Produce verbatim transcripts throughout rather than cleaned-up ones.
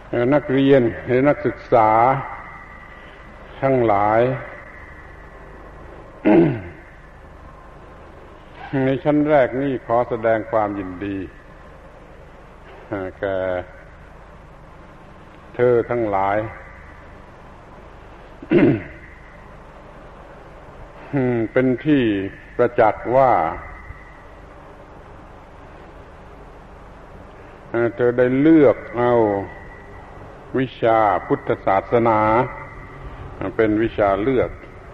นักเรียนหรือนักศึกษาทั้งหลาย ในชั้นแรกนี่ขอแสดงความยินดีแก่เธอทั้งหลาย เป็นที่ประจักษ์ว่าเธอได้เลือกเอาวิชาพุทธศาสนาเป็นวิชาเลือก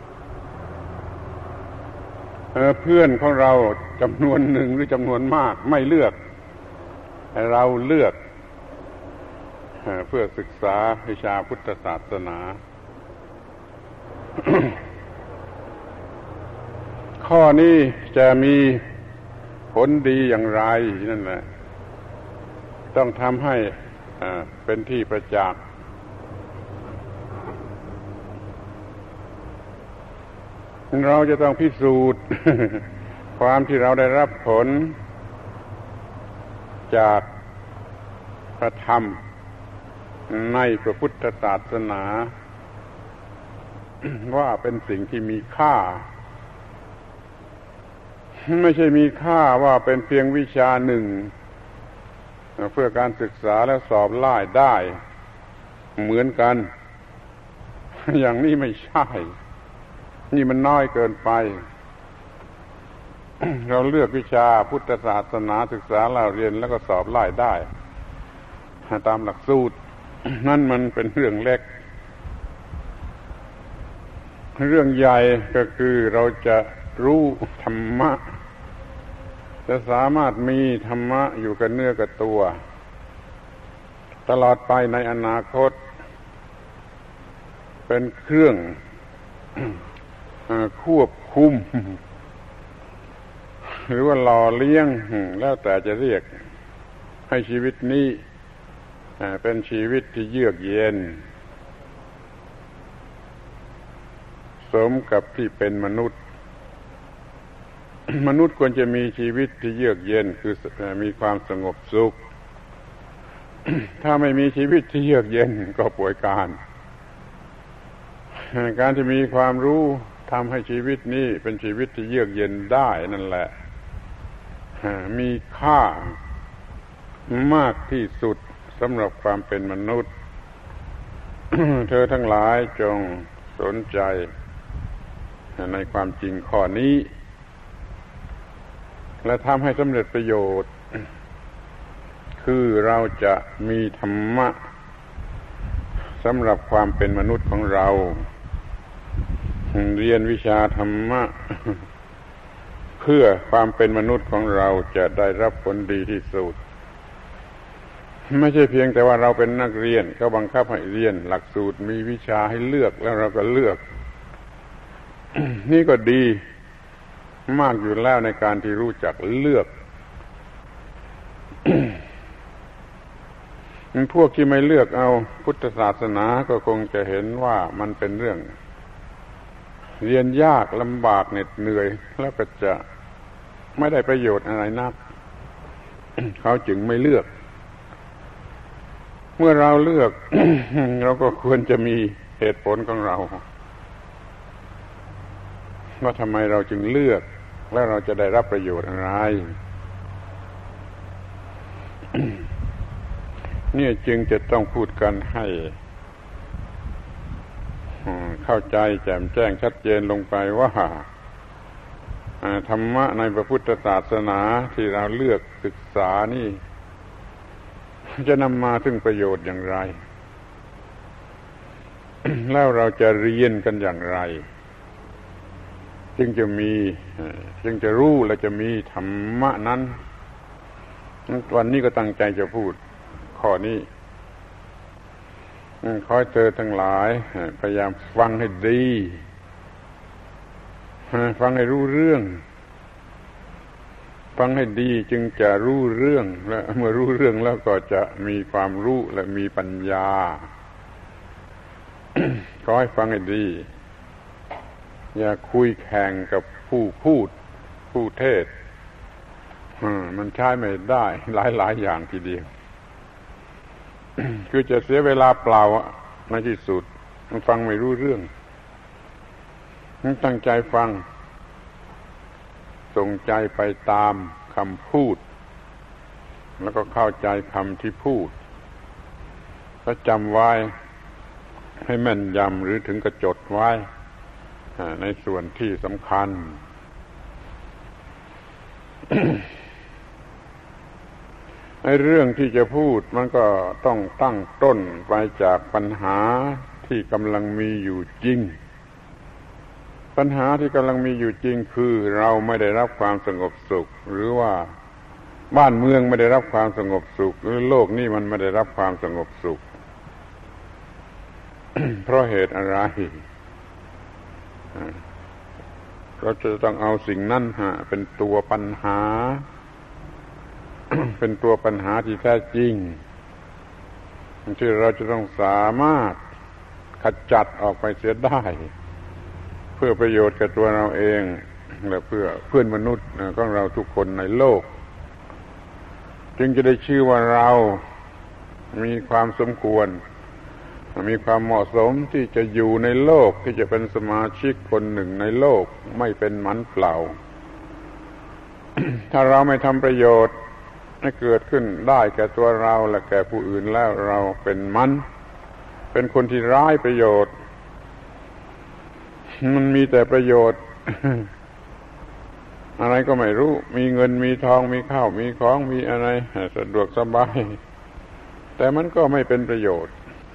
เพื่อนของเราจำนวนหนึ่งหรือจำนวนมากไม่เลือกเราเลือกเพื่อศึกษาวิชาพุทธศาสนา ข้อนี้จะมีผลดีอย่างไรนั่นแหละต้องทำให้เป็นที่ประจักษ์เราจะต้องพิสูจน์ ความที่เราได้รับผลจากพระธรรมในพระพุทธศาสนา ว่าเป็นสิ่งที่มีค่าไม่ใช่มีค่าว่าเป็นเพียงวิชาหนึ่งเพื่อการศึกษาและสอบไล่ได้เหมือนกันอย่างนี้ไม่ใช่นี่มันน้อยเกินไป เราเลือกวิชาพุทธศาสนาศึกษาเราเรียนแล้วก็สอบไล่ได้ตามหลักสูตร นั่นมันเป็นเรื่องเล็กเรื่องใหญ่ก็คือเราจะรู้ธรรมะจะสามารถมีธรรมะอยู่กับเนื้อกับตัวตลอดไปในอนาคตเป็นเครื่องควบคุมหรือว่าหล่อเลี้ยงแล้วแต่จะเรียกให้ชีวิตนี้เป็นชีวิตที่เยือกเย็นสมกับที่เป็นมนุษย์มนุษย์ควรจะมีชีวิตที่เยือกเย็นคือมีความสงบสุข ถ้าไม่มีชีวิตที่เยือกเย็นก็ป่วยการการที่มีความรู้ทำให้ชีวิตนี้เป็นชีวิตที่เยือกเย็นได้นั่นแหละมีค่ามากที่สุดสำหรับความเป็นมนุษย์ เธอทั้งหลายจงสนใจในความจริงข้อนี้และทำให้สำเร็จประโยชน์คือเราจะมีธรรมะสำหรับความเป็นมนุษย์ของเราเรียนวิชาธรรมะเพื่อความเป็นมนุษย์ของเราจะได้รับผลดีที่สุดไม่ใช่เพียงแต่ว่าเราเป็นนักเรียนเขาบังคับให้เรียนหลักสูตรมีวิชาให้เลือกแล้วเราก็เลือก นี่ก็ดีมากอยู่แล้วในการที่รู้จักเลือก พวกที่ไม่เลือกเอาพุทธศาสนาก็คงจะเห็นว่ามันเป็นเรื่องเรียนยากลำบากเหน็ดเหนื่อยแล้วก็จะไม่ได้ประโยชน์อะไรนัก เขาจึงไม่เลือกเมื่อเราเลือก เราก็ควรจะมีเหตุผลของเราว่าทำไมเราจึงเลือกและเราจะได้รับประโยชน์อะไร นี่จึงจะต้องพูดกันให้เข้าใจแจ่มแจ้งชัดเจนลงไปว่าธรรมะในพระพุทธศาสนาที่เราเลือกศึกษานี่จะนำมาถึงประโยชน์อย่างไร แล้วเราจะเรียนกันอย่างไรจึงจะมีจึงจะรู้และจะมีธรรมะนั้นวันนี้ก็ตั้งใจจะพูดข้อนี้ขอให้เธอทั้งหลายพยายามฟังให้ดีฟังให้รู้เรื่องฟังให้ดีจึงจะรู้เรื่องและเมื่อรู้เรื่องแล้วก็จะมีความรู้และมีปัญญา ขอให้ฟังให้ดีอย่าคุยแข่งกับผู้พูดผู้เทศมันใช้ไม่ได้หลายๆอย่างทีเดียวคือจะเสียเวลาเปล่าในที่สุดมันฟังไม่รู้เรื่องตั้งใจฟังส่งใจไปตามคำพูดแล้วก็เข้าใจคำที่พูดก็จำไว้ให้แม่นยำหรือถึงกระจดไว้ในส่วนที่สำคัญ ในเรื่องที่จะพูดมันก็ต้องตั้งต้นไปจากปัญหาที่กำลังมีอยู่จริงปัญหาที่กำลังมีอยู่จริงคือเราไม่ได้รับความสงบสุขหรือว่าบ้านเมืองไม่ได้รับความสงบสุขหรือโลกนี้มันไม่ได้รับความสงบสุข เพราะเหตุอะไรเราจะต้องเอาสิ่งนั้นฮะเป็นตัวปัญหา เป็นตัวปัญหาที่แท้จริงที่เราจะต้องสามารถขจัดออกไปเสียได้เพื่อประโยชน์แก่ตัวเราเองและเพื่อเพื่อนมนุษย์ของเราทุกคนในโลกจึงจะได้ชื่อว่าเรามีความสมควรมีความเหมาะสมที่จะอยู่ในโลกที่จะเป็นสมาชิกคนหนึ่งในโลกไม่เป็นหมันเปล่า ถ้าเราไม่ทำประโยชน์ให้เกิดขึ้นได้แก่ตัวเราและแก่ผู้อื่นแล้วเราเป็นมันเป็นคนที่ร้ายประโยชน์มันมีแต่ประโยชน์ อะไรก็ไม่รู้มีเงินมีทองมีข้าวมีของมีอะไรสะดวกสบายแต่มันก็ไม่เป็นประโยชน์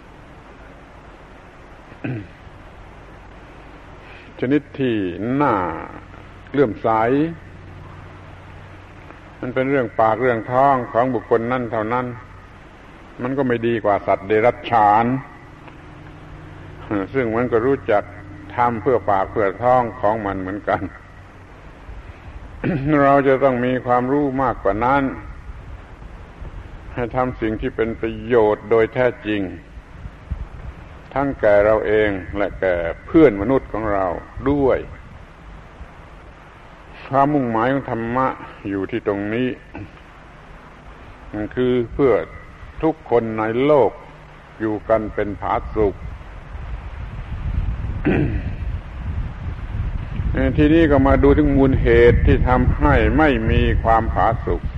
ชนิดที่น่าเลื่อมใสมันเป็นเรื่องปากเรื่องท้องของบุคคลนั่นเท่านั้นมันก็ไม่ดีกว่าสัตว์เดรัจฉานซึ่งมันก็รู้จักทำเพื่อปากเพื่อท้องของมันเหมือนกัน เราจะต้องมีความรู้มากกว่านั้นให้ทำสิ่งที่เป็นประโยชน์โดยแท้จริงทั้งแก่เราเองและแก่เพื่อนมนุษย์ของเราด้วยความมุ่งหมายของธรรมะอยู่ที่ตรงนี้มันคือเพื่อทุกคนในโลกอยู่กันเป็นผาสุก ทีนี้ก็มาดูถึงมูลเหตุที่ทำให้ไม่มีความผาสุก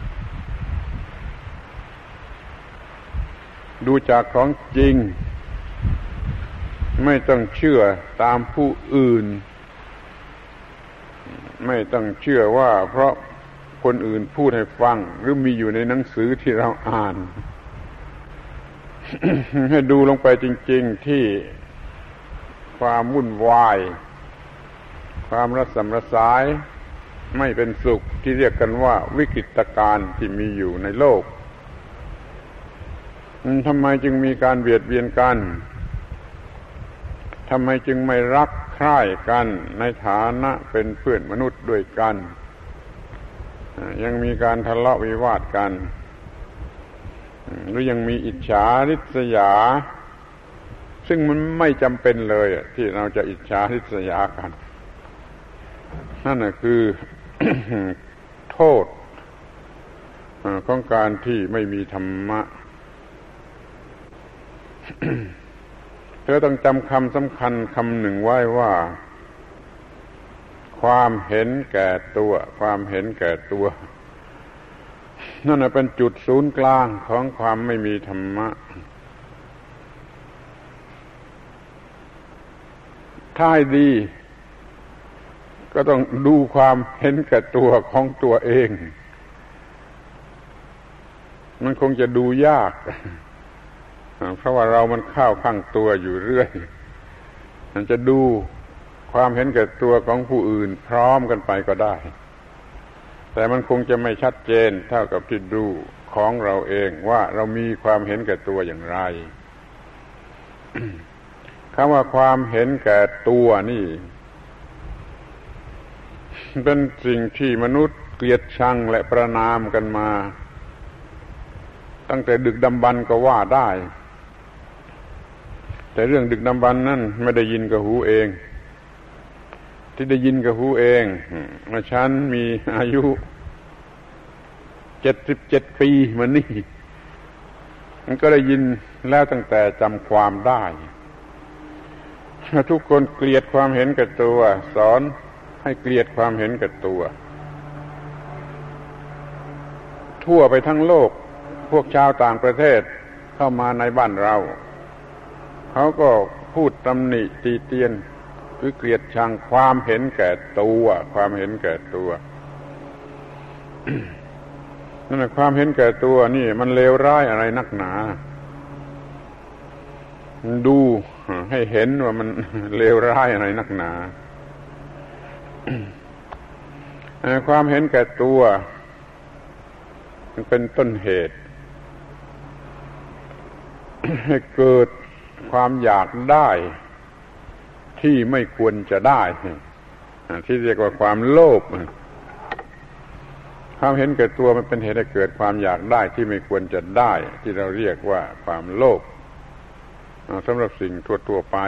ดูจากของจริงไม่ต้องเชื่อตามผู้อื่นไม่ต้องเชื่อว่าเพราะคนอื่นพูดให้ฟังหรือมีอยู่ในหนังสือที่เราอ่าน ให้ดูลงไปจริงๆที่ความวุ่นวายความระสำระสายไม่เป็นสุขที่เรียกกันว่าวิกฤตการณ์ที่มีอยู่ในโลกทำไมจึงมีการเบียดเบียนกันทำไมจึงไม่รักใคร่กันในฐานะเป็นเพื่อนมนุษย์ด้วยกันยังมีการทะเลาะวิวาทกันหรือยังมีอิจฉาริษยาซึ่งมันไม่จำเป็นเลยที่เราจะอิจฉาริษยากันนั่นน่ะคือ โทษของการที่ไม่มีธรรมะ เธอต้องจำคำสำคัญคำหนึ่งไว้ว่าความเห็นแก่ตัวความเห็นแก่ตัวนั่นเป็นจุดศูนย์กลางของความไม่มีธรรมะถ้าให้ดีก็ต้องดูความเห็นแก่ตัวของตัวเองมันคงจะดูยากเพราะว่าเรามันเข้าข้างตัวอยู่เรื่อยมันจะดูความเห็นแก่ตัวของผู้อื่นพร้อมกันไปก็ได้แต่มันคงจะไม่ชัดเจนเท่ากับที่ดูของเราเองว่าเรามีความเห็นแก่ตัวอย่างไร คำว่าความเห็นแก่ตัวนี่เป็นสิ่งที่มนุษย์เกลียดชังและประณามกันมาตั้งแต่ดึกดำบรรพ์ก็ว่าได้แต่เรื่องดึกดำบรรพ์นั้นไม่ได้ยินกับหูเองที่ได้ยินกับหูเองเมื่อฉันมีอายุเจ็ดสิบเจ็ดปีมานี่มันก็ได้ยินแล้วตั้งแต่จำความได้ทุกคนเกลียดความเห็นแก่ตัวสอนให้เกลียดความเห็นแก่ตัวทั่วไปทั้งโลกพวกชาวต่างประเทศเข้ามาในบ้านเราเขาก็พูดตำหนิตีเตียนหรือเกลียดชังความเห็นแก่ตัวความเห็นแก่ตัว นั่นแหละความเห็นแก่ตัวนี่มันเลวร้ายอะไรนักหนาดูให้เห็นว่ามันเลวร้ายอะไรนักหนาความเห็นแก่ตัวมันเป็นต้นเหตุให้เกิดความอยากได้ที่ไม่ควรจะได้ที่เรียกว่าความโลภความเห็นแก่ตัวมันเป็นเหตุให้เกิดความอยากได้ที่ไม่ควรจะได้ที่เราเรียกว่าความโลภสำหรับสิ่งทั่วๆไป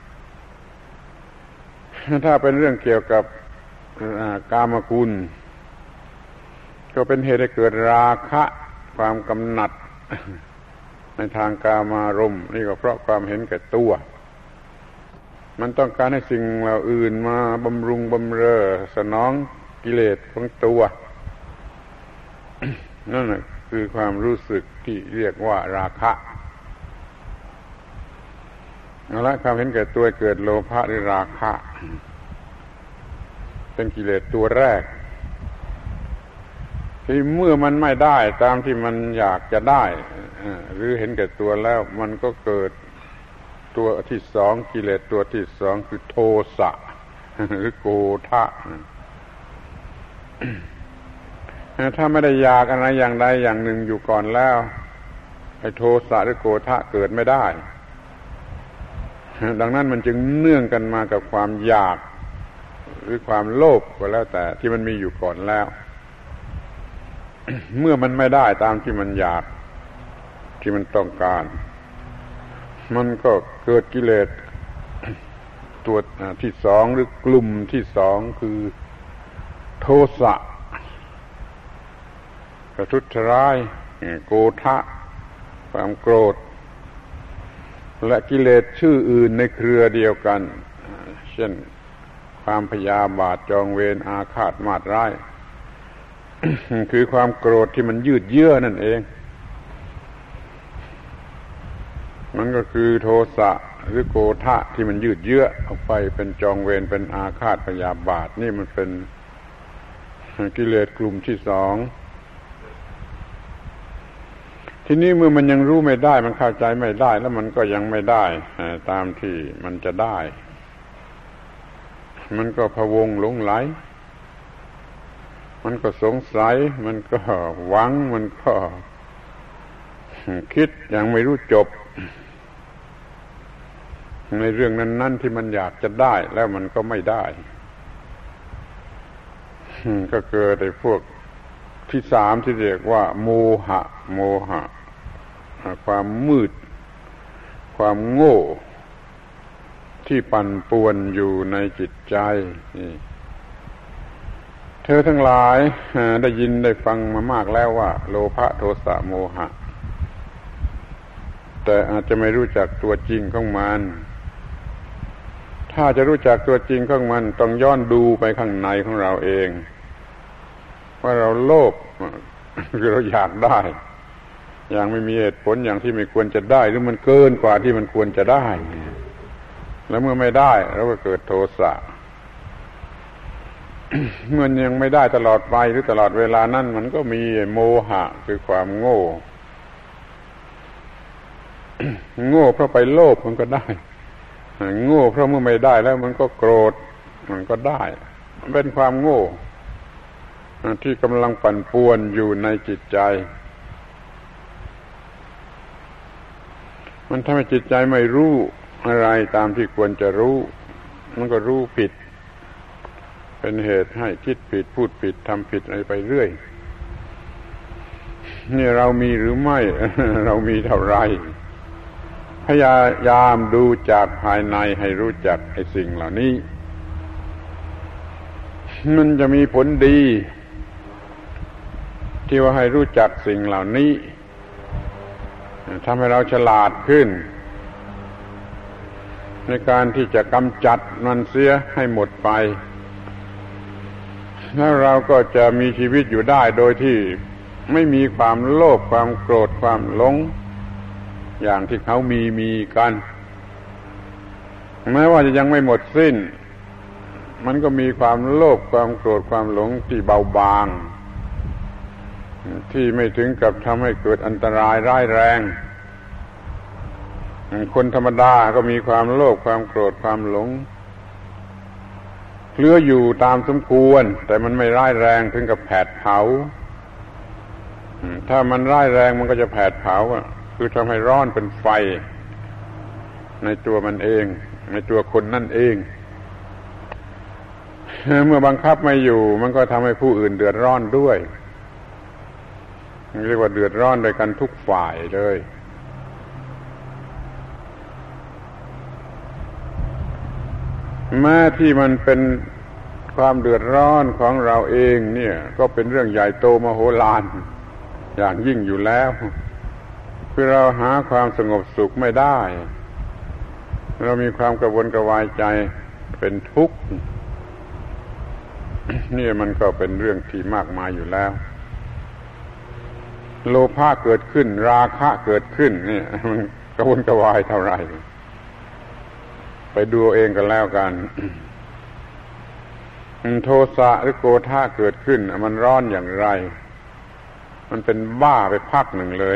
ถ้าเป็นเรื่องเกี่ยวกับกามคุณก็เป็นเหตุให้เกิดราคะความกำหนัดในทางกามารมณ์นี่ก็เพราะความเห็นแก่ตัวมันต้องการให้สิ่งเหล่าอื่นมาบำรุงบำเรอสนองกิเลสของตัวนั่นแหละคือความรู้สึกที่เรียกว่าราคะเอาละความเห็นแก่ตัวเกิดโลภะหรือราคะเป็นกิเลสตัวแรกที่เมื่อมันไม่ได้ตามที่มันอยากจะได้หรือเห็นแก่ตัวแล้วมันก็เกิดตัวที่สองกิเลสตัวที่สองคือโทสะหรือโกฏะถ้าไม่ได้อยากอะไรอย่างใดอย่างหนึ่งอยู่ก่อนแล้วไอ้โทสะหรือโกฏะเกิดไม่ได้ดังนั้นมันจึงเนื่องกันมากับความอยากหรือความโลภก็แล้วแต่ที่มันมีอยู่ก่อนแล้วเมื่อมันไม่ได้ตามที่มันอยากที่มันต้องการมันก็เกิดกิเลสตัวที่สองหรือกลุ่มที่สองคือโทสะประทุษร้ายโกฏะความโกรธและกิเลสชื่ออื่นในเครือเดียวกันเช่นความพยาบาทจองเวรอาฆาตมาตร้าย คือความโกรธที่มันยืดเยื้อนั่นเองมันก็คือโทสะหรือโกฏะที่มันยืดเยื้อออกไปเป็นจองเวรเป็นอาฆาตพยาบาทนี่มันเป็นกิเลสกลุ่มที่สองทีนี้เมื่อมันยังรู้ไม่ได้มันเข้าใจไม่ได้แล้วมันก็ยังไม่ได้ตามที่มันจะได้มันก็พะวงหลงไหลมันก็สงสัยมันก็หวังมันก็คิดยังไม่รู้จบในเรื่องนั้นๆที่มันอยากจะได้แล้วมันก็ไม่ได้ก็เกิดไอ้พวกที่สามที่เรียกว่าโมหะโมหะความมืดความโง่ที่ปั่นป่วนอยู่ในจิตใจนี่เธอทั้งหลายได้ยินได้ฟังมามากแล้วว่าโลภะโทสะโมหะแต่อาจจะไม่รู้จักตัวจริงของมันถ้าจะรู้จักตัวจริงของมันต้องย้อนดูไปข้างในของเราเองว่าเราโลภคือเราอยากได้อย่างไม่มีเหตุผลอย่างที่ไม่ควรจะได้หรือมันเกินกว่าที่มันควรจะได้แล้วเมื่อไม่ได้เราก็เกิดโทสะ เมื่อยังไม่ได้ตลอดไปหรือตลอดเวลานั้นมันก็มีโมหะคือความโง่ โง่เพราะไปโลภมันก็ได้โง่เพราะเมื่อไม่ได้แล้วมันก็โกรธมันก็ได้มันเป็นความโง่ที่กำลังปั่นป่วนอยู่ในจิตใจมันทำให้จิตใจไม่รู้อะไรตามที่ควรจะรู้มันก็รู้ผิดเป็นเหตุให้คิดผิดพูดผิดทำผิดอะไรไปเรื่อยนี่เรามีหรือไม่ เรามีเท่าไรพยายามดูจากภายในให้รู้จักไอ้สิ่งเหล่านี้มันจะมีผลดีที่ว่าให้รู้จักสิ่งเหล่านี้ทำให้เราฉลาดขึ้นในการที่จะกำจัดมันเสียให้หมดไปแล้วเราก็จะมีชีวิตอยู่ได้โดยที่ไม่มีความโลภความโกรธความหลงอย่างที่เขามีมีกันแม้ว่าจะยังไม่หมดสิ้นมันก็มีความโลภความโกรธความหลงที่เบาบางที่ไม่ถึงกับทำให้เกิดอันตรายร้ายแรงคนธรรมดาก็มีความโลภความโกรธความหลงเหลืออยู่ตามสมควรแต่มันไม่ร้ายแรงถึงกับแผดเผาถ้ามันร้ายแรงมันก็จะแผดเผาคือทำให้ร้อนเป็นไฟในตัวมันเองในตัวคนนั่นเองเมื่อบังคับไม่อยู่มันก็ทำให้ผู้อื่นเดือดร้อนด้วยเรียกว่าเดือดร้อนโดยกันทุกฝ่ายเลยแม้ที่มันเป็นความเดือดร้อนของเราเองเนี่ยก็เป็นเรื่องใหญ่โตมโหฬารอย่างยิ่งอยู่แล้วคือเราหาความสงบสุขไม่ได้เรามีความกระวนกระวายใจเป็นทุกข์นี่มันก็เป็นเรื่องที่มากมายอยู่แล้วโลภะเกิดขึ้นราคะเกิดขึ้นนี่มันกระวนกระวายเท่าไหร่ไปดูเองกันแล้วกันโทสะหรือโกธะเกิดขึ้นมันร้อนอย่างไรมันเป็นบ้าไปพักหนึ่งเลย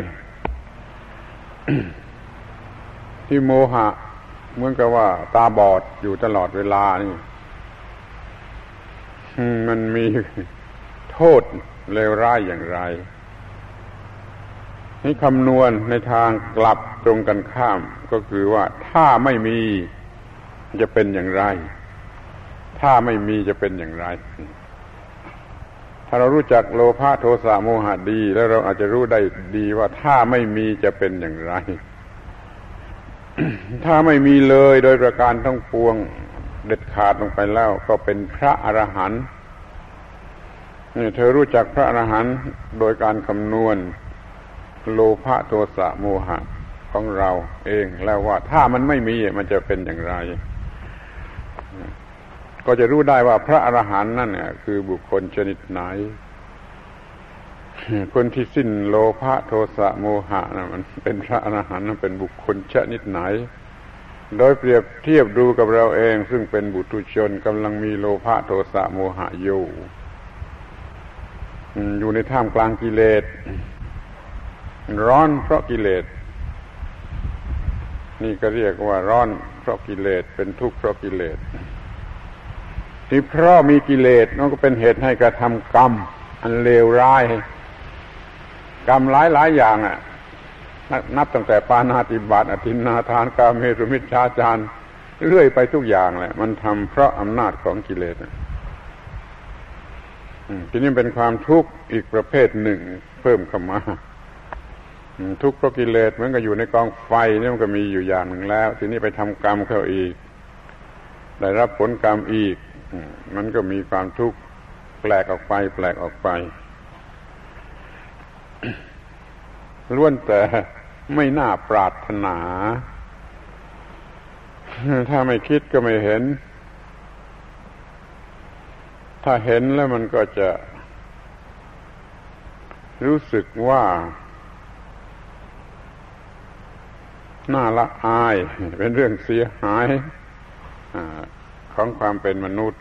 ที่โมหะเหมือนกับว่าตาบอดอยู่ตลอดเวลานี่มันมีโทษเลวร้ายอย่างไรนี่คำนวณในทางกลับตรงกันข้ามก็คือว่าถ้าไม่มีจะเป็นอย่างไรถ้าไม่มีจะเป็นอย่างไรถ้าเรารู้จักโลภะโทสะโมหะดีแล้วเราอาจจะรู้ได้ดีว่าถ้าไม่มีจะเป็นอย่างไร ถ้าไม่มีเลยโดยประการทั้งปวงเด็ดขาดลงไปแล้วก็เป็นพระอรหันต์นี่เธอรู้จักพระอรหันต์โดยการคำนวณโลภะโทสะโมหะของเราเองแล้วว่าถ้ามันไม่มีมันจะเป็นอย่างไรก็จะรู้ได้ว่าพระอรหันต์นั่นเนี่ยคือบุคคลชนิดไหนคนที่สิ้นโลภะโทสะโมหะนะมันเป็นพระอรหันต์นั้นเป็นบุคคลชนิดไหนโดยเปรียบเทียบดูกับเราเองซึ่งเป็นบุถุชนกำลังมีโลภะโทสะโมหะอยู่อยู่ในท่ามกลางกิเลสร้อนเพราะกิเลสนี่ก็เรียกว่าร้อนเพราะกิเลสเป็นทุกข์เพราะกิเลสที่เพราะมีกิเลสมันก็เป็นเหตุให้กระทำกรรมอันเลวร้ายกรรมหลายหลายอย่างอ่ะนับตั้งแต่ปาณาติบาตอทินนาทานกาเมสุมิจฉาจารเรื่อยไปทุกอย่างแหละมันทำเพราะอำนาจของกิเลสทีนี้เป็นความทุกข์อีกประเภทหนึ่งเพิ่มเข้ามาทุกข์เพราะกิเลสเหมือนกับอยู่ในกองไฟนี่มันก็มีอยู่อย่างหนึ่งแล้วทีนี้ไปทำกรรมเข้าอีกได้รับผลกรรมอีกมันก็มีความทุกข์แปลกออกไปแปลกออกไปล้วนแต่ไม่น่าปรารถนาถ้าไม่คิดก็ไม่เห็นถ้าเห็นแล้วมันก็จะรู้สึกว่าน่าละอายเป็นเรื่องเสียหายของความเป็นมนุษย์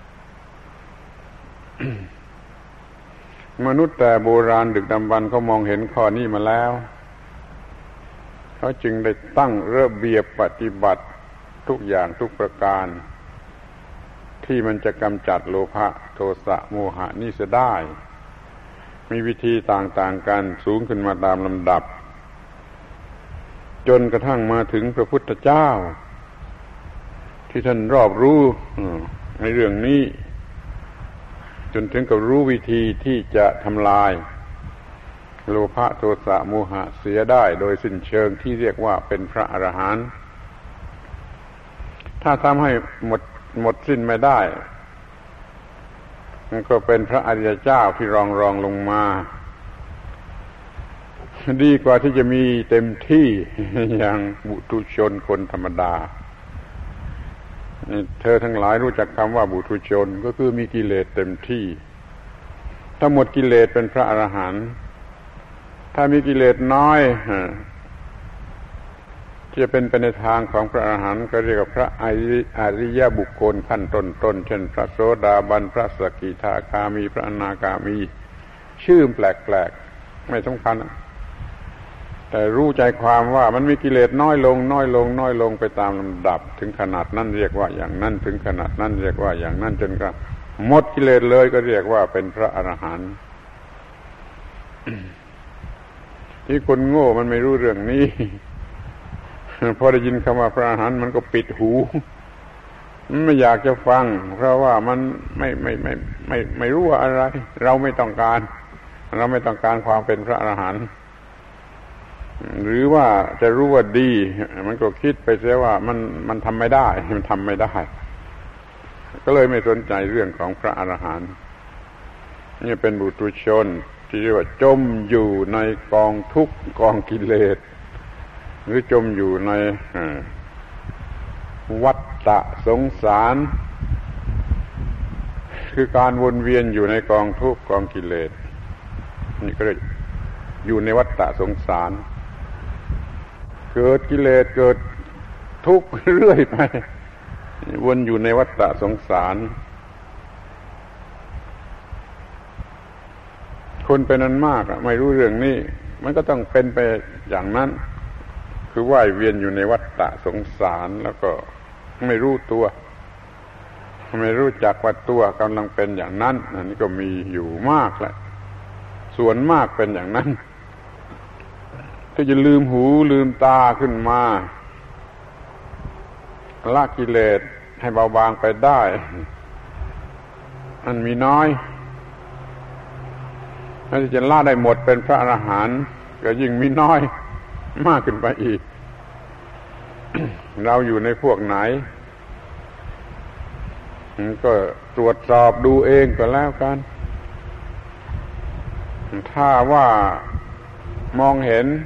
มนุษย์แต่โบราณดึกดำบรรพ์เขามองเห็นข้อนี้มาแล้วเขาจึงได้ตั้งระเบียบปฏิบัติทุกอย่างทุกประการที่มันจะกำจัดโลภะโทสะโมหะนี่เสียได้มีวิธีต่างๆกันสูงขึ้นมาตามลำดับจนกระทั่งมาถึงพระพุทธเจ้าที่ท่านรอบรู้ในเรื่องนี้จนถึงกับรู้วิธีที่จะทำลายโลภะโทสะโมหะเสียได้โดยสิ้นเชิงที่เรียกว่าเป็นพระอรหันต์ถ้าทำให้หมดหมดสิ้นไม่ได้มันก็เป็นพระอริยเจ้าที่รองรองลงมาดีกว่าที่จะมีเต็มที่อย่างบุตุชนคนธรรมดาเธอทั้งหลายรู้จักคำว่าบุตุชนก็คือมีกิเลสเต็มที่ถ้าหมดกิเลสเป็นพระอรหันต์ถ้ามีกิเลสน้อยจะเป็นไปในทางของพระอรหันต์ก็เรียกว่าพระอริยบุคคลขั้นต้นๆเช่นพระโสดาบันพระสกิทาคามีพระอนาคามีชื่อแปลกๆไม่สำคัญแต่รู้ใจความว่ามันมีกิเลสน้อยลงน้อยลงน้อยลงไปตามลำดับถึงขนาดนั้นเรียกว่าอย่างนั้นถึงขนาดนั้นเรียกว่าอย่างนั้นจนกระทั่งหมดกิเลสเลยก็เรียกว่าเป็นพระอรหันต์ที่คนโง่มันไม่รู้เรื่องนี้พอได้ยินคำว่าพระอรหันต์มันก็ปิดหูมันไม่อยากจะฟังเพราะว่ามันไม่ไม่ไม่ไม่ไม่รู้ว่าอะไรเราไม่ต้องการเราไม่ต้องการความเป็นพระอรหันต์หรือว่าจะรู้ว่าดีมันก็คิดไปเสียว่ามันมันทำไม่ได้มันทำไม่ได้ก็เลยไม่สนใจเรื่องของพระอรหันต์นี่เป็นบุตุชนที่เรียกว่าจมอยู่ในกองทุกข์กองกิเลสหรือจมอยู่ในวัฏฏะสงสารคือการวนเวียนอยู่ในกองทุกข์กองกิเลสนี่ก็เลยอยู่ในวัฏฏะสงสารเกิดกิเลสเกิดทุกข์เรื่อยไปวนอยู่ในวัฏฏะสงสารคนเป็นนั้นมากไม่รู้เรื่องนี้มันก็ต้องเป็นไปอย่างนั้นคือว่ายเวียนอยู่ในวัฏฏะสงสารแล้วก็ไม่รู้ตัวไม่รู้จักว่าตัวกำลังเป็นอย่างนั้นอันนี้ก็มีอยู่มากแหละส่วนมากเป็นอย่างนั้นถ้าจะลืมหูลืมตาขึ้นมาละกิเลสให้เบาบางไปได้มันมีน้อยถ้าจะละได้หมดเป็นพระอรหันต์ก็ยิ่งมีน้อยมากขึ้นไปอีก เราอยู่ในพวกไหนก็ตรวจสอบดูเองก็แล้วกันถ้าว่ามองเห็น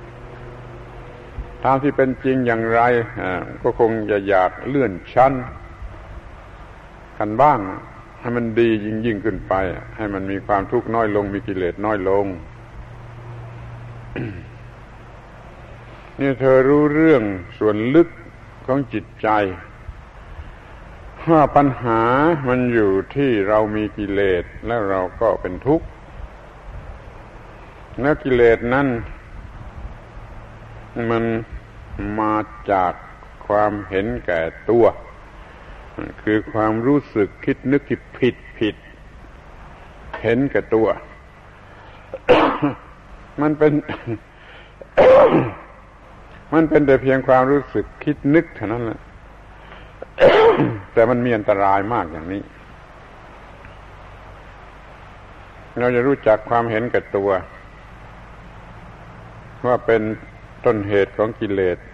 ตามที่เป็นจริงอย่างไรก็คงจะอยากเลื่อนชั้นกันบ้างให้มันดียิ่งยิ่งขึ้นไปให้มันมีความทุกข์น้อยลงมีกิเลสน้อยลง นี่เธอรู้เรื่องส่วนลึกของจิตใจว่าปัญหามันอยู่ที่เรามีกิเลสแล้วเราก็เป็นทุกข์แล้วกิเลสนั้นมันมาจากความเห็นแก่ตัวคือความรู้สึกคิดนึกที่ผิดผิดเห็นแก่ตัว มันเป็น มันเป็นแต่เพียงความรู้สึกคิดนึกเท่านั้นแหละ แต่มันมีอันตรายมากอย่างนี้เราจะรู้จักความเห็นแก่ตัวว่าเป็นต้นเหตุของกิเลส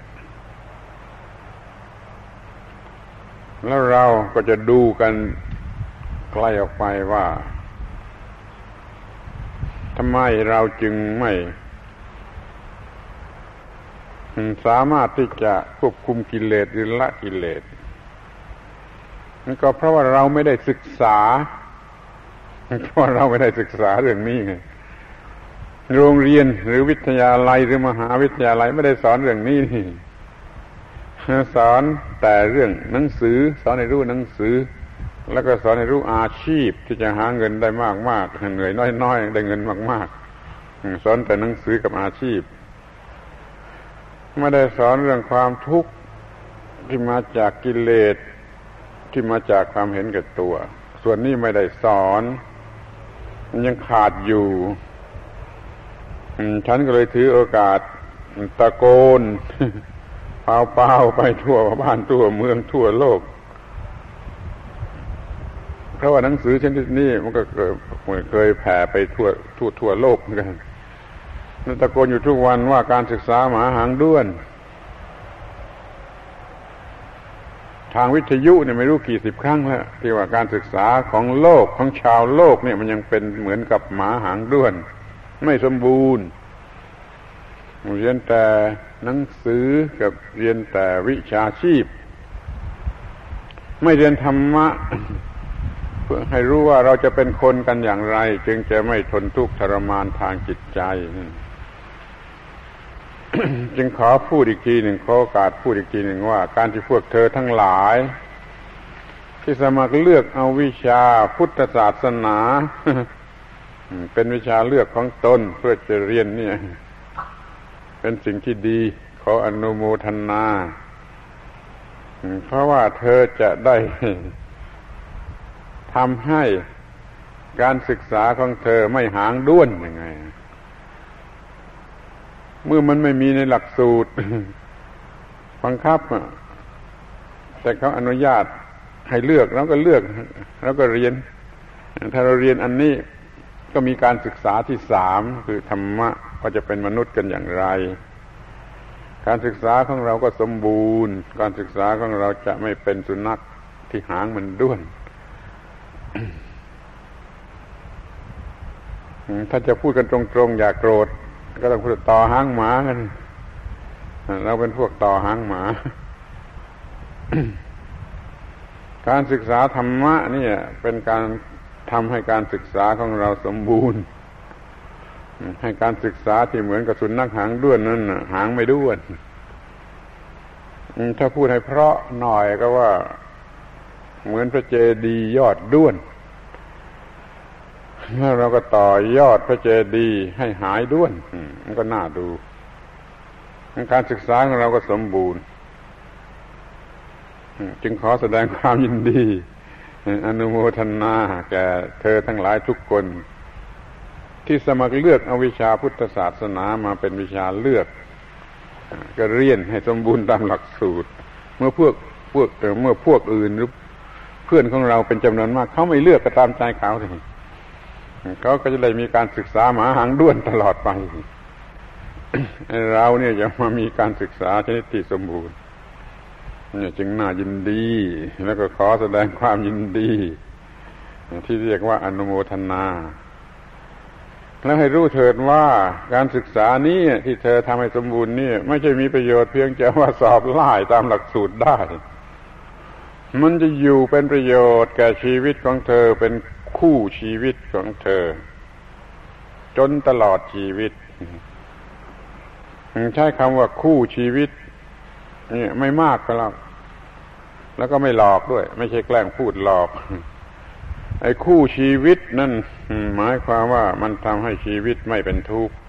แล้วเราก็จะดูกันไกลออกไปว่าทำไมเราจึงไม่สามารถที่จะควบคุมกิเลสหรือละกิเลสนั่นก็เพราะว่าเราไม่ได้ศึกษาเพราะเราไม่ได้ศึกษาเรื่องนี้ไงโรงเรียนหรือวิทยาลัยหรือมหาวิทยาลัยไม่ได้สอนเรื่องนี้นี่สอนแต่เรื่องหนังสือสอนให้รู้หนังสือแล้วก็สอนให้รู้อาชีพที่จะหาเงินได้มากๆเหนื่อยน้อยๆได้เงินมากๆสอนแต่หนังสือกับอาชีพไม่ได้สอนเรื่องความทุกข์ที่มาจากกิเลสที่มาจากความเห็นแก่ตัวส่วนนี้ไม่ได้สอนมันยังขาดอยู่ฉันก็เลยถือโอกาสตะโกนเปล่าๆไปทั่วบ้านทั่วเมืองทั่วโลกเพราะว่าหนังสือชนิดนี้มันก็เคยแผ่ไปทั่วทั่วทั่วโลกเหมือนกันนั่นตะโกนอยู่ทุกวันว่าการศึกษามหาหางด้วนทางวิทยุเนี่ยไม่รู้กี่สิบครั้งแล้วที่ว่าการศึกษาของโลกของชาวโลกเนี่ยมันยังเป็นเหมือนกับหมาหางด้วนไม่สมบูรณ์เรียนแต่หนังสือกับเรียนแต่วิชาชีพไม่เรียนธรรมะเพื่อให้รู้ว่าเราจะเป็นคนกันอย่างไรจึงจะไม่ทนทุกข์ทรมานทางจิตใจ จึงขอพูดอีกทีหนึ่งขอโอกาสพูดอีกทีหนึ่งว่าการที่พวกเธอทั้งหลายที่สมัครเลือกเอาวิชาพุทธศาสนาเป็นวิชาเลือกของตนเพื่อจะเรียนเนี่ยเป็นสิ่งที่ดีขออนุโมทนาเพราะว่าเธอจะได้ทำให้การศึกษาของเธอไม่หางด้วนยังไงเมื่อมันไม่มีในหลักสูตรบังคับแต่เขาอนุญาตให้เลือกเราก็เลือกแล้วก็เรียนถ้าเราเรียนอันนี้ก็มีการศึกษาที่สามคือธรรมะว่าจะเป็นมนุษย์กันอย่างไรการศึกษาของเราก็สมบูรณ์การศึกษาของเราจะไม่เป็นสุนัขที่หางมันด้วนถ้าจะพูดกันตรงๆอย่าโกรธก็ต้องพูดต่อหางหมากันเราเป็นพวกต่อหางหมา การศึกษาธรรมะนี่เป็นการทำให้การศึกษาของเราสมบูรณ์ให้การศึกษาที่เหมือนกับสุนัขหางด้วนนั่นหางไม่ด้วนถ้าพูดให้เพราะหน่อยก็ว่าเหมือนพระเจดีย์ยอดด้วนแล้วเราก็ต่อยอดพระเจดีย์ให้หายด้วนมันก็น่าดูการศึกษาของเราก็สมบูรณ์จึงขอแสดงความยินดีอนุโมทนาแก่เธอทั้งหลายทุกคนที่สมัครเลือกเอาวิชาพุทธศาสนามาเป็นวิชาเลือกก็เรียนให้สมบูรณ์ตามหลักสูตรเมื่อพวกพวกเมื่อพวกอื่นหรือเพื่อนของเราเป็นจำนวนมากเขาไม่เลือกก็ตามใจเขาสิเขาก็จะได้มีการศึกษาหมาหางด้วนตลอดไปเราเนี่ยจะมามีการศึกษาชนิดที่สมบูรณ์เนี่ยจึงน่ายินดีแล้วก็ขอแสดงความยินดีที่เรียกว่าอนุโมทนาแล้วให้รู้เถิดว่าการศึกษานี้ที่เธอทำให้สมบูรณ์นี่ไม่ใช่มีประโยชน์เพียงจะว่าสอบไล่ตามหลักสูตรได้มันจะอยู่เป็นประโยชน์แก่ชีวิตของเธอเป็นคู่ชีวิตของเธอจนตลอดชีวิตใช้คำว่าคู่ชีวิตนี่ไม่มากก็แล้วแล้วก็ไม่หลอกด้วยไม่ใช่แกล้งพูดหลอกไอ้คู่ชีวิตนั่นหมายความว่ามันทำให้ชีวิตไม่เป็นทุกข์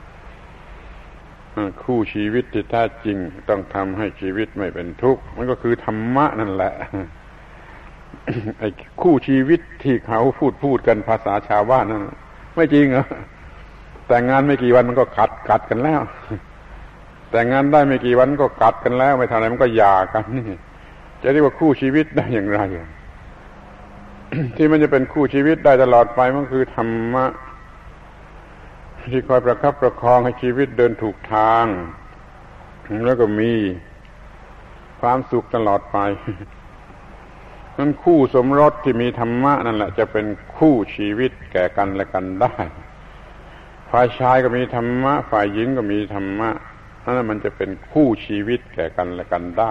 คู่ชีวิตที่แท้จริงต้องทำให้ชีวิตไม่เป็นทุกข์มันก็คือธรรมะนั่นแหละไอ้คู่ชีวิตที่เขาพูดพูดกันภาษาชาวบ้านนั่นไม่จริงเหรอแต่งงานไม่กี่วันมันก็กัดกัดกันแล้วแต่งงานได้ไม่กี่วันก็กัดกันแล้วไม่ทันไรมันก็หย่ากันนี่จะเรียกว่าคู่ชีวิตได้อย่างไร ที่มันจะเป็นคู่ชีวิตได้ตลอดไปมันคือธรรมะที่คอยประคับประคองให้ชีวิตเดินถูกทางแล้วก็มีความสุขตลอดไปนั้นคู่สมรสที่มีธรรมะนั่นแหละจะเป็นคู่ชีวิตแก่กันและกันได้ฝ่ายชายก็มีธรรมะฝ่ายหญิงก็มีธรรมะนั่นมันจะเป็นคู่ชีวิตแก่กันและกันได้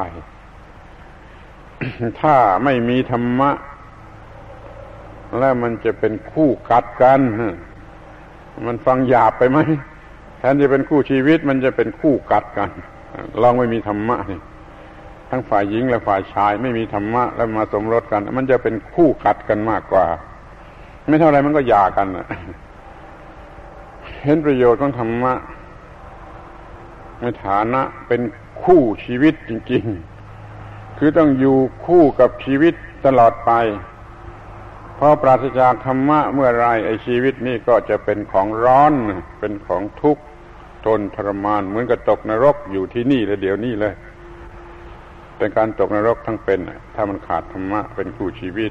ถ้าไม่มีธรรมะแล้วมันจะเป็นคู่กัดกันมันฟังหยาบไปไหมแทนจะเป็นคู่ชีวิตมันจะเป็นคู่กัดกันลองไม่มีธรรมะนี่ทั้งฝ่ายหญิงและฝ่ายชายไม่มีธรรมะแล้วมาสมรสกันมันจะเป็นคู่กัดกันมากกว่าไม่เท่าไรมันก็หย่ากันเห็นประโยชน์ของธรรมะในฐานะเป็นคู่ชีวิตจริงๆคือต้องอยู่คู่กับชีวิตตลอดไปพอปราศจากธรรมะเมื่อไรไอ้ชีวิตนี่ก็จะเป็นของร้อนเป็นของทุกข์ทนทรมานเหมือนกับตกนรกอยู่ที่นี่และเดี๋ยวนี้เลยเป็นการตกนรกทั้งเป็นถ้ามันขาดธรรมะเป็นคู่ชีวิต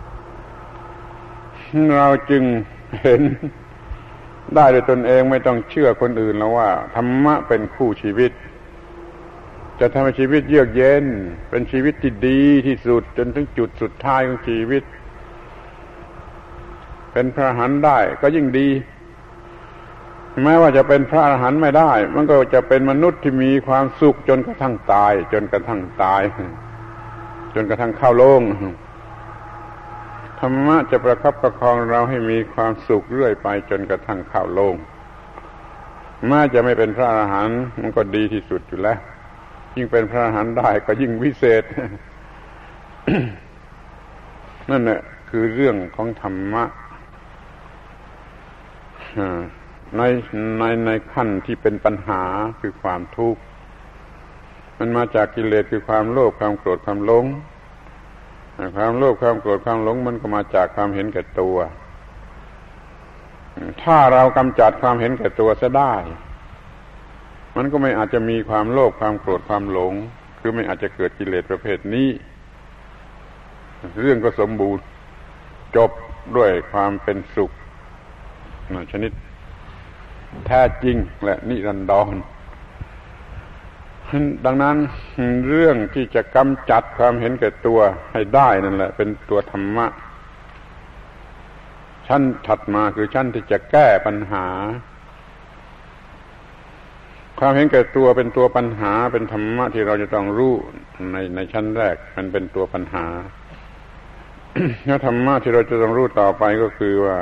เราจึงเห็นได้ด้วยตนเองไม่ต้องเชื่อคนอื่นแล้วว่าธรรมะเป็นคู่ชีวิตจะทำให้ชีวิตเยือกเย็นเป็นชีวิตที่ดีที่สุดจนถึงจุดสุดท้ายของชีวิตเป็นพระอรหันต์ได้ก็ยิ่งดีแม้ว่าจะเป็นพระอรหันต์ไม่ได้มันก็จะเป็นมนุษย์ที่มีความสุขจนกระทั่งตายจนกระทั่งตายจนกระทั่งเข้าโลงธรรมะจะประคับประคองเราให้มีความสุขเรื่อยไปจนกระทั่งเข้าโลงแม้จะไม่เป็นพระอรหันต์มันก็ดีที่สุดอยู่แล้วยิ่งเป็นพระอรหันต์ได้ก็ยิ่งวิเศษ นั่นแหละคือเรื่องของธรรมะในในในขั้นที่เป็นปัญหาคือความทุกข์มันมาจากกิเลสคือความโลภความโกรธความหลงความโลภความโกรธความหลงมันก็มาจากความเห็นแก่ตัวถ้าเรากำจัดความเห็นแก่ตัวซะได้มันก็ไม่อาจจะมีความโลภความโกรธความหลงคือไม่อาจจะเกิดกิเลสประเภทนี้เรื่องก็สมบูรณ์จบด้วยความเป็นสุขชนิดแท้จริงและนิรันดรดังนั้นเรื่องที่จะกำจัดความเห็นแก่ตัวให้ได้นั่นแหละเป็นตัวธรรมะชั้นถัดมาคือชั้นที่จะแก้ปัญหาความเห็นแก่ตัวเป็นตัวปัญหาเป็นธรรมะที่เราจะต้องรู้ในในชั้นแรกมันเป็นตัวปัญหา แล้วธรรมะที่เราจะต้องรู้ต่อไปก็คือว่า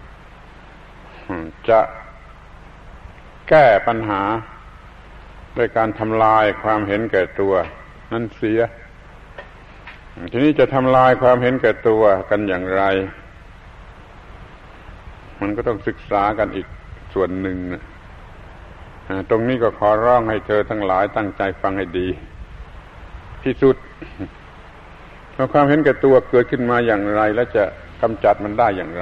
จะแก้ปัญหาด้วยการทำลายความเห็นแก่ตัวนั่นเสียทีนี้จะทำลายความเห็นแก่ตัวกันอย่างไรมันก็ต้องศึกษากันอีกส่วนหนึ่งนะตรงนี้ก็ขอร้องให้เธอทั้งหลายตั้งใจฟังให้ดีที่สุดว่าความเห็นแก่ตัวเกิดขึ้นมาอย่างไรและจะกำจัดมันได้อย่างไร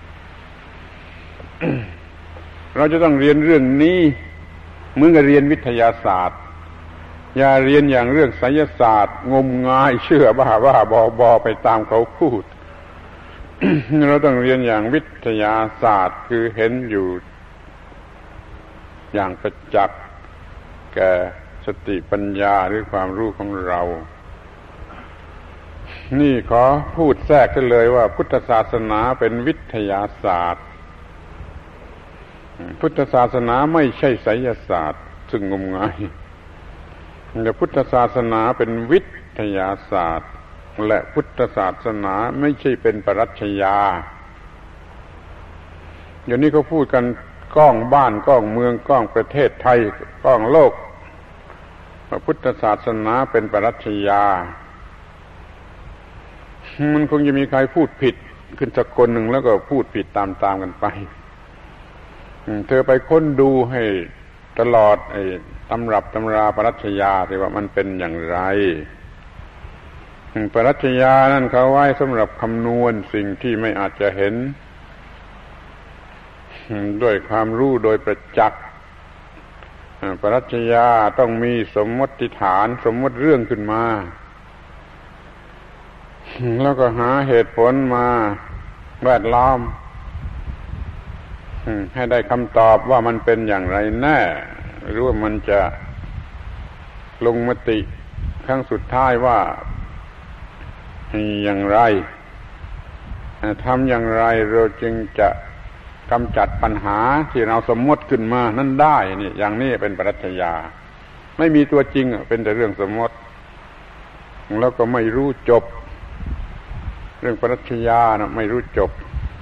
เราจะต้องเรียนเรื่องนี้เหมือนกับเรียนวิทยาศาสตร์อย่าเรียนอย่างเรื่องไสยศาสตร์งมงายเชื่อบ้าบ้าบอบอไปตามเขาพูด เราต้องเรียนอย่างวิทยาศาสตร์คือเห็นอยู่อย่างประจักษ์แก่สติปัญญาหรือความรู้ของเรานี่ขอพูดแทรกกันเลยว่าพุทธศาสนาเป็นวิทยาศาสตร์พุทธศาสนาไม่ใช่ไสยศาสตร์ซึ่งงมงายแต่พุทธศาสนาเป็นวิทยาศาสตร์และพุทธศาสนาไม่ใช่เป็นปรัชญาเดี๋ยวนี้เขาพูดกันก้องบ้านก้องเมืองก้องประเทศไทยก้องโลกว่าพุทธศาสนาเป็นปรัชญามันคงจะมีใครพูดผิดขึ้นสักคนหนึ่งแล้วก็พูดผิดตามๆกันไปเธอไปค้นดูให้ตลอดไอ้ตำรับตำราปรัชญาสิว่ามันเป็นอย่างไรปรัชญานั่นเขาไว้สำหรับคำนวณสิ่งที่ไม่อาจจะเห็นด้วยความรู้โดยประจักษ์ปรัชญาต้องมีสมมติฐานสมมติเรื่องขึ้นมาแล้วก็หาเหตุผลมาแวดล้อมให้ได้คำตอบว่ามันเป็นอย่างไรแน่หรือว่ามันจะลงมติครั้งสุดท้ายว่าอย่างไรทำอย่างไรเราจึงจะกำจัดปัญหาที่เราสมมติขึ้นมานั้นได้นี่อย่างนี้เป็นปรัชญาไม่มีตัวจริงเป็นแต่เรื่องสมมติแล้วก็ไม่รู้จบเรื่องปรัชญานะไม่รู้จบ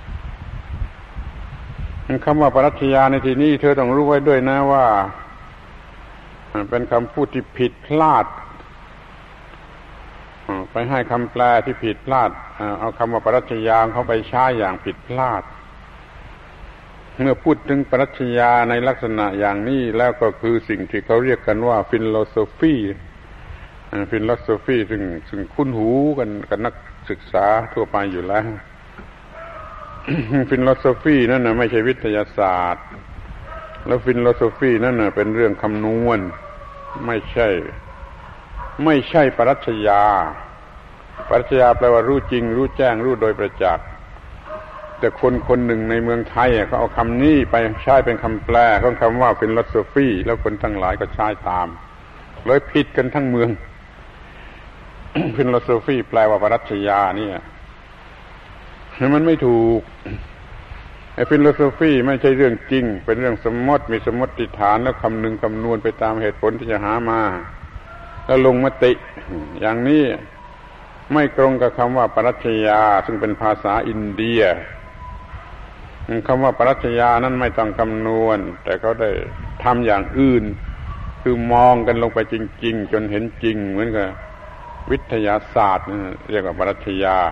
คำว่าปรัชญาในที่นี้เธอต้องรู้ไว้ด้วยนะว่าเป็นคำพูดที่ผิดพลาดไปให้คำแปลที่ผิดพลาดเอาคำว่าปรัชญาเข้าไปใช้อย่างผิดพลาดเมื่อพูดถึงปรัชญาในลักษณะอย่างนี้แล้วก็คือสิ่งที่เขาเรียกกันว่าฟิโลโซฟีฟิโลโซฟีซึ่งซึ่งคุ้นหูกันกับนักศึกษาทั่วไปอยู่แล้ว ฟิโลโซฟีนั่นน่ะไม่ใช่วิทยาศาสตร์แล้วฟิโลโซฟีนั่นน่ะเป็นเรื่องคำนวณไม่ใช่ไม่ใช่ปรัชญาปรัชญาแปลว่ารู้จริงรู้แจ้งรู้โดยประจักษ์แต่คนคนหนึ่งในเมืองไทยเขาเอาคำนี้ไปใช้เป็นคำแปลของคำว่าฟิโลโซฟีแล้วคนทั้งหลายก็ใช้ตามเลยผิดกันทั้งเมือง ฟิโลโซฟีแปลว่าปรัชญาเนี่ยมันไม่ถูกอ้ฟิโลโซฟีไม่ใช่เรื่องจริงเป็นเรื่องสมมติมีสมมติฐานแล้วคำนึงคำนวณไปตามเหตุผลที่จะหามาแล้วลงมติอย่างนี้ไม่ตรงกับคำว่าปรัชญาซึ่งเป็นภาษาอินเดียคำว่าปรัชญานั้นไม่ต้องคำนวณแต่เขาได้ทำอย่างอื่นคือมองกันลงไปจริงๆจนเห็นจริงเหมือนกับวิทยาศาสตร์เรียกว่าปรัชญา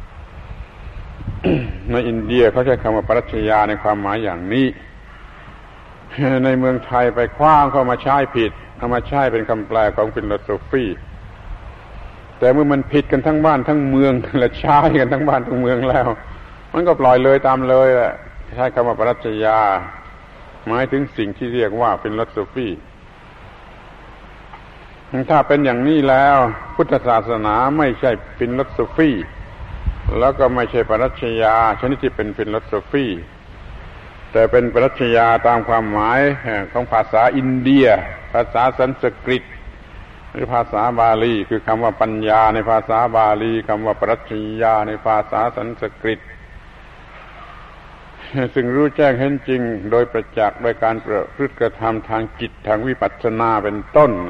ในอินเดียเขาใช้คำว่าปรัชญาในความหมายอย่างนี้ในเมืองไทยไปคว้างเข้ามาใช้ผิดเอามาใช้เป็นคำแปลของฟิโลโซฟีแต่เมื่อมันผิดกันทั้งบ้านทั้งเมืองและใช้กันทั้งบ้านทั้งเมืองแล้วมันก็ปล่อยเลยตามเลยแหละใช้คำว่าปรัชญาหมายถึงสิ่งที่เรียกว่าฟิโลโซฟีถ้าเป็นอย่างนี้แล้วพุทธศาสนาไม่ใช่ฟิโลโซฟีแล้วก็ไม่ใช่ปรัชญาชนิดที่เป็นฟิโลโซฟีแต่เป็นปรัชญาตามความหมายของภาษาอินเดียภาษาสันสกฤตหรือภาษาบาลีคือคำว่าปัญญาในภาษาบาลีคำว่าปรัชญาในภาษาสันสกฤตซึ่งรู้แจ้งเห็นจริงโดยประจักษ์โดยการประพฤติกระทำทางจิตทางวิปัสสนาเป็นต้น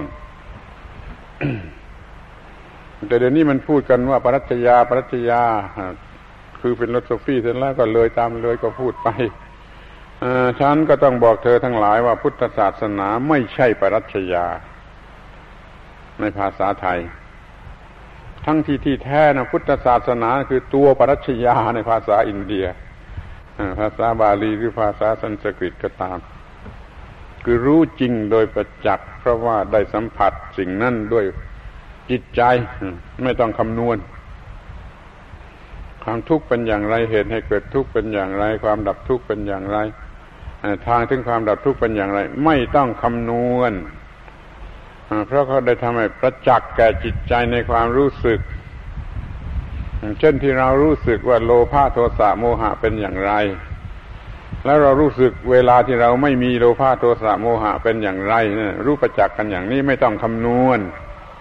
แต่เดี๋ยวนี้มันพูดกันว่าปรัชญาปรัชญาคือฟิโลโซฟีเสร็จแล้วก็เลยตามเลยก็พูดไปฉันก็ต้องบอกเธอทั้งหลายว่าพุทธศาสนาไม่ใช่ปรัชญาในภาษาไทยทั้งที่ที่แท้นะพุทธศาสนาคือตัวปรัชญาในภาษาอินเดียภาษาบาลีหรือภาษาสันสกฤตก็ตามคือรู้จริงโดยประจักษ์เพราะว่าได้สัมผัสสิ่งนั้นด้วยจิตใจไม่ต้องคำนวณความทุกข์เป็นอย่างไรเหตุให้เกิดทุกข์เป็นอย่างไรความดับทุกข์เป็นอย่างไรทางถึงความดับทุกข์เป็นอย่างไรไม่ต้องคำนวณเพราะเขาได้ทำให้ประจักษ์แก่จิตใจในความรู้สึกเช่นที่เรารู้สึกว่าโลภะโทสะโมหะเป็นอย่างไรแล้วเรารู้สึกเวลาที่เราไม่มีโลภะโทสะโมหะเป็นอย่างไรเนี่ยรู้ประจักษ์กันอย่างนี้ไม่ต้องคำนวณ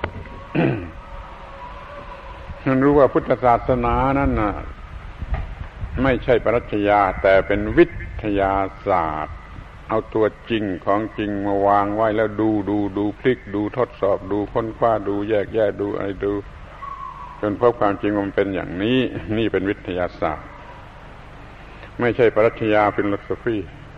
ฉันรู้ว่าพุทธศาสนานั้นน่ะไม่ใช่ปรัชญาแต่เป็นวิทยาศาสตร์เอาตัวจริงของจริงมาวางไว้แล้วดูดูดูพลิกดูทดสอบดูค้นคว้าดูแยกแยะดูอะไรดูจนพบความจริงมันเป็นอย่างนี้นี่เป็นวิทยาศาสตร์ไม่ใช่ปรัชญาฟิโลโซฟี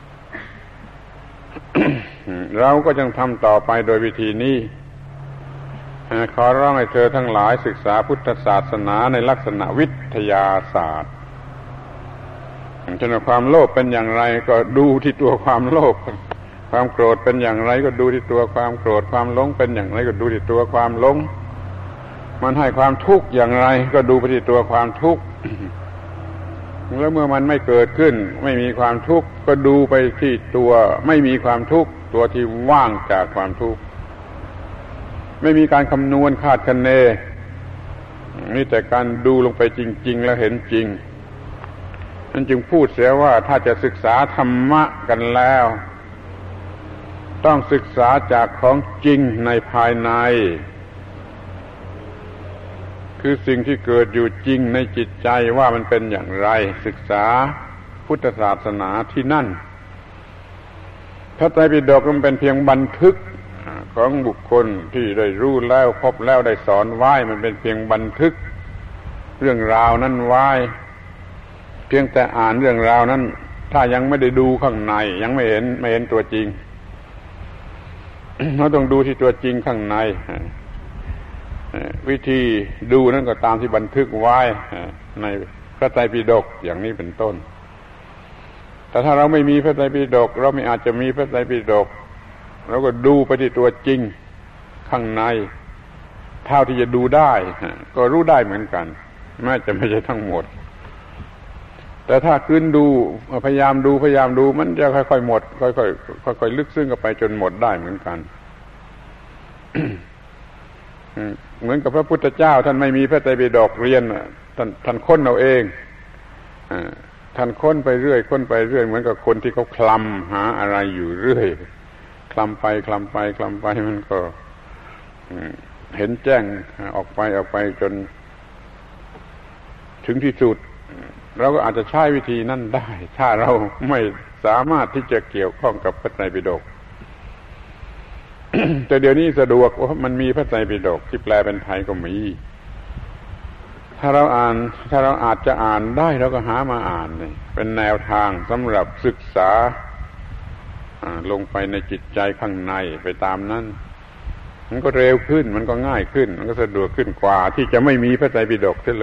เราก็ยังทำต่อไปโดยวิธีนี้ขอร้องให้เธอทั้งหลายศึกษาพุทธศาสนาในลักษณะวิทยาศาสตร์เช่นความโลภเป็นอย่างไรก็ดูที่ตัวความโลภความโกรธเป็นอย่างไรก็ดูที่ตัวความโกรธความหลงเป็นอย่างไรก็ดูที่ตัวความหลงมันให้ความทุกข์อย่างไรก็ดูไปที่ตัวความทุกข์แล้วเมื่อมันไม่เกิดขึ้นไม่มีความทุกข์ก็ดูไปที่ตัวไม่มีความทุกข์ตัวที่ว่างจากความทุกข์ไม่มีการคำนวณคาดคะเนมีแต่การดูลงไปจริงๆแล้วเห็นจริงนั่นจึงพูดเสียว่าถ้าจะศึกษาธรรมะกันแล้วต้องศึกษาจากของจริงในภายในคือสิ่งที่เกิดอยู่จริงในจิตใจว่ามันเป็นอย่างไรศึกษาพุทธศาสนาที่นั่นพระไตรปิฎกมันเป็นเพียงบันทึกของบุคคลที่ได้รู้แล้วพบแล้วได้สอนไว้มันเป็นเพียงบันทึกเรื่องราวนั้นไว้เพียงแต่อ่านเรื่องราวนั้นถ้ายังไม่ได้ดูข้างในยังไม่เห็นไม่เห็นตัวจริง เราต้องดูที่ตัวจริงข้างในวิธีดูนั่นก็ตามที่บันทึกไว้ในพระไตรปิฎกอย่างนี้เป็นต้นแต่ถ้าเราไม่มีพระไตรปิฎกเราไม่อาจจะมีพระไตรปิฎกเราก็ดูไปที่ตัวจริงข้างในเท่าที่จะดูได้ก็รู้ได้เหมือนกันแม้จะไม่ใช่ทั้งหมดแต่ถ้าคืนดูพยายามดูพยายามดูมันจะค่อยๆหมดค่อยๆค่อยๆลึกซึ้งเข้าไปจนหมดได้เหมือนกัน เหมือนกับพระพุทธเจ้าท่านไม่มีพระไตรปิฎกเรียนท่านท่านค้นเอาเองท่านค้นไปเรื่อยค้นไปเรื่อยเหมือนกับคนที่เขาคลำหาอะไรอยู่เรื่อยคลำไปคลำไปคลำไปมันก็เห็นแจ้งออกไปออกไปจนถึงที่สุดเราก็อาจจะใช้วิธีนั้นได้ถ้าเราไม่สามารถที่จะเกี่ยวข้องกับพระไตรปิฎก แต่เดี๋ยวนี้สะดวกว่ามันมีพระไตรปิฎกที่แปลเป็นไทยก็มีถ้าเราอ่านถ้าเราอาจจะอ่านได้เราก็หามาอ่านเลยเป็นแนวทางสำหรับศึกษาลงไปในจิตใจข้างในไปตามนั้นมันก็เร็วขึ้นมันก็ง่ายขึ้นมันก็สะดวกขึ้นกว่าที่จะไม่มีพระไตรปิฎกเสียเลย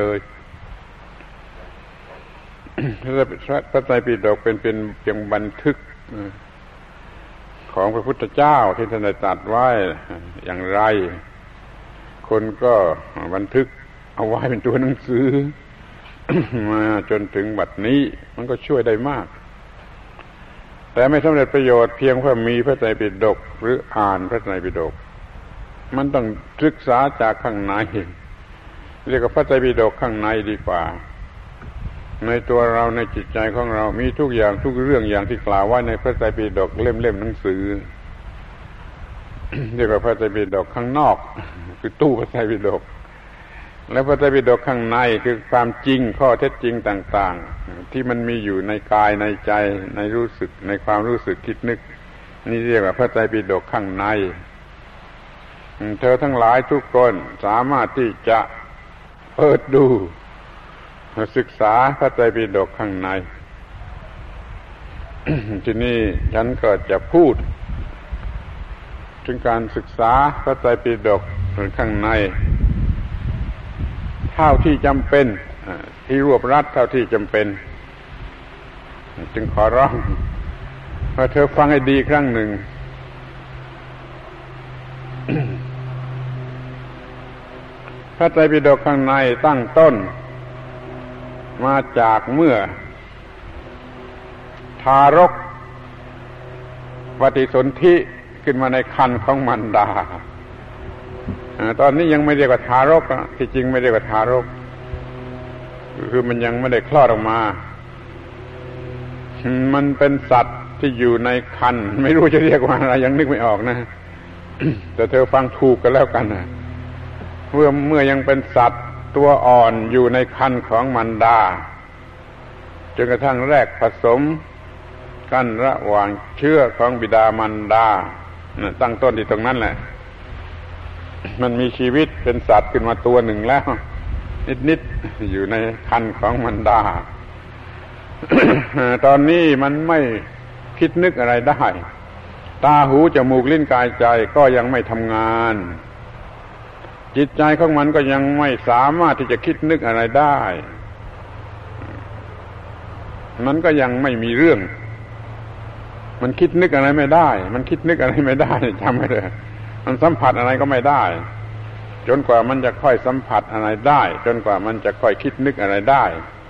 พระไตรปิฎกเป็นเป็นเพียงบันทึกของพระพุทธเจ้าที่ท่านได้ตรัสไว้อย่างไรคนก็บันทึกเอาไว้เป็นตัวหนังสือ มาจนถึงบัดนี้มันก็ช่วยได้มากแต่ไม่สำเร็จประโยชน์เพียงเพราะมีพระไตรปิฎกหรืออ่านพระไตรปิฎกมันต้องศึกษาจากข้างในเรียกว่าพระไตรปิฎกข้างในดีกว่าในตัวเราในจิตใจของเรามีทุกอย่างทุกเรื่องอย่างที่กล่าวไว้ในพระไตรปิฎกเล่มๆหนังสือ เรียกว่าพระไตรปิฎกข้างนอกคือตู้พระไตรปิฎกและพระไตรปิฎกข้างในคือความจริงข้อเท็จจริงต่างๆที่มันมีอยู่ในกายในใจในรู้สึกในความรู้สึกคิดนึกนี่เรียกว่าพระไตรปิฎกข้างในเธอทั้งหลายทุกคนสามารถที่จะเปิดดูศึกษาพระไตรปิฎกข้างใน ที่นี่ฉันก็จะพูดถึงการศึกษาพระไตรปิฎกข้างในเท่าที่จำเป็นที่รวบรัดเท่าที่จำเป็นจึงขอร้องว่าเธอฟังให้ดีครั้งหนึ่ง พระไตรปิฎกข้างในตั้งต้นมาจากเมื่อทารกปฏิสนธิขึ้นมาในครรภ์ของมารดาตอนนี้ยังไม่เรียกว่าทารกที่จริงไม่เรียกว่าทารกคือมันยังไม่ได้คลอดออกมามันเป็นสัตว์ที่อยู่ในครรภ์ไม่รู้จะเรียกว่าอะไรยังนึกไม่ออกนะ แต่เธอฟังถูกกันแล้วกันนะเมื่อเมื่อยังเป็นสัตว์ตัวอ่อนอยู่ในครรภ์ของมารดาจนกระทั่งแรกผสมกันระหว่างเชื้อของบิดามารดาตั้งต้นที่ตรงนั้นแหละมันมีชีวิตเป็นสัตว์ขึ้นมาตัวหนึ่งแล้วนิดๆอยู่ในครรภ์ของมารดา ตอนนี้มันไม่คิดนึกอะไรได้ตาหูจมูกลิ้นกายใจก็ยังไม่ทำงานจิตใจของมันก็ยังไม่สามารถที่จะคิดนึกอะไรได้มันก็ยังไม่มีเรื่องมันคิดนึกอะไรไม่ได้มันคิดนึกอะไรไม่ได้จำไว้เลยมันสัมผัสอะไรก็ไม่ได้จนกว่ามันจะค่อยสัมผัสอะไรได้จนกว่ามันจะค่อยคิดนึกอะไรได้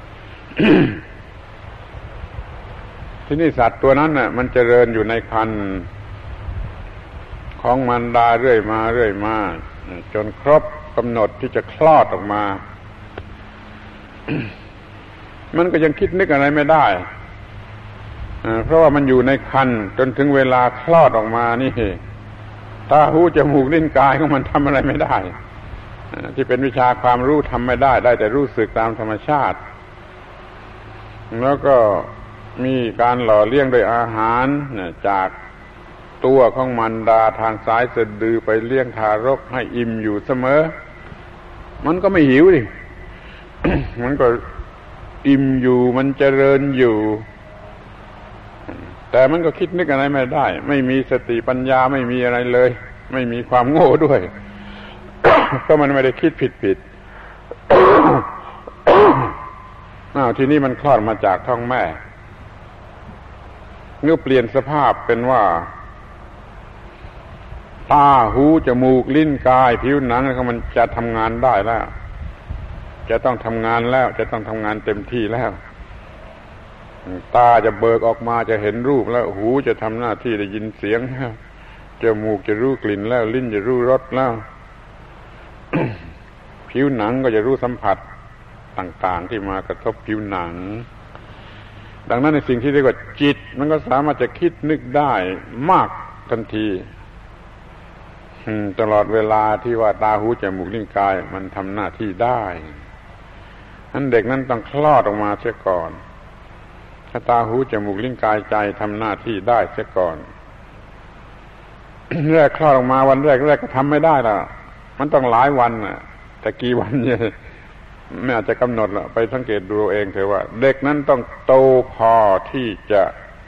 ที่นี่สัตว์ตัวนั้นน่ะมันเจริญอยู่ในครรภ์ของมารดาเรื่อยมาเรื่อยมาจนครบกำหนดที่จะคลอดออกมา มันก็ยังคิดนึกอะไรไม่ได้เพราะว่ามันอยู่ในครรภ์จนถึงเวลาคลอดออกมานี่ตาหูจมูกลิ้นกายของมันทำอะไรไม่ได้ที่เป็นวิชาความรู้ทำไม่ได้ได้แต่รู้สึกตามธรรมชาติแล้วก็มีการหล่อเลี้ยงโดยอาหารจากตัวของมารดาทางซ้ายสะดือไปเลี้ยงทารกให้อิ่มอยู่เสมอมันก็ไม่หิวดิ มันก็อิ่มอยู่มันเจริญอยู่แต่มันก็คิดนึกอะไรไม่ได้ไม่มีสติปัญญาไม่มีอะไรเลยไม่มีความโง่ด้วย ก็มันไม่ได้คิดผิดผิด อ้าวทีนี้มันคลอดมาจากท้องแม่เมื่อเปลี่ยนสภาพเป็นว่าตาหูจมูกลิ้นกายผิวหนังของมันจะทำงานได้แล้วจะต้องทำงานแล้วจะต้องทำงานเต็มที่แล้วตาจะเบิกออกมาจะเห็นรูปแล้วหูจะทำหน้าที่ได้ยินเสียงแล้วจมูกจะรู้กลิ่นแล้วลิ้นจะรู้รสแล้ว ผิวหนังก็จะรู้สัมผัสต่างๆที่มากระทบผิวหนังดังนั้นในสิ่งที่เรียกว่าจิตมันก็สามารถจะคิดนึกได้มากทันทีตลอดเวลาที่ว่าตาหูจมูกลิ้นกายมันทำหน้าที่ได้นั้นเด็กนั้นต้องคลอดออกมาเสียก่อนถ้าตาหูจมูกลิ้นกายใจทำหน้าที่ได้เสียก่อน แรกคลอดออกมาวันแรกแรกก็ทำไม่ได้ล่ะมันต้องหลายวันน่ะแต่กี่วันเนี่ยไม่อาจจะกำหนดละไปสังเกตดูเองเถอะว่าเด็กนั้นต้องโตพอที่จะ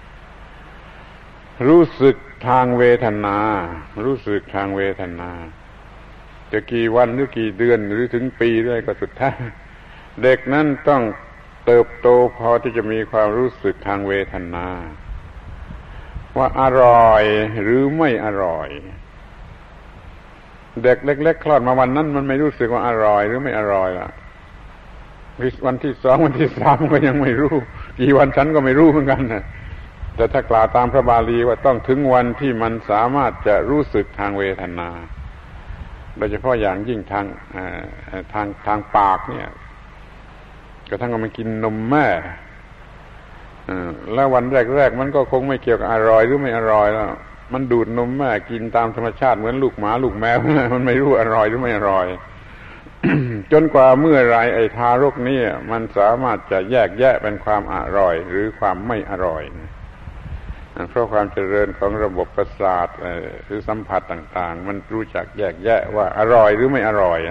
รู้สึกทางเวทนารู้สึกทางเวทนาจะกี่วันหรือกี่เดือนหรือถึงปีด้วยก็สุดท้ายเด็กนั้นต้องเติบโตพอที่จะมีความรู้สึกทางเวทนาว่าอร่อยหรือไม่อร่อยเด็กเล็กๆคลอดมาวันนั้นมันไม่รู้สึกว่าอร่อยหรือไม่อร่อยล่ะวันที่สองวันที่สามก็ยังไม่รู้กี่วันฉันก็ไม่รู้เหมือนกันนะแต่ถ้ากล่าวตามพระบาลีว่าต้องถึงวันที่มันสามารถจะรู้สึกทางเวทนาโดยเฉพาะอย่างยิ่งทางทางทางปากเนี่ยกระทั่งมันกินนมแม่แล้ววันแรกๆมันก็คงไม่เกี่ยวกับอร่อยหรือไม่อร่อยแล้วมันดูดนมแม่กินตามธรรมชาติเหมือนลูกหมาลูกแมว มันไม่รู้อร่อยหรือไม่อร่อย จนกว่าเมื่อไรไอ้ทารกนี่มันสามารถจะแยกแยะเป็นความอร่อยหรือความไม่อร่อยเพราะความเจริญของระบบประสาทหรือสัมผัสต่างๆมันรู้จักแยกแยะว่าอร่อยหรือไม่อร่อย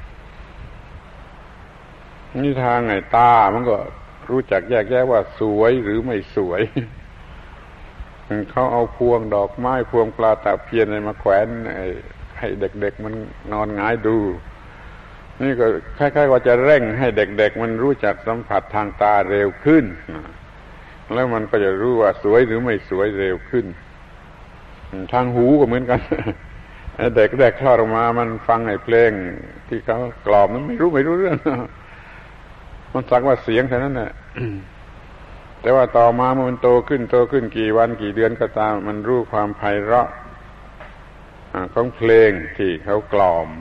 นี่ทางไอ้ตามันก็รู้จักแยกแยะว่าสวยหรือไม่สวยเขาเอาพวงดอกไม้พวงปลาตะเพียนอะไรมาแขวนให้เด็กๆมันนอนหงายดูนี่ก็คล้ายๆว่าจะเร่งให้เด็กๆมันรู้จักสัมผัสทางตาเร็วขึ้นแล้วมันก็จะรู้ว่าสวยหรือไม่สวยเร็วขึ้นทางหูก็เหมือนกันเด็กแรกคลอดออกมามันฟังไอ้เพลงที่เขากล่อมมันไม่รู้ไม่รู้เรื่องมันสักว่าเสียงเท่านั้นแหละแต่ว่าต่อมาเมื่อมันโตขึ้นโตขึ้นกี่วันกี่เดือนก็ตามมันรู้ความไพเราะของเพลงที่เขากล่อม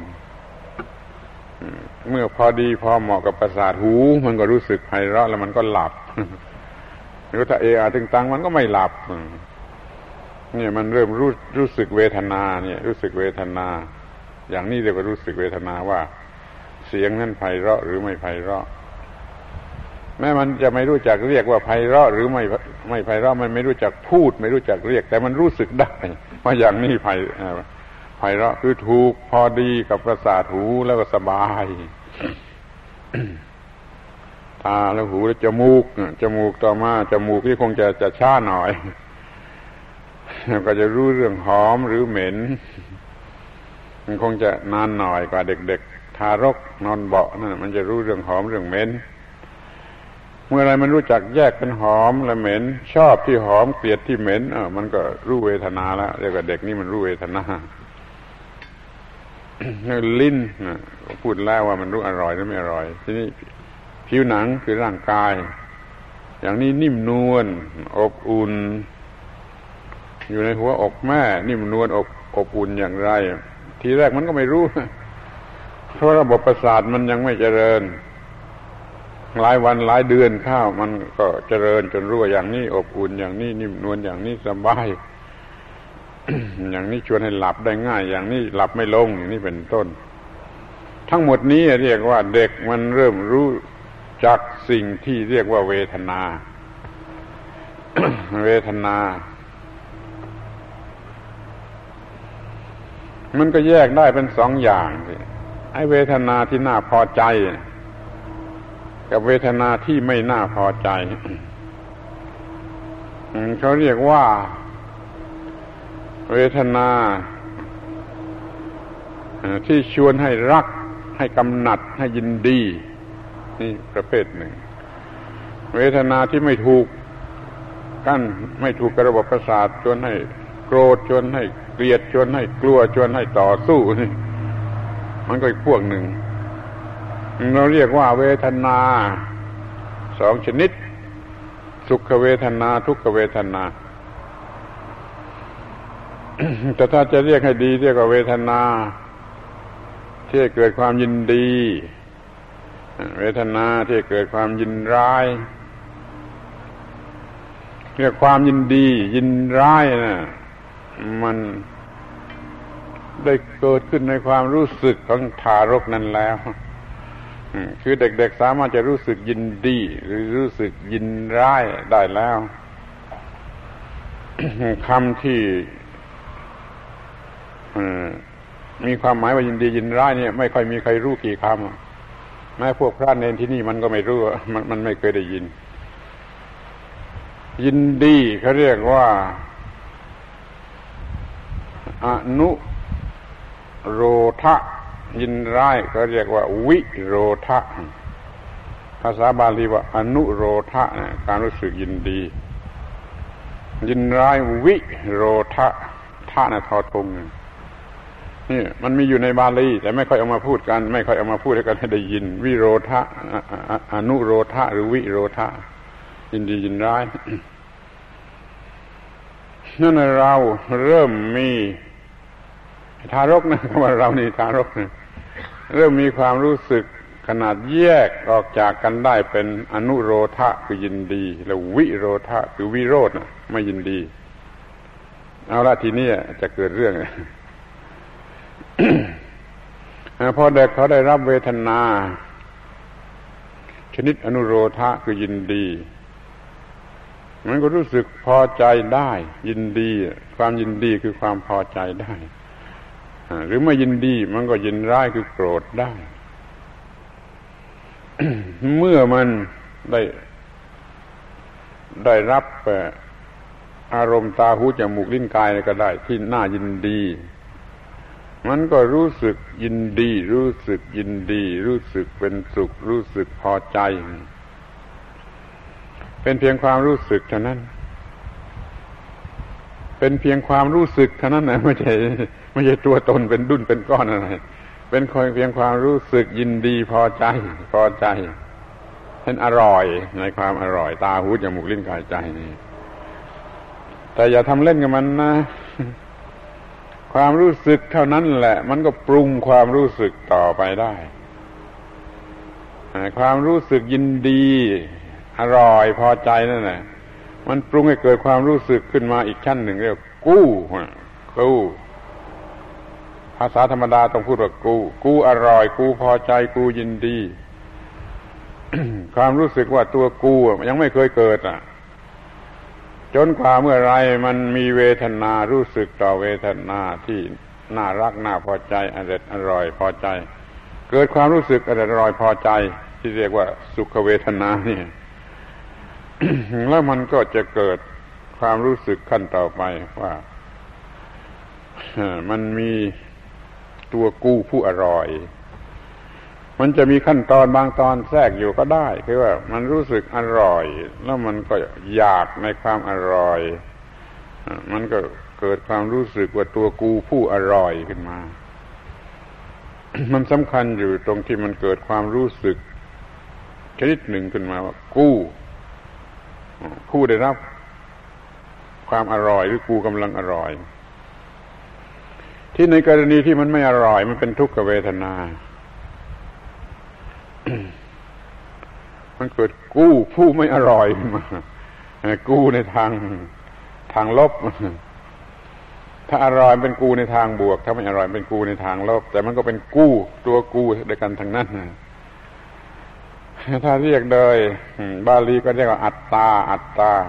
เมื่อพอดีพอเหมาะกับประสาทหูมันก็รู้สึกไพเราะแล้วมันก็หลับหรือถ้าเออาตึงตังมันก็ไม่หลับเนี่ยมันเริ่มรู้รู้สึกเวทนาเนี่ยรู้สึกเวทนาอย่างนี้เรียกว่ารู้สึกเวทนาว่าเสียงนั้นไพเราะหรือไม่ไพเราะแม้มันจะไม่รู้จักเรียกว่าไพเราะหรือไม่ไม่ไพเราะมันไม่รู้จักพูดไม่รู้จักเรียกแต่มันรู้สึกได้ว่าอย่างนี้ไพไพเราะคือถูกพอดีกับประสาทหูแล้วก็สบายตาแล้วหูแล้วจมูกจมูกต่อมาจมูกที่คงจะจะช้าหน่อยก็จะรู้เรื่องหอมหรือเหม็นมันคงจะนานหน่อยกว่าเด็กๆทารกนอนเบาะนั่นมันจะรู้เรื่องหอมเรื่องเหม็นเมื่อไรมันรู้จักแยกเป็นหอมและเหม็นชอบที่หอมเกลียดที่เหม็นเออมันก็รู้เวทนาแล้วเรียกว่าเด็กนี่มันรู้เวทนาลิ้นพูดแล้วว่ามันรู้อร่อยหรือไม่อร่อยทีนี้ผิวหนังคือร่างกายอย่างนี้นิ่มนวลอบอุ่นอยู่ในหัวอกแม่นิ่มนวลอบอบอุ่นอย่างไรทีแรกมันก็ไม่รู้เพราะระบบประสาทมันยังไม่เจริญหลายวันหลายเดือนเข้ามันก็เจริญจนรู้ว่าอย่างนี้อบอุ่นอย่างนี้นิ่มนวลอย่างนี้สบาย อย่างนี้ชวนให้หลับได้ง่ายอย่างนี้หลับไม่ลงอย่างนี้เป็นต้นทั้งหมดนี้เรียกว่าเด็กมันเริ่มรู้จักสิ่งที่เรียกว่าเวทนา เวทนามันก็แยกได้เป็นสองอย่างสิไอ้เวทนาที่น่าพอใจกับเวทนาที่ไม่น่าพอใจเขาเรียกว่าเวทนาที่ชวนให้รักให้กำหนัดให้ยินดีนี่ประเภทหนึ่งเวทนาที่ไม่ถูกกันไม่ถูกกับระบบประสาทชวนให้โกรธชวนให้เกลียดชวนให้กลัวชวนให้ต่อสู้นี่มันก็อีกพวกหนึ่งเราเรียกว่าเวทนาสองชนิดสุขเวทนาทุกขเวทนาแต่ถ้าจะเรียกให้ดีเรียกว่าเวทนาที่เกิดความยินดีเวทนาที่เกิดความยินร้ายเรียกความยินดียินร้ายนะมันได้เกิดขึ้นในความรู้สึกของทารกนั้นแล้วคือเด็กๆสามารถจะรู้สึกยินดีหรือรู้สึกยินร้ายได้แล้ว คำที่มีความหมายว่ายินดียินร้ายเนี่ยไม่ค่อยมีใครรู้กี่คำแม้พวกพระเนรที่นี่มันก็ไม่รู้มันมันไม่เคยได้ยินยินดีเขาเรียกว่าอนุโรธะยินร้ายเขาเรียกว่าวิโรธะภาษาบาลีว่าอนุโรธะการรู้สึกยินดียินร้ายวิโรธะทะนะทอทงนี่มันมีอยู่ในบาลีแต่ไม่ค่อยเอามาพูดกันไม่ค่อยเอามาพูดให้กันให้ได้ยินวิโรธะอนุโรธะหรือวิโรธะยินดียินร้ายนั่นเราเริ่มมีทารกนะคำว่าเรานี่ทารกนะเริ่มมีความรู้สึกขนาดแยกออกจากกันได้เป็นอนุโรธะคือยินดีแล้ววิโรธะคือวิโรธนะไม่ยินดีเอาละทีนี้จะเกิดเรื่อง พอเด็กเขาได้รับเวทนาชนิดอนุโรธะคือยินดีมันก็รู้สึกพอใจได้ยินดีความยินดีคือความพอใจได้หรือไม่ยินดีมันก็ยินร้ายคือโกรธได้ เมื่อมันได้ได้รับอารมณ์ตาหูจมูกลิ้นกายอะไรก็ได้ที่น่ายินดีมันก็รู้สึกยินดีรู้สึกยินดีรู้สึกเป็นสุขรู้สึกพอใจเป็นเพียงความรู้สึกเท่านั้นเป็นเพียงความรู้สึกเท่านั้นนะไม่ใช่ไม่ใช่ตัวตนเป็นดุ้นเป็นก้อนอะไรเป็นเพียงความรู้สึกยินดีพอใจพอใจเป็นอร่อยในความอร่อยตาหูจมูกลิ้นกายใจนี่แต่อย่าทำเล่นกับมันนะความรู้สึกเท่านั้นแหละมันก็ปรุงความรู้สึกต่อไปได้ความรู้สึกยินดีอร่อยพอใจนั่นแหละมันปรุงให้เกิดความรู้สึกขึ้นมาอีกชั้นหนึ่งเรียกกู้กู้ภาษาธรรมดาต้องพูดว่ากู้กู้อร่อยกู้พอใจกู้ยินดี ความรู้สึกว่าตัวกู้ยังไม่เคยเกิดอ่ะจนกว่าเมื่อไรมันมีเวทนารู้สึกต่อเวทนาที่น่ารักน่าพอใจอร่อยอร่อยพอใจเกิดความรู้สึกอร่อยอร่อยพอใจที่เรียกว่าสุขเวทนานี่ แล้วมันก็จะเกิดความรู้สึกขั้นต่อไปว่ามันมีตัวกู้ผู้อร่อยมันจะมีขั้นตอนบางตอนแทรกอยู่ก็ได้คือว่ามันรู้สึกอร่อยแล้วมันก็อยากในความอร่อยมันก็เกิดความรู้สึกว่าตัวกูผู้อร่อยขึ้นมา มันสำคัญอยู่ตรงที่มันเกิดความรู้สึกชนิดหนึ่งขึ้นมาว่ากูผู้ได้รับความอร่อยหรือกูกำลังอร่อยที่ในกรณีที่มันไม่อร่อยมันเป็นทุกขเวทนามันเกิดกู้ผู้ไม่อร่อยมากู้ในทางทางลบถ้าอร่อยเป็นกู้ในทางบวกถ้าไม่อร่อยเป็นกู้ในทางลบแต่มันก็เป็นกู้ตัวกู้ด้วยกันทั้งนั้นถ้าเรียกโดยบาลีก็เรียกว่าอัตตาอัตตา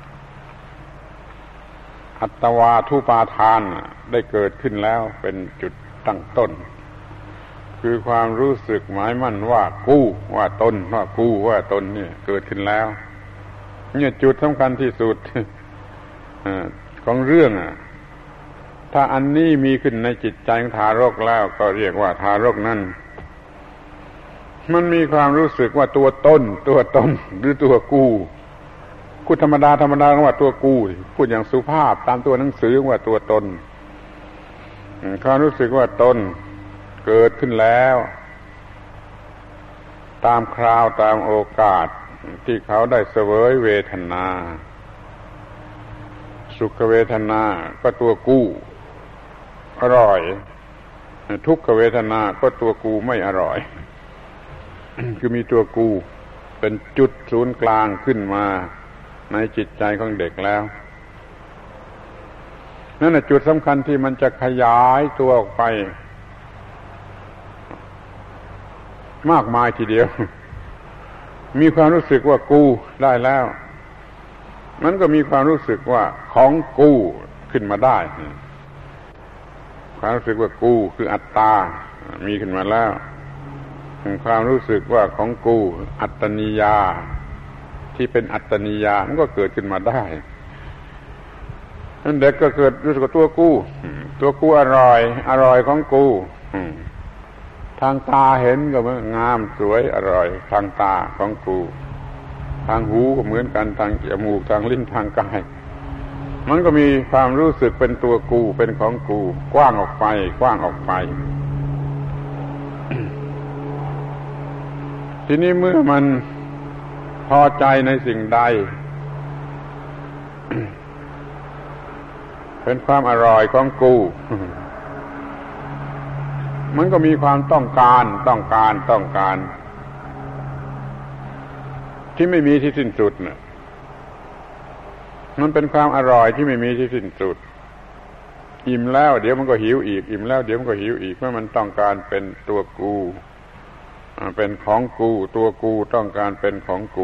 อัตวาทุปาทานได้เกิดขึ้นแล้วเป็นจุดตั้งต้นคือความรู้สึกหมายมั่นว่ากู้ว่าตนว่ากู้ว่าตนเนี่ยเกิดขึ้นแล้วเนี่ยจุดสำคัญที่สุดของเรื่องอ่ะถ้าอันนี้มีขึ้นในจิตใจของทารกแล้วก็เรียกว่าทารกนั้นมันมีความรู้สึกว่าตัวตนตัวตนหรือตัวกู้พูดธรรมดาธรรมดาว่าตัวกู้พูดอย่างสุภาพตามตัวหนังสือว่าตัวตนความรู้สึกว่าตนเกิดขึ้นแล้วตามคราวตามโอกาสที่เขาได้เสวยเวทนาสุขเวทนาก็ตัวกู้อร่อยทุกขเวทนาก็ตัวกู้ไม่อร่อย คือมีตัวกู้เป็นจุดศูนย์กลางขึ้นมาในจิตใจของเด็กแล้วนั่นแหละจุดสำคัญที่มันจะขยายตัวออกไปมากมายทีเดียวมีความรู้สึกว่ากูได้แล้วมันก็มีความรู้สึกว่าของกูขึ้นมาได้ความรู้สึกว่ากูคืออัตตามีขึ้นมาแล้วความรู้สึกว่าของกูอัตตนิยาที่เป็นอัตตนิยามันก็เกิดขึ้นมาได้นั่นเด็กก็เกิดรู้สึกว่าตัวกูตัวกูอร่อยอร่อยของกูทางตาเห็นก็งามสวยอร่อยทางตาของกูทางหูก็เหมือนกันทางจมูกทางลิ้นทางกายมันก็มีความรู้สึกเป็นตัวกูเป็นของกูกว้างออกไปกว้างออกไป ทีนี้เมื่อมันพอใจในสิ่งใด เป็นความอร่อยของกู มันก็มีความต้องการต้องการต้องการที่ไม่มีที่สิ้นสุดน่ะมันเป็นความอร่อยที่ไม่มีที่สิ้นสุดอิ่มแล้วเดี๋ยวมันก็หิวอีกอิ่มแล้วเดี๋ยวมันก็หิวอีกเมื่อมันต้องการเป็นตัวกูเป็นของกูตัวกูต้องการเป็นของกู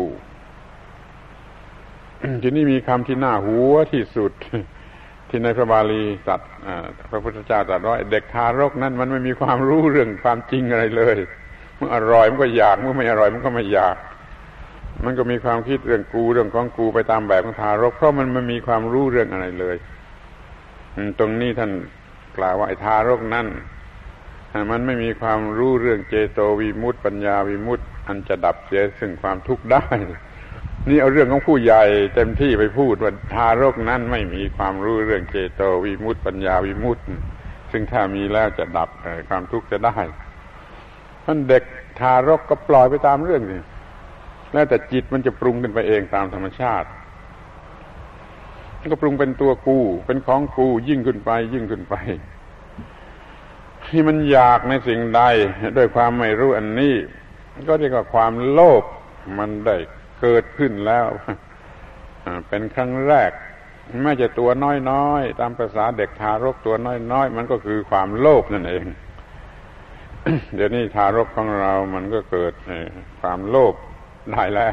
ทีนี้มีคำที่น่าหัวที่สุดที่ในพระบาลีตรัสพระพุทธเจ้าตรัสว่าเด็กทารกนั้นมันไม่มีความรู้เรื่องความจริงอะไรเลยเมื่ออร่อยมันก็อยากเมื่อไม่อร่อยมันก็ไม่อยากมันก็มีความคิดเรื่องกูเรื่องของกูไปตามแบบของทารกเพราะมันไม่มีความรู้เรื่องอะไรเลยตรงนี้ท่านกล่าวว่าไอ้ทารกนั้นมันไม่มีความรู้เรื่องเจโตวิมุตติปัญญาวิมุตติอันจะดับเสียซึ่งความทุกข์ได้นี่เอาเรื่องของผู้ใหญ่เต็มที่ไปพูดว่าทารกนั้นไม่มีความรู้เรื่องเจโตวิมุตติปัญญาวิมุตติซึ่งถ้ามีแล้วจะดับความทุกข์จะได้ท่านเด็กทารกก็ปล่อยไปตามเรื่องนี่แล้วแต่จิตมันจะปรุงขึ้นไปเองตามธรรมชาติมันก็ปรุงเป็นตัวกูเป็นของกูยิ่งขึ้นไปยิ่งขึ้นไปที่มันอยากในสิ่งใดด้วยความไม่รู้อันนี้ก็เรียกว่าความโลภมันได้เกิดขึ้นแล้วเป็นครั้งแรกแม้จะตัวน้อยๆตามภาษาเด็กทารกตัวน้อยๆมันก็คือความโลภนั่นเอง เดี๋ยวนี้ทารกของเรามันก็เกิดความโลภได้แล้ว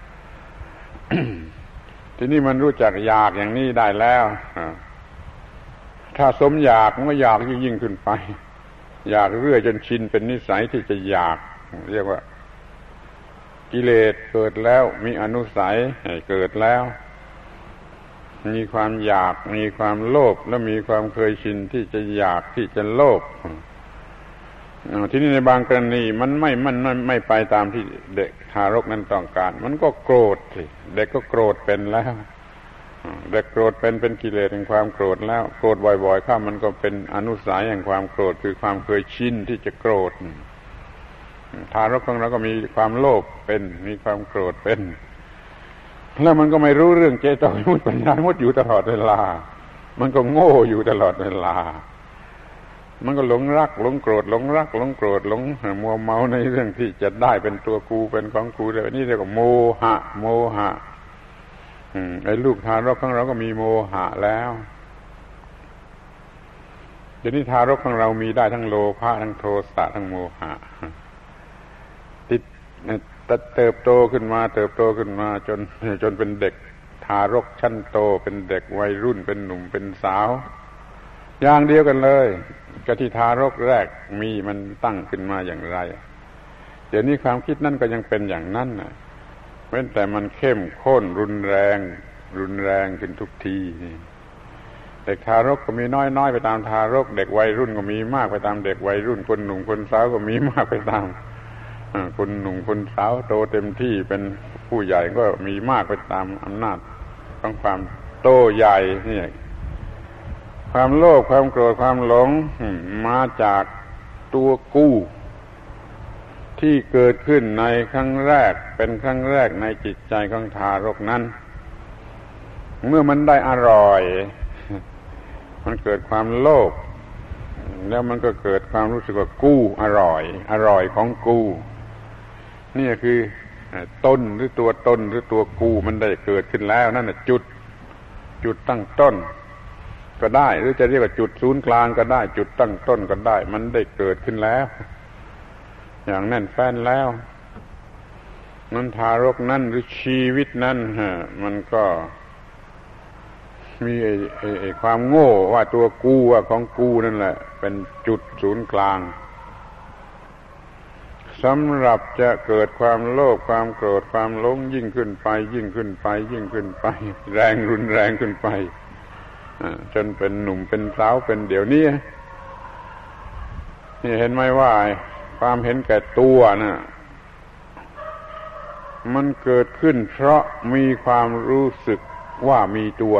ทีนี้มันรู้จักอยากอย่างนี้ได้แล้วถ้าสมอยากมันก็อยากยิ่งขึ้นไปอยากเรื่อยจนชินเป็นนิสัยที่จะอยากเรียกว่ากิเลสเกิดแล้วมีอนุสัยให้เกิดแล้วมีความอยากมีความโลภและมีความเคยชินที่จะอยากที่จะโลภทีนี้ในบางกรณีมันไม่มันไม่ไปตามที่เด็กทารกนั้นต้องการมันก็โกรธสิเด็กก็โกรธเป็นแล้วเด็กโกรธเป็นเป็นกิเลสแห่งความโกรธแล้วโกรธบ่อยๆเข้ามันก็เป็นอนุสัยแห่งความโกรธคือความเคยชินที่จะโกรธทารกของเราก็มีความโลภเป็นมีความโกรธเป็นแล้วมันก็ไม่รู้เรื่องเจโตวิมุตติปัญญาวิมุตติอยู่ตลอดเวลามันก็โง่อยู่ตลอดเวลามันก็หลงรักหลงโกรธหลงรักหลงโกรธหลงมัวเมาในเรื่องที่จะได้เป็นตัวกูเป็นของกูเลยนี่เรียกว่าโมหะโมหะไอ้ลูกทารกของเราก็มีโมหะแล้วเดี๋ยวนี้ทารกของเรามีได้ทั้งโลภะทั้งโทสะทั้งโมหะติดเติบโตขึ้นมาเติบโตขึ้นมาจนจนเป็นเด็กทารกชั้นโตเป็นเด็กวัยรุ่นเป็นหนุ่มเป็นสาวอย่างเดียวกันเลยกับที่ทารกแรกมีมันตั้งขึ้นมาอย่างไรเดี๋ยวนี้ความคิดนั่นก็ยังเป็นอย่างนั้นนะเว้นแต่มันเข้มข้นรุนแรงรุนแรงขึ้นทุกทีเด็กทารกก็มีน้อยๆไปตามทารกเด็กวัยรุ่นก็มีมากไปตามเด็กวัยรุ่นคนหนุ่มคนสาวก็มีมากไปตามคนหนุ่มคนสาวโตเต็มที่เป็นผู้ใหญ่ก็มีมากไปตามอำนาจของความโตใหญ่นี่ความโลภความโกรธความหลงมาจากตัวกู้ที่เกิดขึ้นในครั้งแรกเป็นครั้งแรกในจิตใจของทารกนั้นเมื่อมันได้อร่อยมันเกิดความโลภแล้วมันก็เกิดความรู้สึกว่ากู้อร่อยอร่อยของกู้นี่คือต้นหรือตัวต้นหรือตัวกู้มันได้เกิดขึ้นแล้วนั่นน่ะจุดจุดตั้งต้นก็ได้หรือจะเรียกว่าจุดศูนย์กลางก็ได้จุดตั้งต้นก็ได้มันได้เกิดขึ้นแล้วอย่างแน่นแฟ้นแล้วนั้นทารกนั้นหรือชีวิตนั้นมันก็มีไอ้ไอ้ไอ้ความโง่ว่าตัวกูว่าของกูนั่นแหละเป็นจุดศูนย์กลางสำหรับจะเกิดความโลภความโกรธความหลงยิ่งขึ้นไปยิ่งขึ้นไปยิ่งขึ้นไปแรงรุนแรงขึ้นไปจนเป็นหนุ่มเป็นสาวเป็นเดี๋ยวนี้นี่เห็นไหมว่าความเห็นแก่ตัวน่ะมันเกิดขึ้นเพราะมีความรู้สึกว่ามีตัว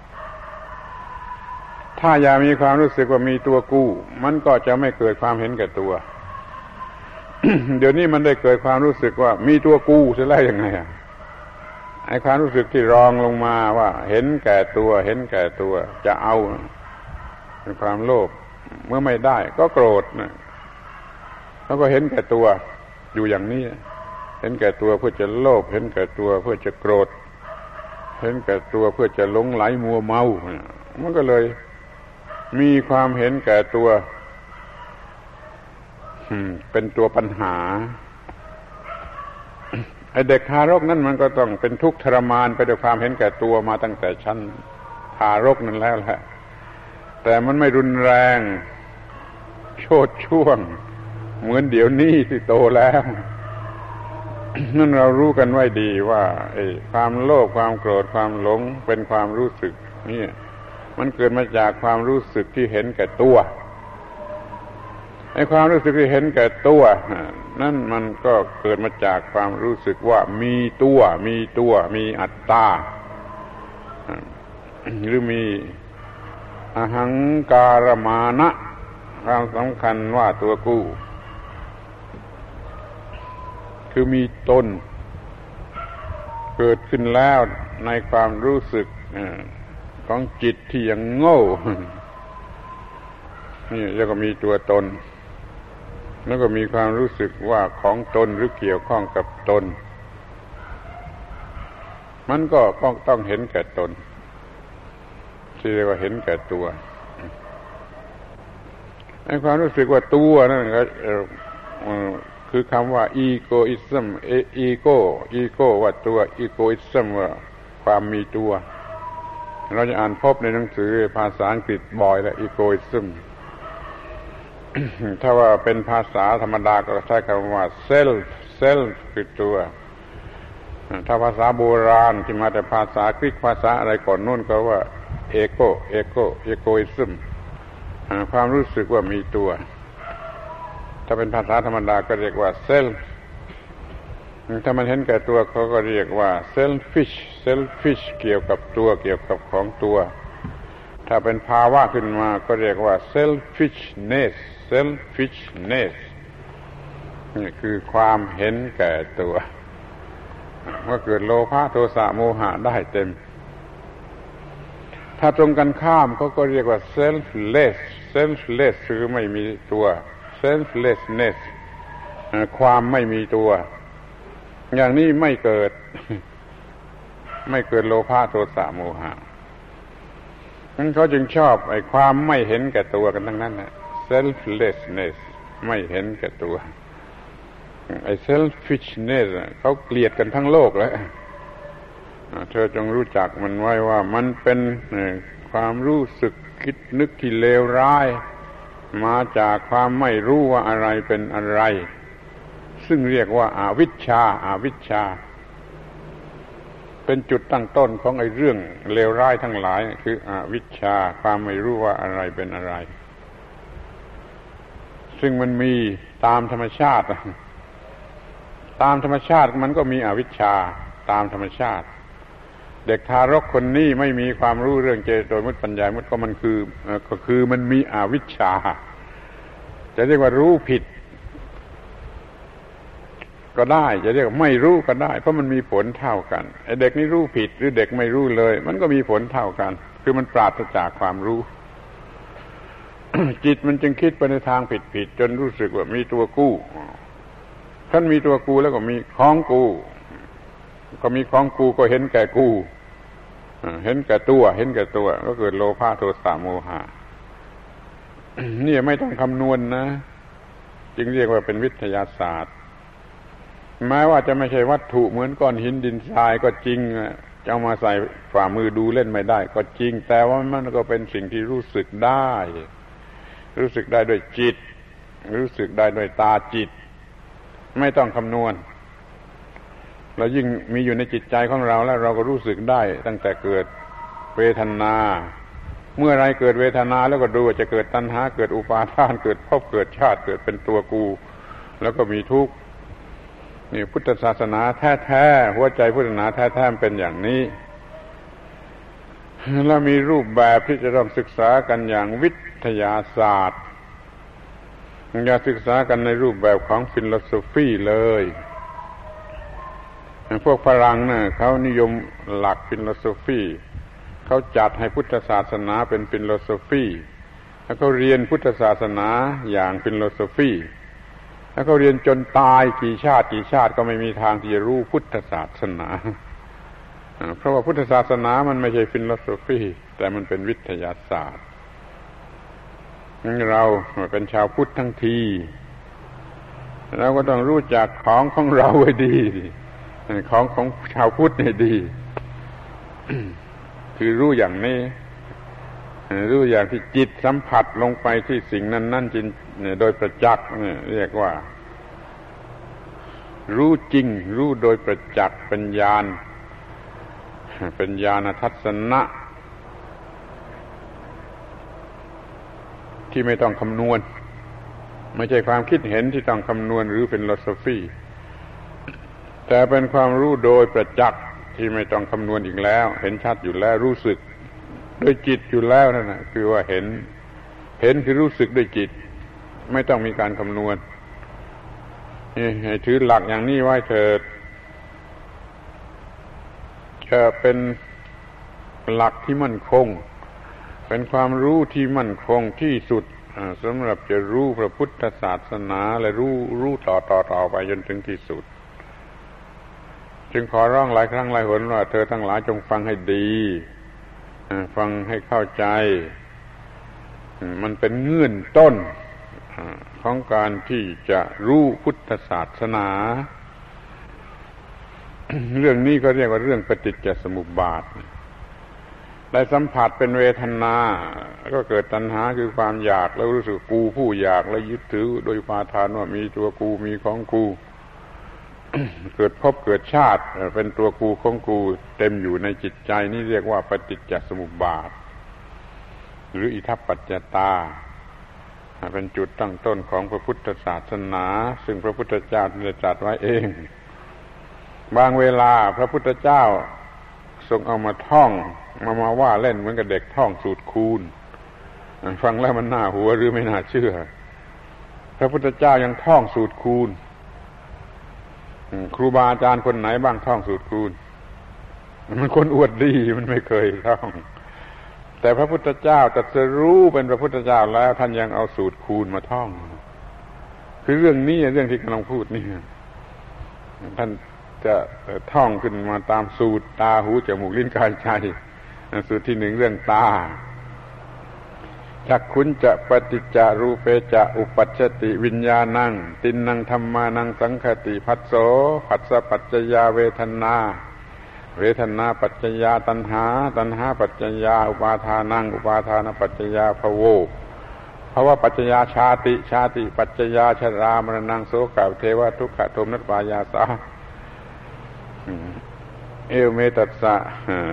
ถ้าอย่ามีความรู้สึกว่ามีตัวกู้มันก็จะไม่เกิดความเห็นแก่ตัว เดี๋ยวนี้มันได้เกิดความรู้สึกว่ามีตัวกู้จะไล่ยังไงอ่ะไอ้ความรู้สึกที่รองลงมาว่าเห็นแก่ตัวเห็นแก่ตัวจะเอาเป็นความโลภเมื่อไม่ได้ก็โกรธนะแล้วก็เห็นแก่ตัวอยู่อย่างนี้เห็นแก่ตัวเพื่อจะโลภเห็นแก่ตัวเพื่อจะโกรธเห็นแก่ตัวเพื่อจะหลงไหลมัวเมามันก็เลยมีความเห็นแก่ตัวเป็นตัวปัญหาไอ้เด็กทารกนั่นมันก็ต้องเป็นทุกข์ทรมานไปด้วยความเห็นแก่ตัวมาตั้งแต่ชั้นทารกนั่นแล้วแหละแต่มันไม่รุนแรงโชดช่วงเหมือนเดี๋ยวนี้ที่โตแล้วนั่นเรารู้กันไว้ดีว่าไอ้ความโลภความโกรธความหลงเป็นความรู้สึกนี่มันเกิดมาจากความรู้สึกที่เห็นแก่ตัวไอ้ความรู้สึกที่เห็นแก่ตัวนั่นมันก็เกิดมาจากความรู้สึกว่ามีตัวมีตัวมีอัตตาหรือมีอหังการมานะความสำคัญว่าตัวกูคือมีตนเกิดขึ้นแล้วในความรู้สึกของจิตที่ยังโง่นี่แล้วก็มีตัวตนแล้วก็มีความรู้สึกว่าของตนหรือเกี่ยวข้องกับตนมันก็ต้องเห็นแก่ตนที่เรียกว่าเห็นแก่ตัวไอ้ความรู้สึกว่าตัวนั่นก็คือคำว่า egoism ego ego ว่าตัว egoism ว่าความมีตัวเราจะอ่านพบในหนังสือภาษาอังกฤษบ่อยแหละ egoism ถ้าว่าเป็นภาษาธรรมดาก็ใช้คำว่า self self คือตัวถ้าภาษาโบราณที่มาแต่ภาษากรีกภาษาอะไรก่อนนู่นก็ว่า ego ego egoism ความรู้สึกว่ามีตัวถ้าเป็นภาษาธรรมดาก็เรียกว่า self ถ้ามันเห็นแก่ตัวเขาก็เรียกว่า selfish selfish เกี่ยวกับตัวเกี่ยวกับของตัวถ้าเป็นภาวะขึ้นมาก็เรียกว่า selfishness selfishness นี่คือความเห็นแก่ตัวเมื่อเกิดโลภะโทสะโมหะได้เต็มถ้าตรงกันข้ามเขาก็เรียกว่า selfless selfless คือไม่มีตัว selflessness ความไม่มีตัวอย่างนี้ไม่เกิดไม่เกิดโลภะโทสะโมหะนั้นเขาจึงชอบไอ้ความไม่เห็นแก่ตัวกันทั้งนั้นนะ selflessness ไม่เห็นแก่ตัวไอ้ selfishness เขาเกลียดกันทั้งโลกแล้วเธอจงรู้จักมันไว้ว่ามันเป็นความรู้สึกคิดนึกที่เลวร้ายมาจากความไม่รู้ว่าอะไรเป็นอะไรซึ่งเรียกว่าอวิชชาอวิชชาเป็นจุดตั้งต้นของไอ้เรื่องเลวร้ายทั้งหลายคืออวิชชาความไม่รู้ว่าอะไรเป็นอะไรซึ่งมันมีตามธรรมชาติตามธรรมชาติมันก็มีอวิชชาตามธรรมชาติเด็กทารกคนนี้ไม่มีความรู้เรื่องเจโตมุตปัญญามุตก็มันคือก็คือมันมีอวิชชาจะเรียกว่ารู้ผิดก็ได้จะเรียกไม่รู้ก็ได้เพราะมันมีผลเท่ากันไอ้เด็กนี่รู้ผิดหรือเด็กไม่รู้เลยมันก็มีผลเท่ากันคือมันปราศจากความรู้ จิตมันจึงคิดไปในทางผิดๆจนรู้สึกว่ามีตัวกู้ท่านมีตัวกูแล้วก็มีของกูก็มีของกูก็เห็นแก่กูเห็นแก่ตัวเห็นแก่ตัวก็เกิดโลภะโทสะโมหะนี่ไม่ต้องคำนวณนะจึงเรียกว่าเป็นวิทยาศาสตร์แม้ว่าจะไม่ใช่วัตถุเหมือนก้อนหินดินทรายก็จริงจะเอามาใส่ฝ่ามือดูเล่นไม่ได้ก็จริงแต่ว่ามันก็เป็นสิ่งที่รู้สึกได้รู้สึกได้ด้วยจิตรู้สึกได้ด้วยตาจิตไม่ต้องคำนวณเรายิ่งมีอยู่ในจิตใจของเราแล้วเราก็รู้สึกได้ตั้งแต่เกิดเวทนาเมื่อไรเกิดเวทนาแล้วก็ดูว่าจะเกิดตัณหาเกิดอุปาทานเกิดภพเกิดชาติเกิดเป็นตัวกูแล้วก็มีทุกข์นี่พุทธศาสนาแท้ๆหัวใจพุทธศาสนาแท้ๆเป็นอย่างนี้แล้วมีรูปแบบที่จะต้องศึกษากันอย่างวิทยาศาสตร์อย่าศึกษากันในรูปแบบของฟิโลโซฟีเลยพวกฝรั่งน่ะเขานิยมหลักฟิโลโซฟีเขาจัดให้พุทธศาสนาเป็นฟิโลโซฟีแล้วเขาเรียนพุทธศาสนาอย่างฟิโลโซฟีแล้วเขาเรียนจนตายกี่ชาติกี่ชาติก็ไม่มีทางที่จะรู้พุทธศาสนาเพราะว่าพุทธศาสนามันไม่ใช่ฟิโลโซฟีแต่มันเป็นวิทยาศาสตร์เราเป็นชาวพุทธทั้งทีเราก็ต้องรู้จักของของเราให้ดีของของชาวพุทธให้ดี คือรู้อย่างนี้รู้อย่างที่จิตสัมผัสลงไปที่สิ่งนั้นนั่นจริงโดยประจักษ์เรียกว่ารู้จริงรู้โดยประจักษ์เป็นญาณเป็นญาณทัศนะที่ไม่ต้องคำนวณไม่ใช่ความคิดเห็นที่ต้องคำนวณหรือเป็นฟิโลโซฟีแต่เป็นความรู้โดยประจักษ์ที่ไม่ต้องคำนวณอีกแล้วเห็นชัดอยู่แล้วรู้สึกด้วยจิตอยู่แล้วนั่นนะคือว่าเห็นเห็นคือรู้สึกด้วยจิตไม่ต้องมีการคำนวณนี่ให้ถือหลักอย่างนี้ไว้เถิดจะเป็นหลักที่มั่นคงเป็นความรู้ที่มั่นคงที่สุดสำหรับจะรู้พระพุทธศาสนาและรู้รู้ต่อต่อต่อไปจนถึงที่สุดจึงขอร้องหลายครั้งหลายหนว่าเธอทั้งหลายจงฟังให้ดีฟังให้เข้าใจมันเป็นเงื่อนต้นของการที่จะรู้พุทธศาสนาเรื่องนี้ก็เรียกว่าเรื่องปฏิจจสมุปบาทได้สัมผัสเป็นเวทนาก็เกิดตัณหาคือความอยากแล้วรู้สึกกูผู้อยากแล้วยึดถือโดยอุปาทานว่ามีตัวกูมีของกูเกิดภพเกิดชาติเป็นตัวกูของกูเต็มอยู่ในจิตใจนี่เรียกว่าปฏิจจสมุปบาทหรืออิทัปปัจจตาเป็นจุดตั้งต้นของพระพุทธศาสนาซึ่งพระพุทธเจ้าได้ตรัสไว้เองบางเวลาพระพุทธเจ้าทรงเอามาท่องมามาว่าเล่นเหมือนกับเด็กท่องสูตรคูณฟังแล้วมันน่าหัวหรือไม่น่าเชื่อพระพุทธเจ้ายังท่องสูตรคูณครูบาอาจารย์คนไหนบ้างท่องสูตรคูณมันคนอวดดีมันไม่เคยท่องแต่พระพุทธเจ้าตรัสรู้เป็นพระพุทธเจ้าแล้วท่านยังเอาสูตรคูณมาท่องคือเรื่องนี้เรื่องที่กำลังพูดนี่ท่านจะท่องขึ้นมาตามสูตรตาหูจมูกลิ้นกายใจสูตรที่หนึ่งเรื่องตาจักขุนจะปฏิจจารูเปจะอุปัชชติวิญญาณังตินนังธัมมานังสังคติภัสโสภัสสะปัจจยาเวทนาเวทนาปัจจยาตัณหาตัณหาปัจจยาอุปาทานังอุปาทานปัจจยาภโวภวปัจจยาชาติชาติปัจจยาชรามรณังโสกะเทวะทุกขโทมนัสปายาสาเอวเมตัสสะ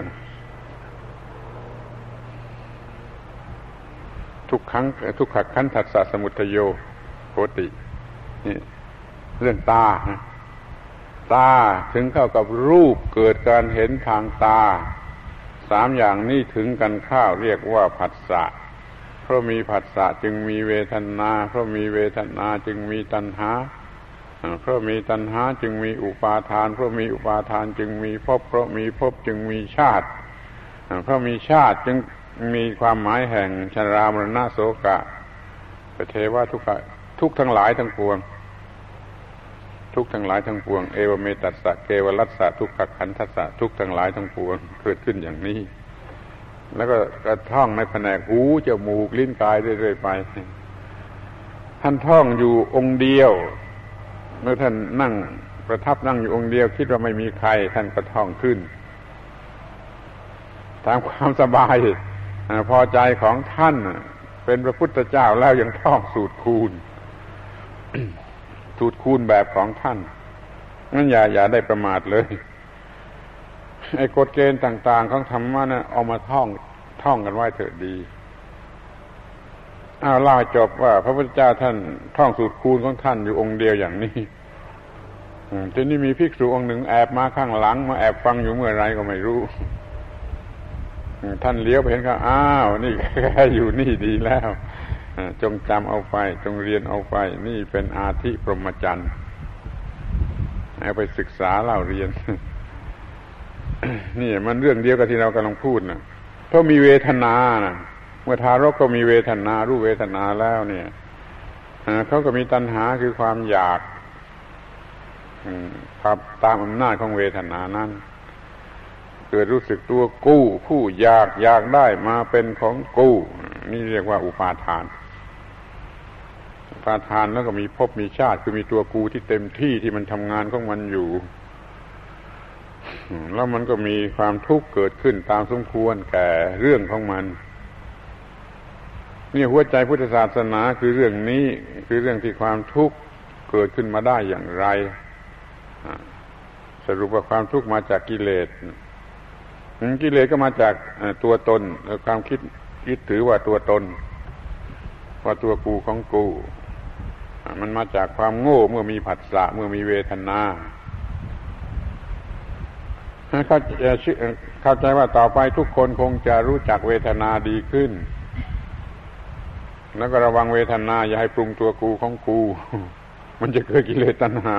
ทุกครั้งทุกขขันธัสสะสมุทัยโยโหตินี่เรื่องตาตาถึงเข้ากับรูปเกิดการเห็นทางตาสามอย่างนี้ถึงกันข้าวเรียกว่าผัสสะเพราะมีผัสสะจึงมีเวทนาเพราะมีเวทนาจึงมีตัณหาเพราะมีตัณหาจึงมีอุปาทานเพราะมีอุปาทานจึงมีภพเพราะมีภพจึงมีชาติเพราะมีชาติจึงมีความหมายแห่งชรามรณะโสกะเทวะทุกขะทุกทั้งหลายทั้งปวงทุกทั้งหลายทั้งปวงเอวเมตัสสะเกวลัสสะทุกขขันธัสสะทุกทั้งหลายทั้งปวงเกิดขึ้นอย่างนี้แล้วก็กระท่องในแผนกหูจมูกลิ้นกายเรื่อยๆไปท่านท่องอยู่องค์เดียวเมื่อท่านนั่งประทับนั่งอยู่องค์เดียวคิดว่าไม่มีใครท่านก็ท่องขึ้นตามความสบายพอใจของท่านเป็นพระพุทธเจ้าแล้วยังท่องสูตรคูณ สูตรคูณแบบของท่านงั้นอย่าอย่าได้ประมาทเลยไอ้กฎเกณฑ์ต่างๆของธรรมะนะเอามาท่องท่องกันไว้เถิดดีอ้าวเล่าจบว่าพระพุทธเจ้าท่านท่องสูตรคูณของท่านอยู่องค์เดียวอย่างนี้ทีนี้มีภิกษุองค์หนึ่งแอบมาข้างหลังมาแอบฟังอยู่เมื่อไรก็ไม่รู้ท่านเลี้ยวไปเห็นเขาอ้าวนี่แค่อยู่นี่ดีแล้วจงจำเอาไปจงเรียนเอาไปนี่เป็นอาธิพรหมจรรย์เอาไปศึกษาเล่าเรียน นี่มันเรื่องเดียวกับที่เรากำลังพูดนะเพราะมีเวทนานะเมื่อทารกก็มีเวทนารู้เวทนาแล้วเนี่ยเขาก็มีตัณหาคือความอยากครับตามอำนาจของเวทนานั้นเกิดรู้สึกตัวกู้ผู้อยากอยากได้มาเป็นของกู้นี่เรียกว่าอุปาทานอุปาทานแล้วก็มีภพมีชาติคือมีตัวกูที่เต็มที่ที่มันทำงานของมันอยู่แล้วมันก็มีความทุกข์เกิดขึ้นตามสมควรแก่เรื่องของมันนี่หัวใจพุทธศาสนาคือเรื่องนี้คือเรื่องที่ความทุกข์เกิดขึ้นมาได้อย่างไรสรุปว่าความทุกข์มาจากกิเลสกิเลสก็มาจากตัวตนความคิดยึดถือว่าตัวตนว่าตัวกูของกูมันมาจากความโง่เมื่อมีผัสสะเมื่อมีเวทนาเข้าใจเข้าใจว่าต่อไปทุกคนคงจะรู้จักเวทนาดีขึ้นแล้วก็ระวังเวทนาอย่าให้ปรุงตัวกูของกูมันจะเกิดกิเลสตัณหา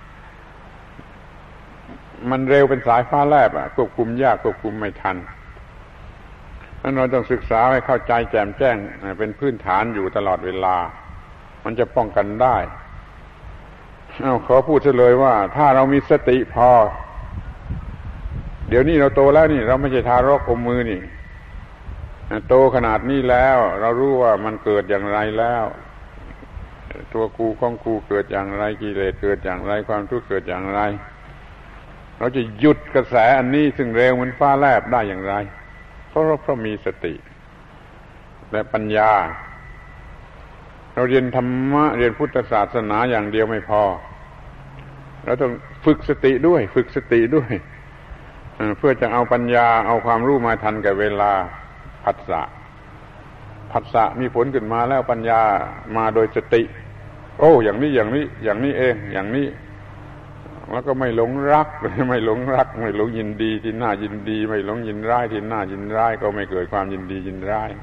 มันเร็วเป็นสายฟ้าแลบอ่ะควบคุมยากควบคุมไม่ทันนั้นเราต้องศึกษาให้เข้าใจแจ่มแจ้งเป็นพื้นฐานอยู่ตลอดเวลามันจะป้องกันได้เอาขอพูดเลยว่าถ้าเรามีสติพอเดี๋ยวนี้เราโตแล้วนี่เราไม่ใช่ทารกอมมือนี่โตขนาดนี้แล้วเรารู้ว่ามันเกิดอย่างไรแล้วตัวกูของกูเกิดอย่างไรกิเลสเกิดอย่างไรความทุกข์เกิดอย่างไรเราจะหยุดกระแสอันนี้ซึ่งเร็วเหมือนฟ้าแลบได้อย่างไรเพราะเราเพราะมีสติและปัญญาเราเรียนธรรมะเรียนพุทธศาสนาอย่างเดียวไม่พอเราต้องฝึกสติด้วยฝึกสติด้วยเพื่อจะเอาปัญญาเอาความรู้มาทันกับเวลาผัสสะผัสสะมีผลขึ้นมาแล้วปัญญามาโดยสติโอ้อย่างนี้อย่างนี้อย่างนี้เองอย่างนี้แล้วก็ไม่หลงรักไม่หลงรักไม่หลงยินดีที่น่ายินดีไม่หลงยินร้ายที่น่ายินร้ายก็ไม่เกิดความยินดียินร้าย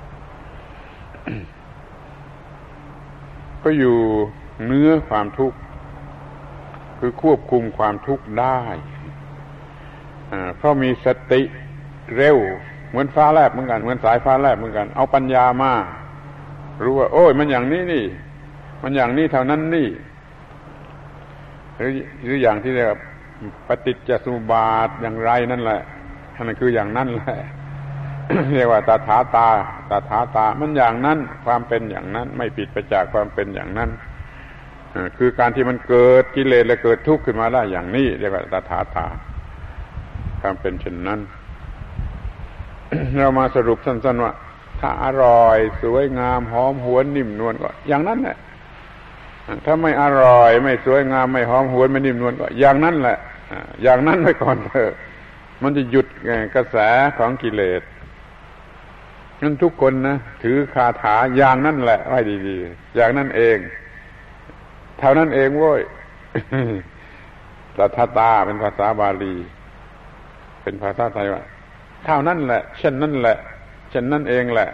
ก็อยู่เนื้อความทุกข์คือควบคุมความทุกข์ได้เพราะมีสติเร็วเหมือนฟ้าแลบเหมือนกันเหมือนสายฟ้าแลบเหมือนกันเอาปัญญามารู้ว่าโอ้ยมันอย่างนี้นี่มันอย่างนี้เท่านั้นนี่หรือหรืออย่างที่เรียกปฏิจจสมุปบาทอย่างไรนั่นแหละนั่นคืออย่างนั้นแหละ เรียกว่าตถาตาตถาตามันอย่างนั้นความเป็นอย่างนั้นไม่ผิดไปจากความเป็นอย่างนั้นคือการที่มันเกิดกิเลสและเกิดทุกข์ขึ้นมาได้อย่างนี้เรียกว่าตถาตาความเป็นเช่นนั้น เรามาสรุปสั้นๆว่าถ้าอร่อยสวยงามหอมหวนนิ่มนวลก็อย่างนั้นแหละถ้าไม่อร่อยไม่สวยงามไม่หอมหวนไม่นิ่มนวลก็อย่างนั้นแหละอย่างนั้นไว้ก่อนเถอะมันจะหยุดกระแสของกิเลสงั้นทุกคนนะถือคาถาอย่างนั้นแหละไว้ดีๆอย่างนั้นเองเท่านั้นเองโว้ยตถาตาเป็นภาษาบาลีเป็นภาษาไทยว่าเท่านั้นแหละเช่นนั้นแหละเช่นนั้นเองแหละ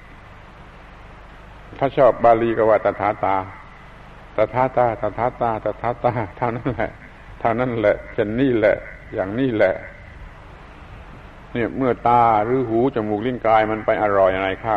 ถ้าชอบบาลีก็ว่าตถาตาตถาตาตถาตาตถาตาเท่านั้นแหละเท่านั้นแหละเช่นนี้แหละอย่างนี้แหละเนี่ยเมื่อตาหรือหูจมูกลิ้นกายมันไปอร่อยอะไรเข้า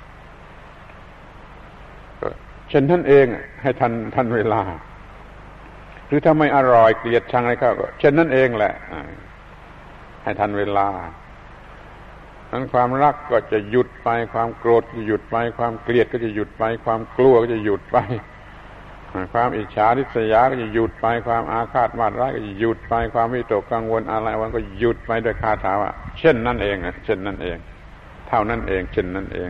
ก็เช่นท่านเองให้ทันทันเวลาหรือถ้าไม่อร่อยเกลียดชังอะไรเข้าก็เช่นนั้นเองแหละให้ทันเวลานั้นความรักก็จะหยุดไปความโกรธก็หยุดไปความเกลียดก็จะหยุดไปความกลัวก็จะหยุดไปความอิจฉาริษยาก็จะหยุดไปความอาฆาตมาตร้ายก็จะหยุดไปความวิตกกังวลอะไรวันก็หยุดไปโดยคาถาว่าเช่นนั่นเองนะเช่นนั่นเองเท่านั้นเองเช่นนั่นเอง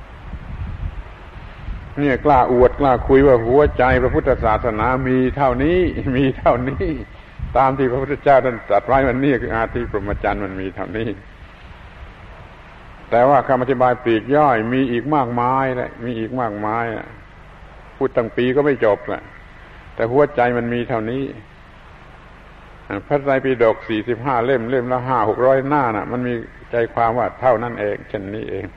เนี่ยกล้าอวดกล้าคุยว่าหัวใจพระพุทธศาสนามีเท่านี้มีเท่านี้ตามที่พระพุทธเจ้าท่านตรัสไว้มันนี่คืออาทิพรหมจรรย์มันมีเท่านี้แต่ว่าคำอธิบายปลีกย่อยมีอีกมากมายเลยมีอีกมากมายพูดตั้งปีก็ไม่จบแหละแต่หัวใจมันมีเท่านี้พระไตรปิฎกสี่สิบห้าเล่มเล่มละห้าหกร้อยหน้าน่ะมันมีใจความว่าเท่านั้นเองเช่นนี้เอง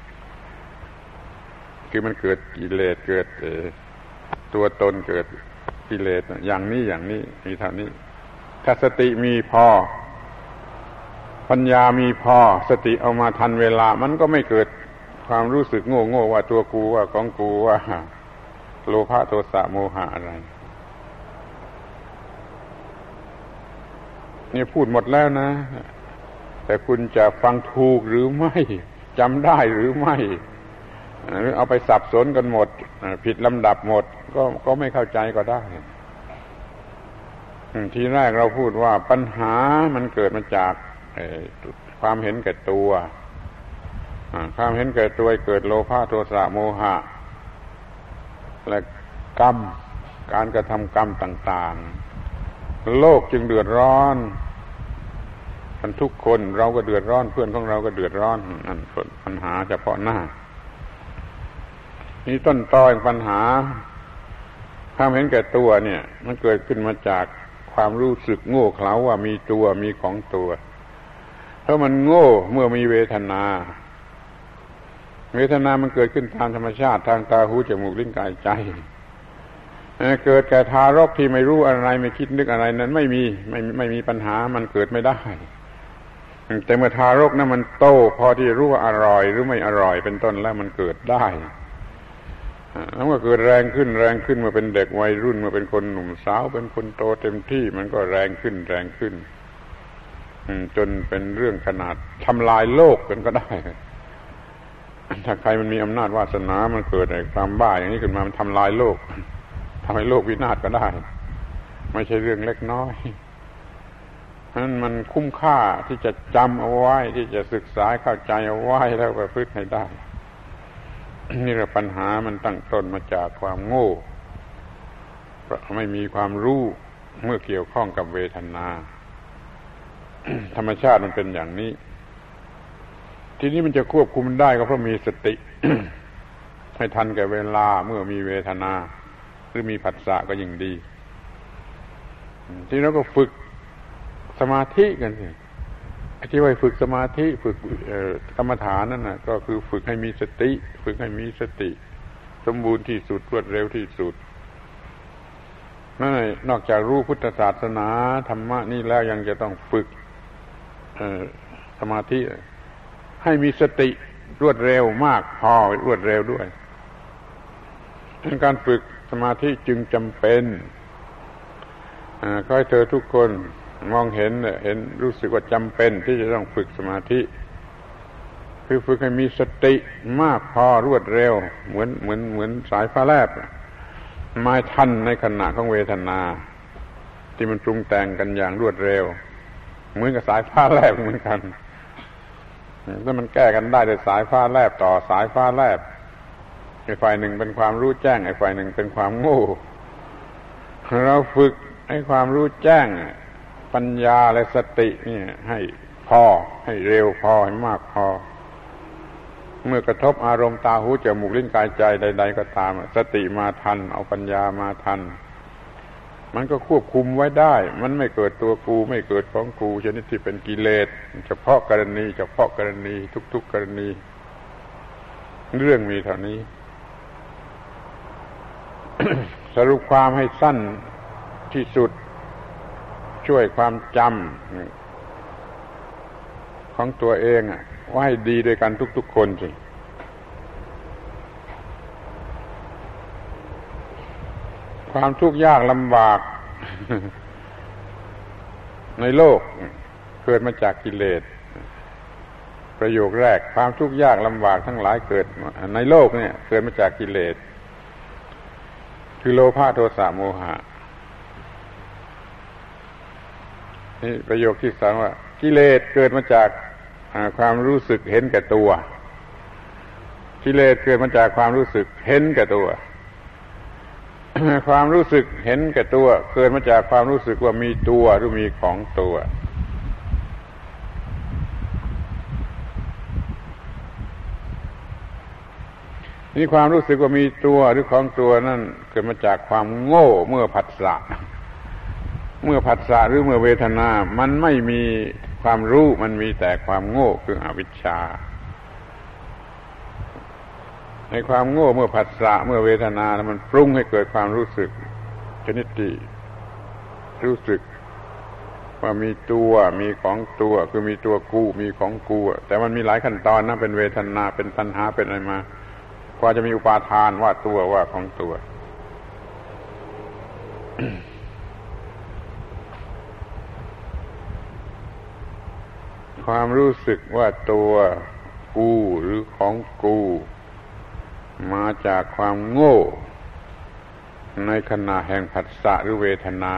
คือมันเกิดกิเลสเกิดตัวตนเกิดกิเลสอย่างนี้อย่างนี้มีเท่านี้ถ้าสติมีพอปัญญามีพอสติเอามาทันเวลามันก็ไม่เกิดความรู้สึกโง่โง่ว่าตัวกูว่าของกูว่าโลภะโทสะโมหะอะไรนี่พูดหมดแล้วนะแต่คุณจะฟังถูกหรือไม่จำได้หรือไม่หรือเอาไปสับสนกันหมดผิดลำดับหมดก็ก็ไม่เข้าใจก็ได้ทีแรกเราพูดว่าปัญหามันเกิดมาจากความเห็นแก่ตัวความเห็นแก่ตัวเกิดโลภะโทสะโมหะและกรรมการกระทำกรรมต่างๆโลกจึงเดือดร้อนกันทุกคนเราก็เดือดร้อนเพื่อนของเราก็เดือดร้อนนั่นปัญหาเฉพาะหน้านี่ต้นตอแห่งปัญหาความเห็นแก่ตัวเนี่ยมันเกิดขึ้นมาจากความรู้สึกโง่เขลาว่ามีตัวมีของตัวเพราะมันโง่เมื่อมีเวทนาเวทนามันเกิดขึ้นตามธรรมชาติทางตาหูจมูกลิ้นกายใจเกิดแก่ทารกที่ไม่รู้อะไรไม่คิดนึกอะไรนั้นไม่มีไม่ไม่มีปัญหามันเกิดไม่ได้แต่เมื่อทารกนั้นมันโตพอที่รู้ว่าอร่อยหรือไม่อร่อยเป็นต้นแล้วมันเกิดได้แล้วก็เกิดแรงขึ้นแรงขึ้นเมื่อเป็นเด็กวัยรุ่นเมื่อเป็นคนหนุ่มสาวเป็นคนโตเต็มที่มันก็แรงขึ้นแรงขึ้นจนเป็นเรื่องขนาดทำลายโลกกันก็ได้ถ้าใครมันมีอำนาจวาสนามันเกิดไอ้ความบ้าอย่างนี้ขึ้นมามันทำลายโลกทำให้โลกวินาศก็ได้ไม่ใช่เรื่องเล็กน้อยนั้นมันคุ้มค่าที่จะจำเอาไว้ที่จะศึกษาเข้าใจเอาไว้แล้วประพฤติให้ได้นี่แหละปัญหามันตั้งต้นมาจากความโง่เพราะไม่มีความรู้เมื่อเกี่ยวข้องกับเวทนาธรรมชาติมันเป็นอย่างนี้ทีนี้มันจะควบคุมได้ก็เพราะมีสติ ให้ทันแก่เวลาเมื่อมีเวทนาหรือมีผัสสะก็ยิ่งดีทีนี้เราก็ฝึกสมาธิกันสิที่ว่าฝึกสมาธิฝึกกรรมฐานนั่นน่ะก็คือฝึกให้มีสติฝึกให้มีสติสมบูรณ์ที่สุดรวดเร็วที่สุดนั่นนอกจากรู้พุทธศาสนาธรรมะนี่แล้วยังจะต้องฝึกสมาธิให้มีสติรวดเร็วมากพอรวดเร็วด้วยการฝึกสมาธิจึงจำเป็นขอให้เธอทุกคนมองเห็นเห็นรู้สึกว่าจำเป็นที่จะต้องฝึกสมาธิคือฝึกให้มีสติมากพอรวดเร็วเหมือนเหมือนเหมือนสายฟ้าแลบไม้ทันในขณะของเวทนาที่มันปรุงแต่งกันอย่างรวดเร็วเหมือนกับสายฟ้าแลบเหมือนกันถ้ามันแก้กันได้โดยสายฟ้าแลบต่อสายฟ้าแลบไอ้ฝ่ายหนึ่งเป็นความรู้แจ้งไอ้ฝ่ายหนึ่งเป็นความโง่เราฝึกให้ความรู้แจ้งปัญญาและสตินี่ให้พอให้เร็วพอให้มากพอเมื่อกระทบอารมณ์ตาหูจมูกลิ้นกายใจใดๆก็ตามสติมาทันเอาปัญญามาทันมันก็ควบคุมไว้ได้มันไม่เกิดตัวกูไม่เกิดของกูชนิดที่เป็นกิเลสเฉพาะกรณีเฉพาะกรณีทุกๆกรณีเรื่องมีเท่านี้ สรุปความให้สั้นที่สุดช่วยความจำของตัวเองไว้ให้ดีด้วยกันทุกๆคนสิความทุกข์ยากลำบาก ในโลกเกิดมาจากกิเลสประโยคแรกความทุกข์ยากลำบากทั้งหลายเกิดในโลกเนี่ยเกิดมาจากกิเลสคือโลภะโทสะโมหะนี่ประโยคที่สองว่ากิเลสเกิดมาจากความรู้สึกเห็นแก่ตัวกิเลสเกิดมาจากความรู้สึกเห็นแก่ตัวความรู้สึกเห็นแก่ตัวเกิดมาจากความรู้สึกว่ามีตัวหรือมีของตัวนี่ความรู้สึกว่ามีตัวหรือของตัวนั่นเกิดมาจากความโง่เมื่อผัสสะเมื่อผัสสะหรือเมื่อเวทนามันไม่มีความรู้มันมีแต่ความโง่คืออวิชชาในความโง่เมื่อผัสสะเมื่อเวทนาแล้วมันปรุงให้เกิดความรู้สึกชนิดที่รู้สึกว่ามีตัวมีของตัวคือมีตัวกูมีของกูแต่มันมีหลายขั้นตอนนะเป็นเวทนาเป็นตัณหาเป็นอะไรมากว่าจะมีอุปาทานว่าตัวว่าของตัว ความรู้สึกว่าตัวกูหรือของกูมาจากความโง่ในขณะแห่งผัสสะหรือเวทนา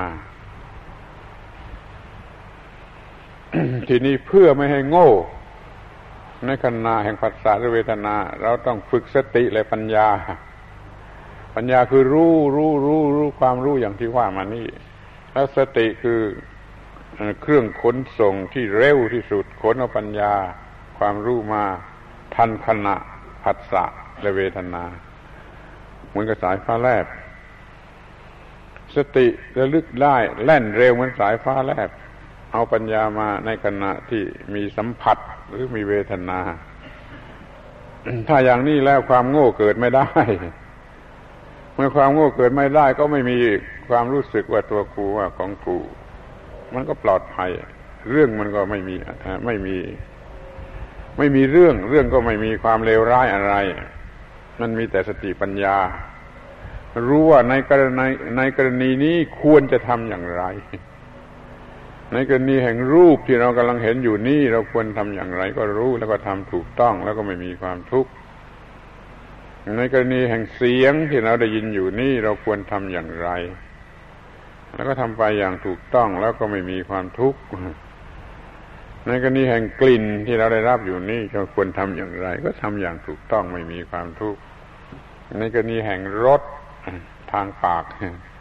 ทีนี้เพื่อไม่ให้โง่ในขณะแห่งผัสสะหรือเวทนาเราต้องฝึกสติและปัญญาปัญญาคือรู้รู้รู้รู้ความรู้อย่างที่ว่ามานี่แล้วสติคือเครื่องขนส่งที่เร็วที่สุดขนเอาปัญญาความรู้มาทันขณะผัสสะและเวทนาเหมือนกับสายฟ้าแลบสติระลึกได้แล่นเร็วเหมือนสายฟ้าแลบเอาปัญญามาในขณะที่มีสัมผัสหรือมีเวทนา ถ้าอย่างนี้แล้วความโง่เกิดไม่ได้เมื่อความโง่เกิดไม่ได้ก็ไม่มีความรู้สึกว่าตัวกูว่าของกูมันก็ปลอดภัยเรื่องมันก็ไม่มีไม่มีไม่มีเรื่องเรื่องก็ไม่มีความเลวร้ายอะไรมันมีแต่สติปัญญารู้ว่าในกรณีในกรณีนี้ควรจะทำอย่างไรในกรณีแห่งรูปที่เรากำลังเห็นอยู่นี่เราควรทำอย่างไรก็รู้แล้วก็ทำถูกต้องแล้วก็ไม่มีความทุกข์ในกรณีแห่งเสียงที่เราได้ยินอยู่นี่เราควรทำอย่างไรแล้วก็ทำไปอย่างถูกต้องแล้วก็ไม่มีความทุกข์ในกรณีแห่งกลิ่นที่เราได้รับอยู่นี่เราควรทำอย่างไรก็ทำอย่างถูกต้องไม่มีความทุกข์ในกรณีแห่งรสทางปาก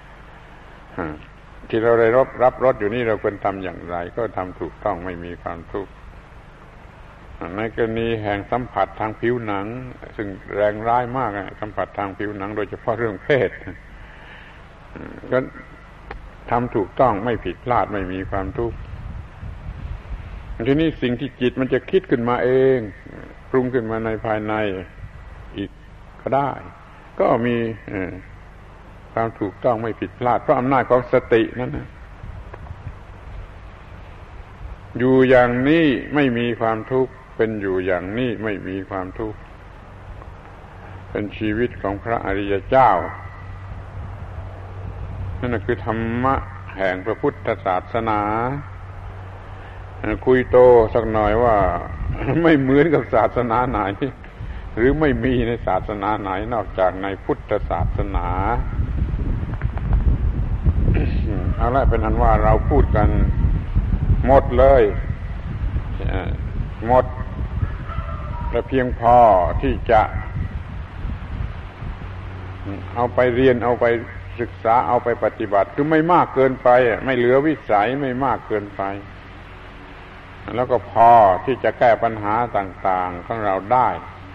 ที่เราได้รับรับรสอยู่นี่เราควรทำอย่างไรก็ทำถูกต้องไม่มีความทุกข์ในกรณีแห่งสัมผัสทางผิวหนังซึ่งแรงร้ายมากสัมผัสทางผิวหนังโดยเฉพาะเรื่องเพศก็ทำถูกต้องไม่ผิดพลาดไม่มีความทุกข์ทีนี้สิ่งที่จิตมันจะคิดขึ้นมาเองปรุงขึ้นมาในภายในอีกก็ได้ก็มีความถูกต้องไม่ผิดพลาดเพราะอำนาจของสตินั่นนะอยู่อย่างนี้ไม่มีความทุกข์เป็นอยู่อย่างนี้ไม่มีความทุกข์เป็นชีวิตของพระอริยเจ้านั่นคือธรรมะแห่งพระพุทธศาสนาคุยโตสักหน่อยว่าไม่เหมือนกับศาสนาไหนหรือไม่มีในศาสนาไหนนอกจากในพุทธศาสนาเอาละเป็นอันว่าเราพูดกันหมดเลยหมดและเพียงพอที่จะเอาไปเรียนเอาไปศึกษาเอาไปปฏิบัติคือไม่มากเกินไปไม่เหลือวิสัยไม่มากเกินไปแล้วก็พอที่จะแก้ปัญหาต่างๆของเราได้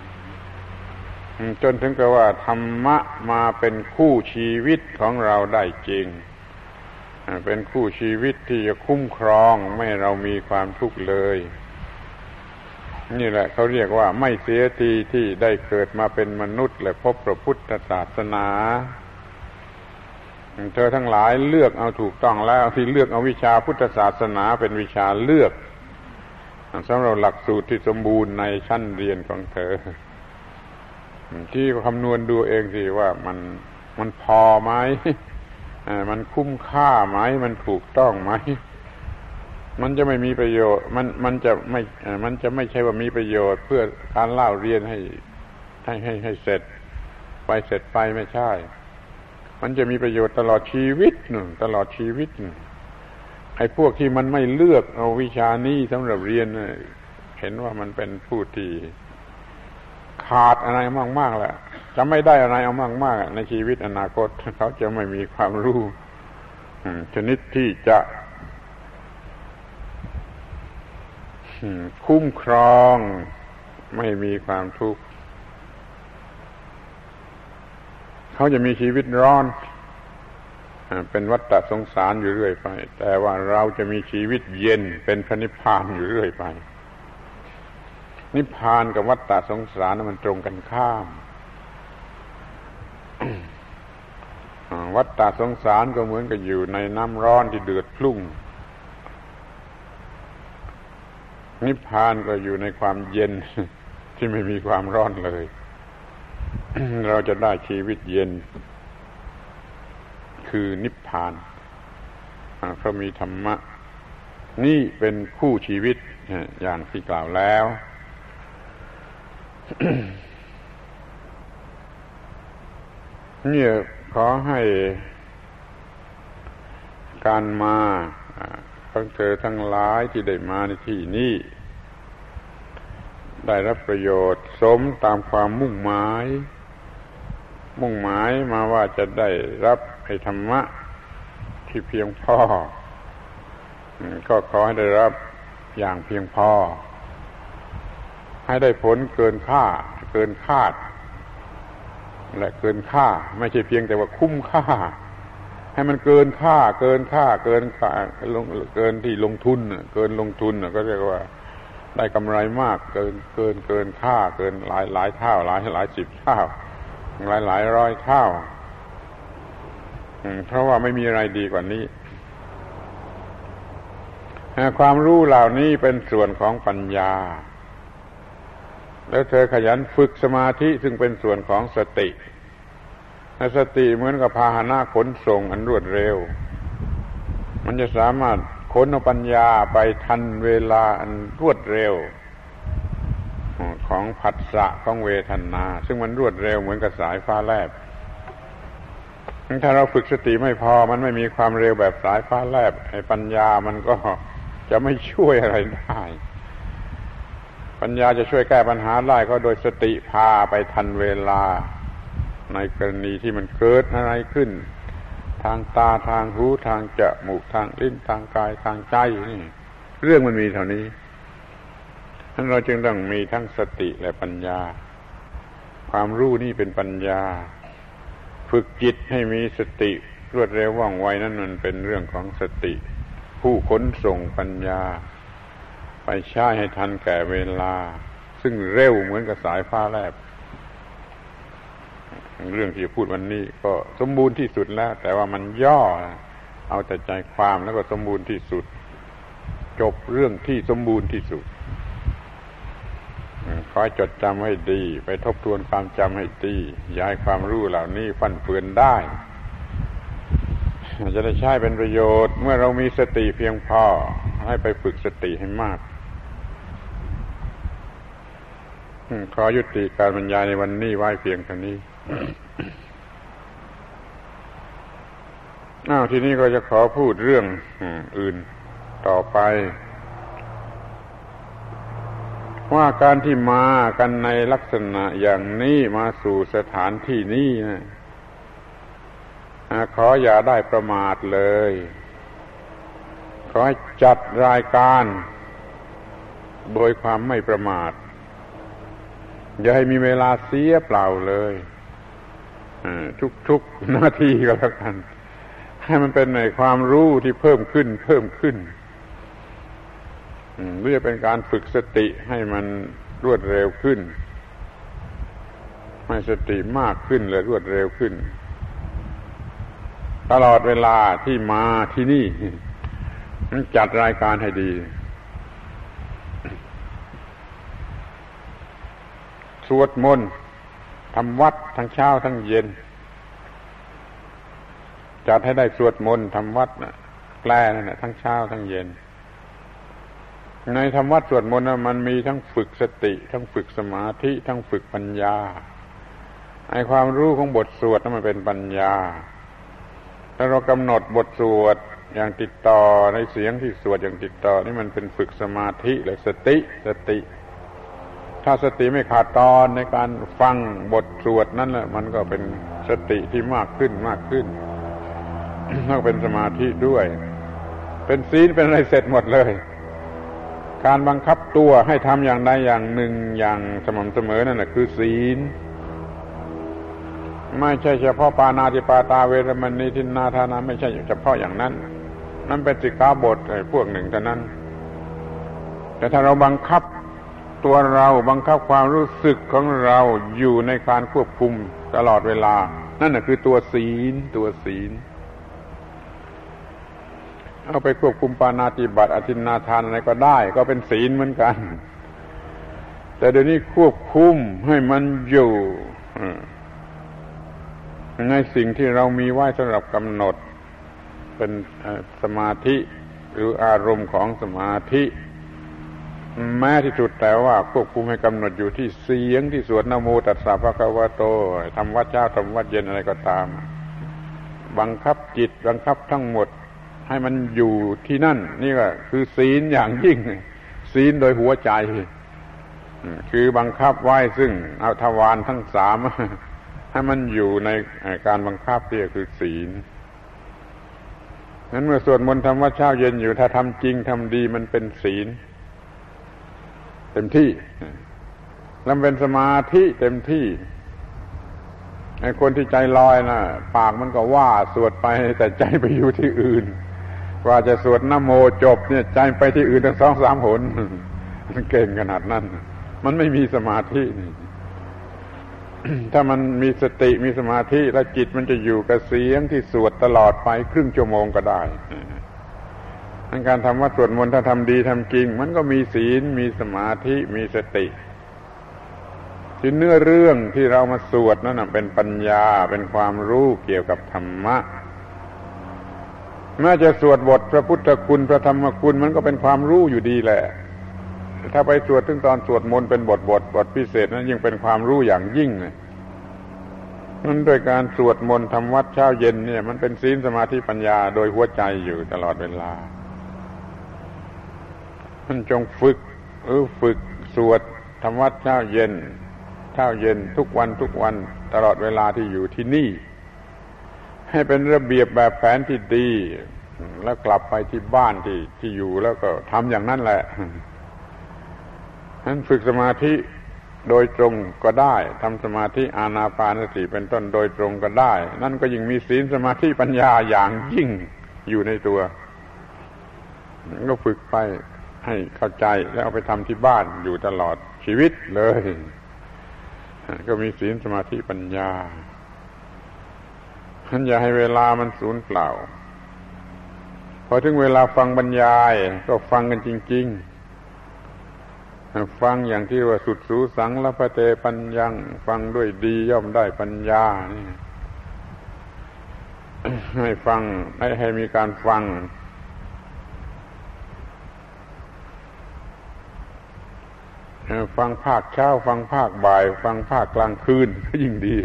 จนถึงกับว่าธรรมะมาเป็นคู่ชีวิตของเราได้จริงเป็นคู่ชีวิตที่จะคุ้มครองไม่ให้เรามีความทุกข์เลยนี่แหละเขาเรียกว่าไม่เสียทีที่ได้เกิดมาเป็นมนุษย์และพบพระพุทธศาสนาเธอทั้งหลายเลือกเอาถูกต้องแล้วที่เลือกเอาวิชาพุทธศาสนาเป็นวิชาเลือกสำหรับหลักสูตรที่สมบูรณ์ในชั้นเรียนของเธอที่คำนวณดูเองสิว่ามันมันพอไหมมันคุ้มค่าไหมมันถูกต้องไหมมันจะไม่มีประโยชน์มันมันจะไม่มันจะไม่ใช่ว่ามีประโยชน์เพื่อการเล่าเรียนให้ให้ให้ให้เสร็จไปเสร็จไปไม่ใช่มันจะมีประโยชน์ตลอดชีวิตนึงตลอดชีวิตไอ้พวกที่มันไม่เลือกเอาวิชานี้สำหรับเรียนเห็นว่ามันเป็นผู้ที่ขาดอะไรมากๆแหละจะไม่ได้อะไรเอามากๆในชีวิตอนาคตเขาจะไม่มีความรู้ชนิดที่จะคุ้มครองไม่มีความทุกข์เขาจะมีชีวิตร้อนเป็นวัฏฏะสงสารอยู่เรื่อยไปแต่ว่าเราจะมีชีวิตเย็นเป็นพระนิพพานอยู่เรื่อยไปนิพพานกับวัฏฏะสงสารมันตรงกันข้าม วัฏฏะสงสารก็เหมือนกับอยู่ในน้ำร้อนที่เดือดพลุ่งนิพพานก็อยู่ในความเย็นที่ไม่มีความร้อนเลย เราจะได้ชีวิตเย็นคือนิพพานเพราะมีธรรมะนี่เป็นคู่ชีวิตอย่างที่กล่าวแล้วเนี่ยขอให้การมาของเธอทั้งหลายที่ได้มาในที่นี้ได้รับประโยชน์สมตามความมุ่งหมายมุ่งหมายมาว่าจะได้รับไอ้ธรรมะที่เพียงพอก็ขอให้ได้รับอย่างเพียงพอให้ได้ผลเกินค่าเกินคาดและเกินค่าไม่ใช่เพียงแต่ว่าคุ้มค่าให้มันเกินค่าเกินค่าเกินค่าเกินที่ลงทุนเกินลงทุนก็เรียกว่าได้กำไรมากเกินเกินเกินค่าเกินหลายหลายเท่าหลายหลายสิบเท่าหลายหลายร้อยเท่าเพราะว่าไม่มีอะไรดีกว่านี้ความรู้เหล่านี้เป็นส่วนของปัญญาแล้วเธอขยันฝึกสมาธิซึ่งเป็นส่วนของสติสติเหมือนกับพาหนะขนส่งอันรวดเร็วมันจะสามารถขนเอาปัญญาไปทันเวลาอันรวดเร็วของผัสสะของเวทนาซึ่งมันรวดเร็วเหมือนกับสายฟ้าแลบถ้าเราฝึกสติไม่พอมันไม่มีความเร็วแบบสายฟ้าแลบไอ้ปัญญามันก็จะไม่ช่วยอะไรได้ปัญญาจะช่วยแก้ปัญหาได้ก็โดยสติพาไปทันเวลาในกรณีที่มันเกิดอะไรขึ้นทางตาทางหูทางจมูกทางลิ้นทางกายทางใจนี่เรื่องมันมีเท่านี้ฉะนั้นเราจึงต้องมีทั้งสติและปัญญาความรู้นี่เป็นปัญญาฝึกจิตให้มีสติรวดเร็วว่องไวนั่นมันเป็นเรื่องของสติผู้ขนส่งปัญญาไปใช้ให้ทันแก่เวลาซึ่งเร็วเหมือนกับสายฟ้าแลบเรื่องที่พูดวันนี้ก็สมบูรณ์ที่สุดแล้วแต่ว่ามันย่อเอาแต่ใจความแล้วก็สมบูรณ์ที่สุดจบเรื่องที่สมบูรณ์ที่สุดขอให้จดจำให้ดีไปทบทวนความจำให้ดีอย่าให้ความรู้เหล่านี้ฟั่นเฟือนได้จะได้ใช้เป็นประโยชน์เมื่อเรามีสติเพียงพอให้ไปฝึกสติให้มากขอยุติการบรรยายในวันนี้ไว้เพียงเท่านี้ อ้าวทีนี้ก็จะขอพูดเรื่องอื่นต่อไปว่าการที่มากันในลักษณะอย่างนี้มาสู่สถานที่นี้นะขออย่าได้ประมาทเลยขอให้จัดรายการโดยความไม่ประมาทอย่าให้มีเวลาเสียเปล่าเลยทุกๆนาทีก็แล้วกันให้มันเป็นในความรู้ที่เพิ่มขึ้นเพิ่มขึ้นเพื่อเป็นการฝึกสติให้มันรวดเร็วขึ้นให้สติมากขึ้นและรวดเร็วขึ้นตลอดเวลาที่มาที่นี่จัดรายการให้ดีสวดมนต์ทำวัดทั้งเช้าทั้งเย็นจัดให้ได้สวดมนต์ทำวัดนะแปลนั่นแหละทั้งเช้าทั้งเย็นในธรรมวัดสวดมนต์มันมีทั้งฝึกสติทั้งฝึกสมาธิทั้งฝึกปัญญาไอ้ความรู้ของบทสวดนั้นมันเป็นปัญญาถ้าเรากำหนดบทสวดอย่างติดต่อในเสียงที่สวดอย่างติดต่อนี่มันเป็นฝึกสมาธิและสติสติถ้าสติไม่ขาดตอนในการฟังบทสวดนั่นแหละมันก็เป็นสติที่มากขึ้นมากขึ้นแล้วเป็นสมาธิด้วยเป็นศีลเป็นอะไรเสร็จหมดเลยการบังคับตัวให้ทำอย่างใดอย่างหนึ่งอย่างสม่ำเสมอนั่นแหละคือศีลไม่ใช่เฉพาะปาณาติปาตาเวรมณีทินนาทานาไม่ใช่เฉพาะอย่างนั้นนั่นเป็นสิกขาบทไอ้พวกหนึ่งเท่านั้นแต่ถ้าเราบังคับตัวเราบังคับความรู้สึกของเราอยู่ในการควบคุมตลอดเวลานั่นน่ะคือตัวศีลตัวศีลเอาไปควบคุมปาณาติบาตอทินนาทานอะไรก็ได้ก็เป็นศีลเหมือนกันแต่เดี๋ยวนี้ควบคุมให้มันอยู่ในสิ่งที่เรามีไว้สำหรับกำหนดเป็นสมาธิหรืออารมณ์ของสมาธิแม้ที่สุดแต่ว่าควบคุมให้กำหนดอยู่ที่เสียงที่สวดนะโมตัสสะภะคะวะโตทำวัดเช้าทำวัดเย็นอะไรก็ตามบังคับจิตบังคับทั้งหมดให้มันอยู่ที่นั่นนี่ก็คือศีลอย่างยิ่งศีลโดยหัวใจคือบังคับไว้ซึ่งเอาทวารทั้งสามให้มันอยู่ในการบังคับที่คือศีลนั้นเมื่อสวดมนต์ทำวัดเช้าเย็นอยู่ถ้าทำจริงทำดีมันเป็นศีลเต็มที่แล้วเป็นสมาธิเต็มที่ไอ้คนที่ใจลอยน่ะปากมันก็ว่าสวดไปแต่ใจไปอยู่ที่อื่นกว่าจะสวดนะโมจบเนี่ยใจไปที่อื่นตั้งสองสามหนมันเก่งขนาดนั้นมันไม่มีสมาธินี่ถ้ามันมีสติมีสมาธิแล้วจิตมันจะอยู่กับเสียงที่สวดตลอดไปครึ่งชั่วโมงก็ได้ทั้งการทำวัดสวดมนต์ถ้าทำดีทำจริงมันก็มีศีลมีสมาธิมีสติที่เนื้อเรื่องที่เรามาสวดนั่นเป็นปัญญาเป็นความรู้เกี่ยวกับธรรมะแม้จะสวดบทพระพุทธคุณพระธรรมคุณมันก็เป็นความรู้อยู่ดีแหละถ้าไปสวดถึงตอนสวดมนต์เป็นบทบทบทพิเศษนั้นยิ่งเป็นความรู้อย่างยิ่งเลยนั่นโดยการสวดมนต์ทำวัดเช้าเย็นเนี่ยมันเป็นศีลสมาธิปัญญาโดยหัวใจอยู่ตลอดเวลาท่านจงฝึกเออฝึกสวดทำวัดเช้าเย็นเช้าเย็นทุกวันทุกวันตลอดเวลาที่อยู่ที่นี่ให้เป็นระเบียบแบบแผนที่ดีแล้วกลับไปที่บ้านที่ที่อยู่แล้วก็ทำอย่างนั้นแหละนั้นฝึกสมาธิโดยตรงก็ได้ทำสมาธิอานาปานสติเป็นต้นโดยตรงก็ได้นั่นก็ยิ่งมีศีลสมาธิปัญญาอย่างยิ่งอยู่ในตัวก็ฝึกไปให้เข้าใจแล้วเอาไปทำที่บ้านอยู่ตลอดชีวิตเลยก็มีศีลสมาธิปัญญาท่านอย่าให้เวลามันสูญเปล่าพอถึงเวลาฟังบรรยายก็ฟังกันจริงๆฟังอย่างที่ว่าสุดสูสังละพะเตปัญญังฟังด้วยดีย่อมได้ปัญญานี่ให้ฟังให้ให้มีการฟังฟังภาคเช้าฟังภาคบ่ายฟังภาคกลางคืนก็ยิ่งดี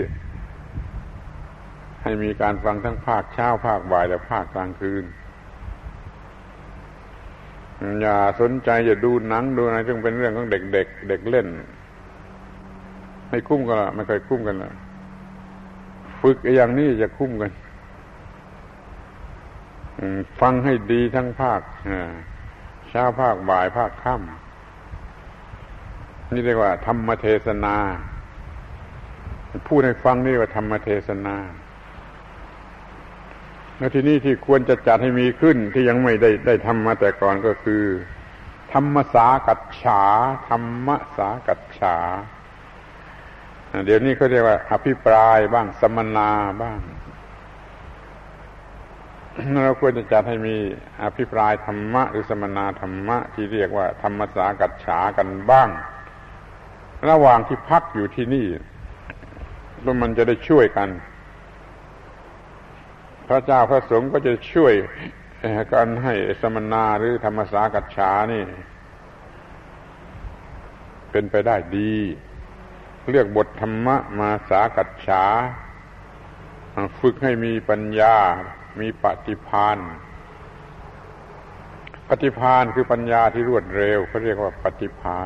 ให้มีการฟังทั้งภาคเช้าภาคบ่ายและภาคกลางคืนอย่าสนใจอย่าดูหนังดูอะไรซึ่งเป็นเรื่องของเด็กๆ เด็กเด็กเล่นให้คุ้มกันละไม่เคยคุ้มกันละฝึกอย่างนี้จะคุ้มกันฟังให้ดีทั้งภาคเช้าภาคบ่ายภาคค่ำนี่เรียกว่าธรรมเทศนาพูดให้ฟังนี่ว่าธรรมเทศนาแล้วที่นี่ที่ควรจะจัดให้มีขึ้นที่ยังไม่ได้ได้ทำมาแต่ก่อนก็คือธรรมสากัจฉาธรรมสากัจฉาเดี๋ยวนี้เขาเรียกว่าอภิปรายบ้างสัมมนาบ้างเราควรจะจัดให้มีอภิปรายธรรมะหรือสัมมนาธรรมะที่เรียกว่าธรรมสากัจฉากันบ้างระหว่างที่พักอยู่ที่นี่แล้วมันจะได้ช่วยกันพระเจ้าพระสงฆ์ก็จะช่วยกันให้สัมมนาหรือธรรมสากัจฉานี่เป็นไปได้ดีเรียกบทธรรมะมาสากัจฉาฝึกให้มีปัญญามีปฏิภาณปฏิภาณคือปัญญาที่รวดเร็วเขาเรียกว่าปฏิภาณ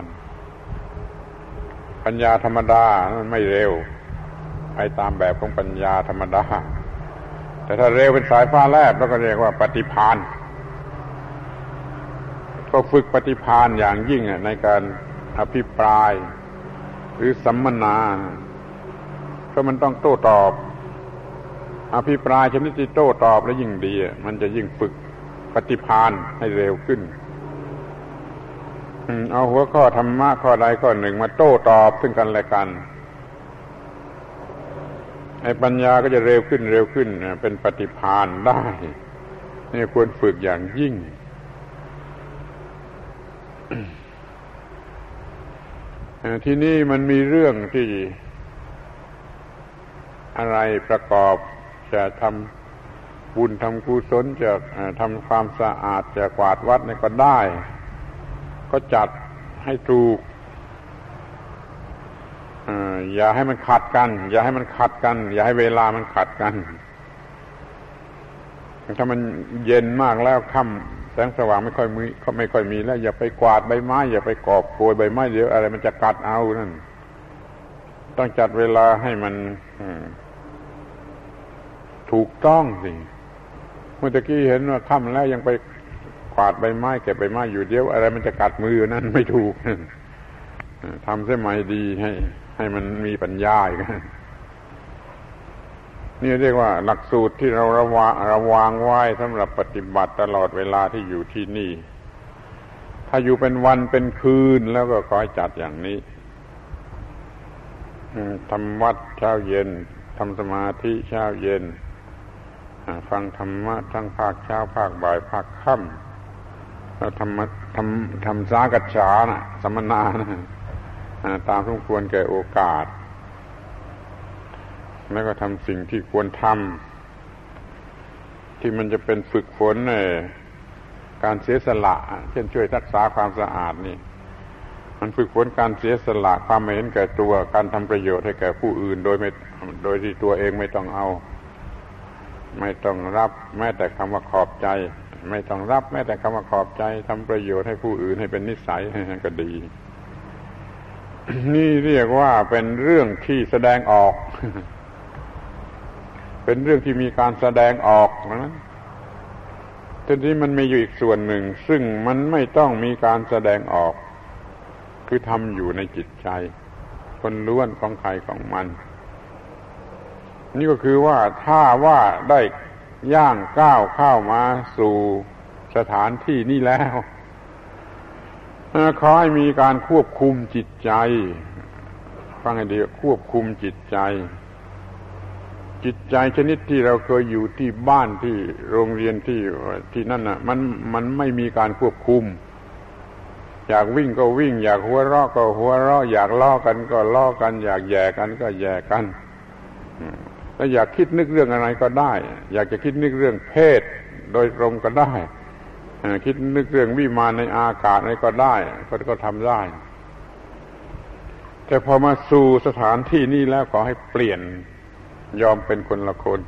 ปัญญาธรรมดามันไม่เร็วไปตามแบบของปัญญาธรรมดาแต่ถ้าเร็วเป็นสายฟ้าแลบแล้วก็เรียกว่าปฏิภาณก็ฝึกปฏิภาณอย่างยิ่งในการอภิปรายหรือสัมมนาเพราะมันต้องโต้ตอบอภิปรายชนิดที่โต้ตอบแล้วยิ่งดีมันจะยิ่งฝึกปฏิภาณให้เร็วขึ้นเอาหัวข้อธรรมะข้อใดข้อหนึ่งมาโต้ตอบซึ่งกันและกันไอ้ปัญญาก็จะเร็วขึ้นเร็วขึ้นเป็นปฏิภาณได้นี่ควรฝึกอย่างยิ่งที่นี่มันมีเรื่องที่อะไรประกอบจะทำบุญทำกุศลจะทำความสะอาดจะกวาดวัดนี่ก็ได้ก็จัดให้ถูกอย่าให้มันขัดกันอย่าให้มันขัดกันอย่าให้เวลามันขัดกันถ้ามันเย็นมากแล้วค่ำแสงสว่างไม่ค่อยมีก็ไม่ค่อยมีแล้วอย่าไปกวาดใบไม้อย่าไปกอบโกยใบไม้เดี๋ยวอะไรมันจะกัดเอานั่นต้องจัดเวลาให้มันถูกต้องสิเมื่อกี้เห็นว่าค่ำแล้วยังไปกวาดใบไม้เก็บใบไม้อยู่เดี๋ยวอะไรมันจะกัดมือนั่นไม่ถูกทำเสียใหม่ดีให้ให้มันมีปัญญาอีกนี่เรียกว่าหลักสูตรที่เราระวางระวางไว้สำหรับปฏิบัติตลอดเวลาที่อยู่ที่นี่ถ้าอยู่เป็นวันเป็นคืนแล้วก็ขอให้จัดอย่างนี้ทำวัดเช้าเย็นทำสมาธิเช้าเย็นฟังธรรมะทั้งภาคเช้าภาคบ่ายภาคค่ำแล้วทำทำทำสากัจฉานะสัมมนานะตามสมควรแก่โอกาสแล้วก็ทำสิ่งที่ควรทำที่มันจะเป็นฝึกฝนในการเสียสละเช่นช่วยรักษาความสะอาดนี่มันฝึกฝนการเสียสละความไม่เห็นแก่ตัวการทำประโยชน์ให้แก่ผู้อื่นโดยไม่โดยที่ตัวเองไม่ต้องเอาไม่ต้องรับแม้แต่คำว่าขอบใจไม่ต้องรับแม้แต่คำว่าขอบใจทำประโยชน์ให้ผู้อื่นให้เป็นนิสัยก็ดีนี่เรียกว่าเป็นเรื่องที่แสดงออกเป็นเรื่องที่มีการแสดงออกนะทีนี้มันมีอยู่อีกส่วนหนึ่งซึ่งมันไม่ต้องมีการแสดงออกคือทำอยู่ในจิตใจคนล้วนของใครของมันนี่ก็คือว่าถ้าว่าได้ย่างก้าวเข้ามาสู่สถานที่นี้แล้วขอให้มีการควบคุมจิตใจฟังให้ดีควบคุมจิตใจจิตใจชนิดที่เราเคยอยู่ที่บ้านที่โรงเรียนที่ที่นั่นน่ะมันมันไม่มีการควบคุมอยากวิ่งก็วิ่งอยากหัวเราะก็หัวเราะอยากล้อกันก็ล้อกันอยากแย่กันก็แย่กันแล้วอยากคิดนึกเรื่องอะไรก็ได้อยากจะคิดนึกเรื่องเพศโดยตรงก็ได้คิดนึกเรื่องวิมานในอากาศอะไรก็ได้ก็ก็ทำได้แต่พอมาสู่สถานที่นี้แล้วขอให้เปลี่ยนยอมเป็นคนละคน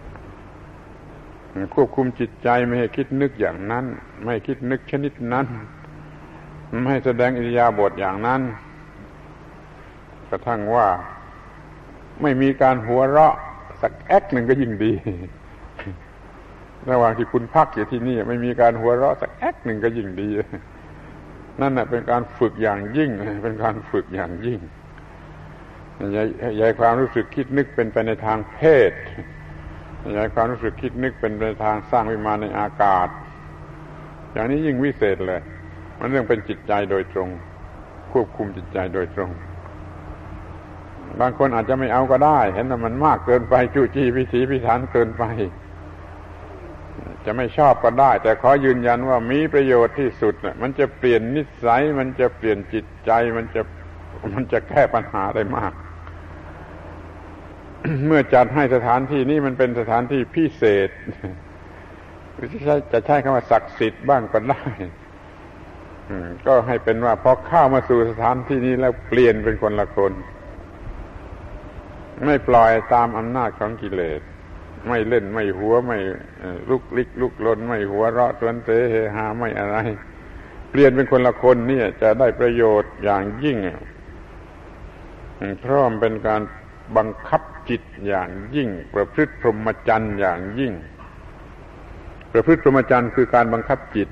ควบคุมจิตใจไม่ให้คิดนึกอย่างนั้นไม่คิดนึกชนิดนั้นไม่ให้แสดงอิริยาบถอย่างนั้นกระทั่งว่าไม่มีการหัวเราะสักแอ๊กหนึ่งก็ยิ่งดีระหว่างที่คุณพักอยู่ที่นี่ไม่มีการหัวเราะสักแอ๊กหนึ่งก็ยิ่งดีนั่นน่ะเป็นการฝึกอย่างยิ่งเป็นการฝึกอย่างยิ่งอย่าให้ความรู้สึกคิดนึกเป็นไปในทางเพศอย่าให้ความรู้สึกคิดนึกเป็นไปในทางสร้างวิมานในอากาศอย่างนี้ยิ่งวิเศษเลยมันเรื่องเป็นจิตใจโดยตรงควบคุมจิตใจโดยตรงบางคนอาจจะไม่เอาก็ได้เห็นว่ามันมากเกินไปจู้จี้พิถีพิถันเกินไปจะไม่ชอบก็ได้แต่ขอยืนยันว่ามีประโยชน์ที่สุดน่ะมันจะเปลี่ยนนิสัยมันจะเปลี่ยนจิตใจมันจะมันจะแก้ปัญหาได้มาก เมื่อจัดให้สถานที่นี้มันเป็นสถานที่พิเศษหรือจะใช้จะใช้คำว่าศักดิ์สิทธิ์บ้างก็ได้ก็ให้เป็นว่าพอเข้ามาสู่สถานที่นี้แล้วเปลี่ยนเป็นคนละคนไม่ปล่อยตามอำนาจของกิเลสไม่เล่นไม่หัวไม่ลุกลิกลุกลนไม่หัวเราะทวนเตเฮฮาไม่อะไรเปลี่ยนเป็นคนละคนนี่จะได้ประโยชน์อย่างยิ่งเพราะมันเป็นการบังคับจิตอย่างยิ่งประพฤติพรหมจรรย์อย่างยิ่งประพฤติพรหมจรรย์คือการบังคับจิต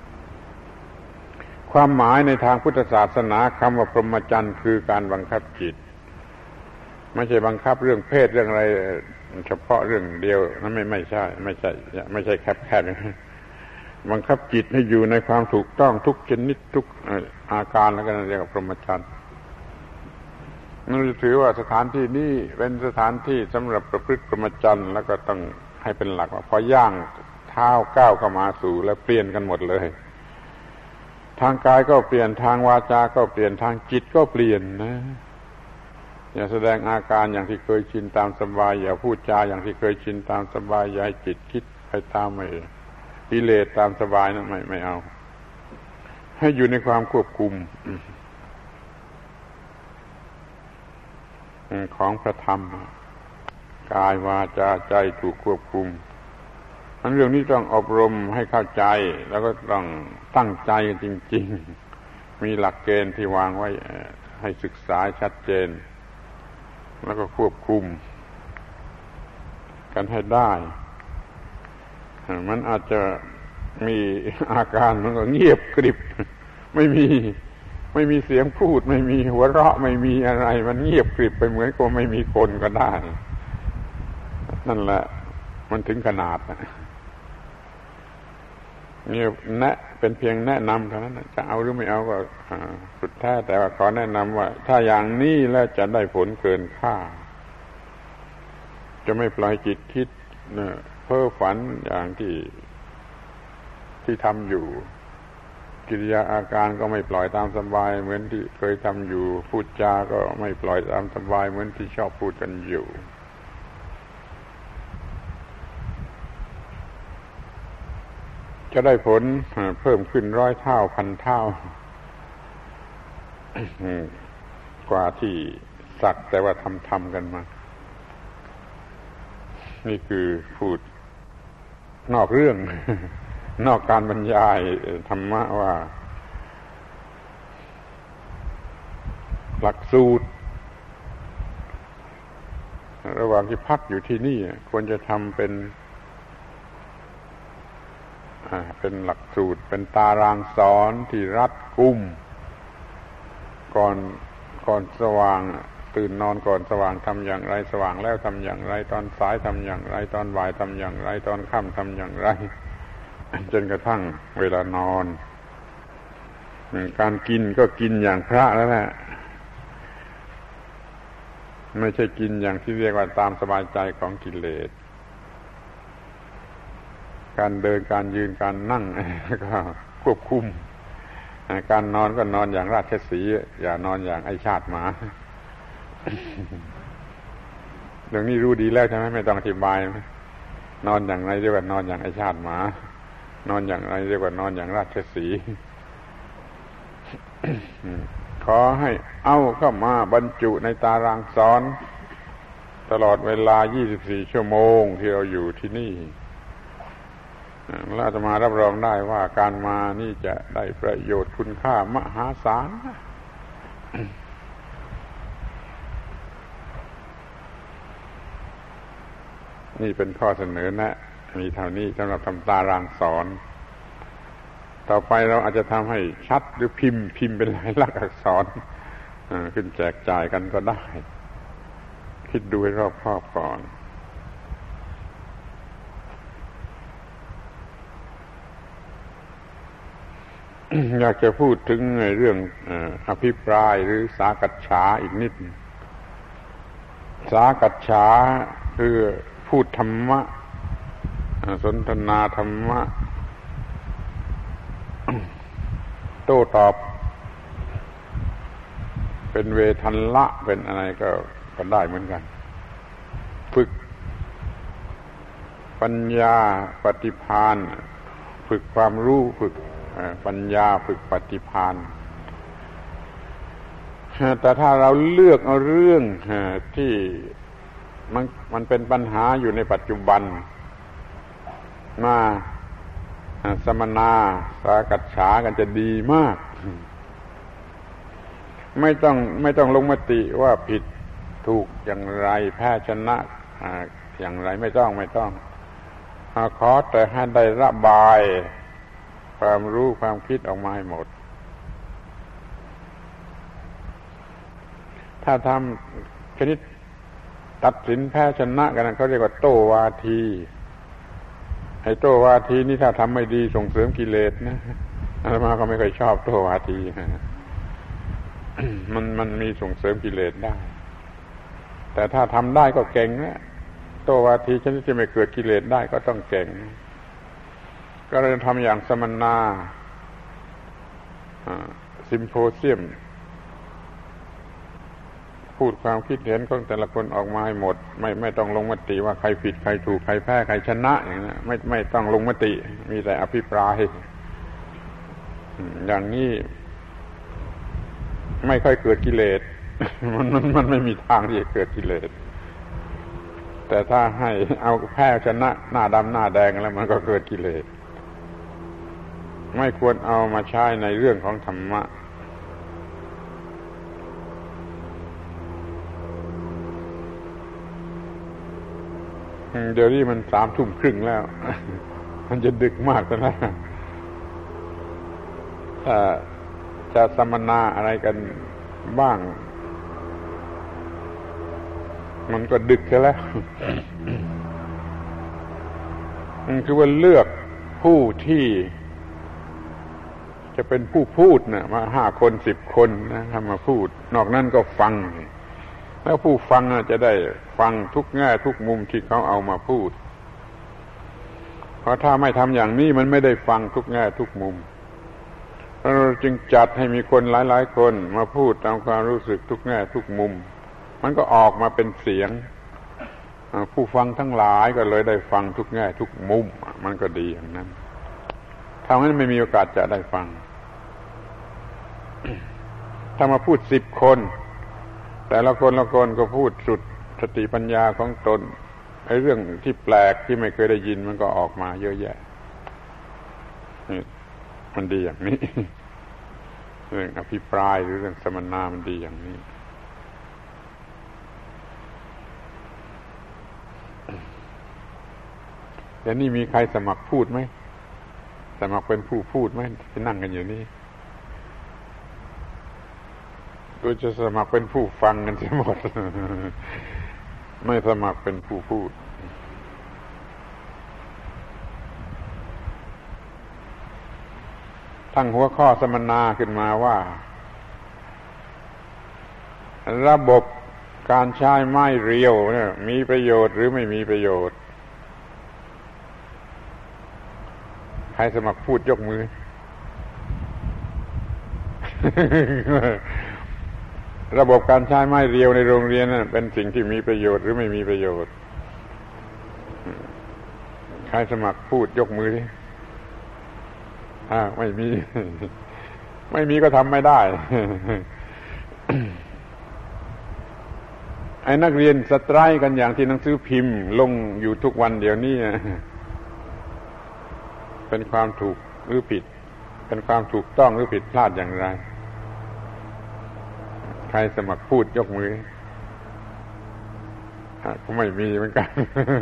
ความหมายในทางพุทธศาสนาคำว่าพรหมจรรย์คือการบังคับจิตไม่ใช่บังคับเรื่องเพศเรื่องอะไรเฉพาะเรื่องเดียวนั่นไม่ไม่ใช่ไม่ใช่ไม่ใช่แคบๆบังคับจิตให้อยู่ในความถูกต้องทุกชนิดทุกอาการแล้วก็เรียกว่าพรหมจรรย์นั่นถือว่าสถานที่นี้เป็นสถานที่สำหรับประพฤติพรหมจรรย์แล้วก็ต้องให้เป็นหลักว่าพอย่างเท้าก้าวเข้ามาสู่แล้วเปลี่ยนกันหมดเลยทางกายก็เปลี่ยนทางวาจาก็เปลี่ยนทางจิตก็เปลี่ยนนะอย่าแสดงอาการอย่างที่เคยชินตามสบายอย่าพูดจาอย่างที่เคยชินตามสบายอย่าให้จิตคิดไปตามไม่กิเลสตามสบายนั่นไม่ไม่เอาให้อยู่ในความควบคุมของพระธรรมกายวาจาใจถูกควบคุมอันเรื่องนี้ต้องอบรมให้เข้าใจแล้วก็ต้องตั้งใจจริงๆมีหลักเกณฑ์ที่วางไว้ให้ศึกษาชัดเจนแล้วก็ควบคุมกันให้ได้มันอาจจะมีอาการมันก็เงียบกริบไม่มีไม่มีเสียงพูดไม่มีหัวเราะไม่มีอะไรมันเงียบกริบไปเหมือนกับไม่มีคนก็ได้นั่นแหละมันถึงขนาดนี่แนะเป็นเพียงแนะนำเท่านั้นจะเอาหรือไม่เอาก็สุดแท้แต่ว่าขอแนะนำว่าถ้าอย่างนี้แล้วจะได้ผลเกินคาดจะไม่ปล่อยจิตคิดเพ้อฝันอย่างที่ที่ทำอยู่กิริยาอาการก็ไม่ปล่อยตามสบายเหมือนที่เคยทำอยู่พูดจาก็ไม่ปล่อยตามสบายเหมือนที่ชอบพูดกันอยู่จะได้ผลเพิ่มขึ้นร้อยเท่าพันเท่ากว่าที่สักแต่ว่าทำทำกันมานี่คือพูดนอกเรื่องนอกการบรรยายธรรมะว่าหลักสูตรระหว่างที่พักอยู่ที่นี่ควรจะทำเป็นเป็นหลักสูตรเป็นตารางสอนที่รัดกุมก่อนก่อนสว่างตื่นนอนก่อนสว่างทำอย่างไรสว่างแล้วทำอย่างไรตอนสายทำอย่างไรตอนบ่ายทำอย่างไรตอนค่ำทำอย่างไรจนกระทั่งเวลานอนการกินก็กินอย่างพระแล้วแหละไม่ใช่กินอย่างที่เรียกว่าตามสบายใจของกิเลสการเดินการยืนการนั่งก็ควบคุมการนอนก็นอนอย่างราชสีห์อย่านอนอย่างไอ้ชาติหมาเรื่องนี้รู้ดีแล้วใช่ไหมไม่ต้องอธิบายนอนอย่างไรเรียกว่านอนอย่างไอ้ชาติหมานอนอย่างไรเรียกว่านอนอย่างราชสีห์ขอให้เอาเข้ามาบรรจุในตารางสอนตลอดเวลายี่สิบสี่ชั่วโมงที่เราอยู่ที่นี่แล้วอาตมารับรองได้ว่าการมานี่จะได้ประโยชน์คุณค่ามหาศาลนี่เป็นข้อเสนอแนะมีเท่านี้สำหรับทำตารางสอนต่อไปเราอาจจะทำให้ชัดหรือพิมพ์พิมพ์เป็นลายลักษณ์อักษรขึ้นแจกจ่ายกันก็ได้คิดดูให้รอบคอบก่อนอยากจะพูดถึงเรื่องอภิปรายหรือสากัจฉาอีกนิดสากัจฉาคือพูดธรรมะสนทนาธรรมะโต้ตอบเป็นเวทัลละเป็นอะไรก็ก็ได้เหมือนกันฝึกปัญญาปฏิภาณฝึกความรู้ฝึกปัญญาฝึกปฏิภาณแต่ถ้าเราเลือกเอาเรื่องที่มันมันเป็นปัญหาอยู่ในปัจจุบันมาสมนาสากัจฉากันจะดีมากไม่ต้องไม่ต้องลงมติว่าผิดถูกอย่างไรแพ้ชนะอย่างไรไม่ต้องไม่ต้องขอแต่ให้ได้ระบายความรู้ความคิดออกมาให้หมดถ้าทำชนิดตัดสินแพ้ชนะกันเขาเรียกว่าโต้วาทีไอ้โต้วาทีนี่ถ้าทำไม่ดีส่งเสริมกิเลสนะอาตมาก็ไม่ค่อยชอบโต้วาทีมันมันมีส่งเสริมกิเลสได้แต่ถ้าทำได้ก็เก่งนะโต้วาทีชนิดที่ไม่เกิดกิเลสได้ก็ต้องเก่งก็เลยทำอย่างสัมมนาซิมโพเซียมพูดความคิดเห็นของแต่ละคนออกมาให้หมดไม่ไม่ต้องลงมติว่าใครผิดใครถูกใครแพ้ใครชนะอย่างนั้นไม่ไม่ต้องลงมติมีแต่อภิปรายอย่างนี้ไม่ค่อยเกิดกิเลสมันมันมันไม่มีทางที่จะเกิดกิเลสแต่ถ้าให้เอาแพ้ชนะหน้าดำหน้าแดงแล้วมันก็เกิดกิเลสไม่ควรเอามาใช้ในเรื่องของธรรมะเดี๋ยวนี้มันสามทุ่มครึ่งแล้วมันจะดึกมากแล้วถ้าจะสัมมนาอะไรกันบ้างมันก็ดึกแล้วคือว่าเลือกผู้ที่จะเป็นผู้พูดนะมาห้าคนสิบคนนะทำมาพูดนอกนั้นก็ฟังแล้วผู้ฟังจะได้ฟังทุกแง่ทุกมุมที่เขาเอามาพูดเพราะถ้าไม่ทำอย่างนี้มันไม่ได้ฟังทุกแง่ทุกมุมเราจึงจัดให้มีคนหลายๆคนมาพูดตามความรู้สึกทุกแง่ทุกมุมมันก็ออกมาเป็นเสียงผู้ฟังทั้งหลายก็เลยได้ฟังทุกแง่ทุกมุมมันก็ดีอย่างนั้นถ้างั้นไม่มีโอกาสจะได้ฟังถ้ามาพูดสิบคนแต่ละคนละคนก็พูดสุดสติปัญญาของตนไอ้เรื่องที่แปลกที่ไม่เคยได้ยินมันก็ออกมาเยอะแยะมันดีอย่างนี้เรื่องอภิปรายหรือเรื่องสัมมนามันดีอย่างนี้แต่นี่มีใครสมัครพูดไหมสมัครเป็นผู้พูดไหมที่นั่งกันอยู่นี่ก็จะสมัครเป็นผู้ฟังกันทั้งหมดไม่สมัครเป็นผู้พูดตั้งหัวข้อสัมมนาขึ้นมาว่าระบบการใช้ไม้เรียวเนี่ยมีประโยชน์หรือไม่มีประโยชน์ใครสมัครพูดยกมือ ระบบการใช้ไม้เรียวในโรงเรียนนั้นเป็นสิ่งที่มีประโยชน์หรือไม่มีประโยชน์ใครสมัครพูดยกมือดิอ่าไม่มีไม่มีก็ทำไม่ได้ ไอ้นักเรียนสไตร์กันอย่างที่หนังสือพิมพ์ลงอยู่ทุกวันเดี๋ยวนี้เป็นความถูกหรือผิดเป็นความถูกต้องหรือผิดพลาดอย่างไรใครสมัครพูดยกมือก็ไม่มีเหมือนกัน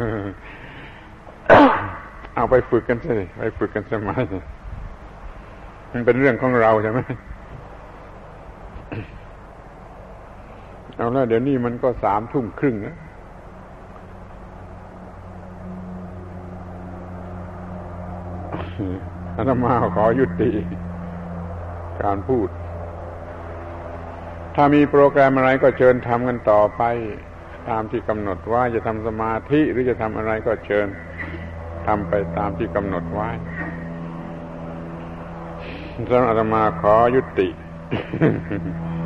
เอาไปฝึกกันสิไปฝึกกันสมัยมันเป็นเรื่องของเราใช่ไหมเอาแล้วเดี๋ยวนี้มันก็สามทุ่มครึ่งแล้วอาตมาขอยุติการพูดถ้ามีโปรแกรมอะไรก็เชิญทำกันต่อไปตามที่กำหนดว่าจะทำสมาธิหรือจะทำอะไรก็เชิญทำไปตามที่กำหนดไว้สำหรับอาตมาขอยุติ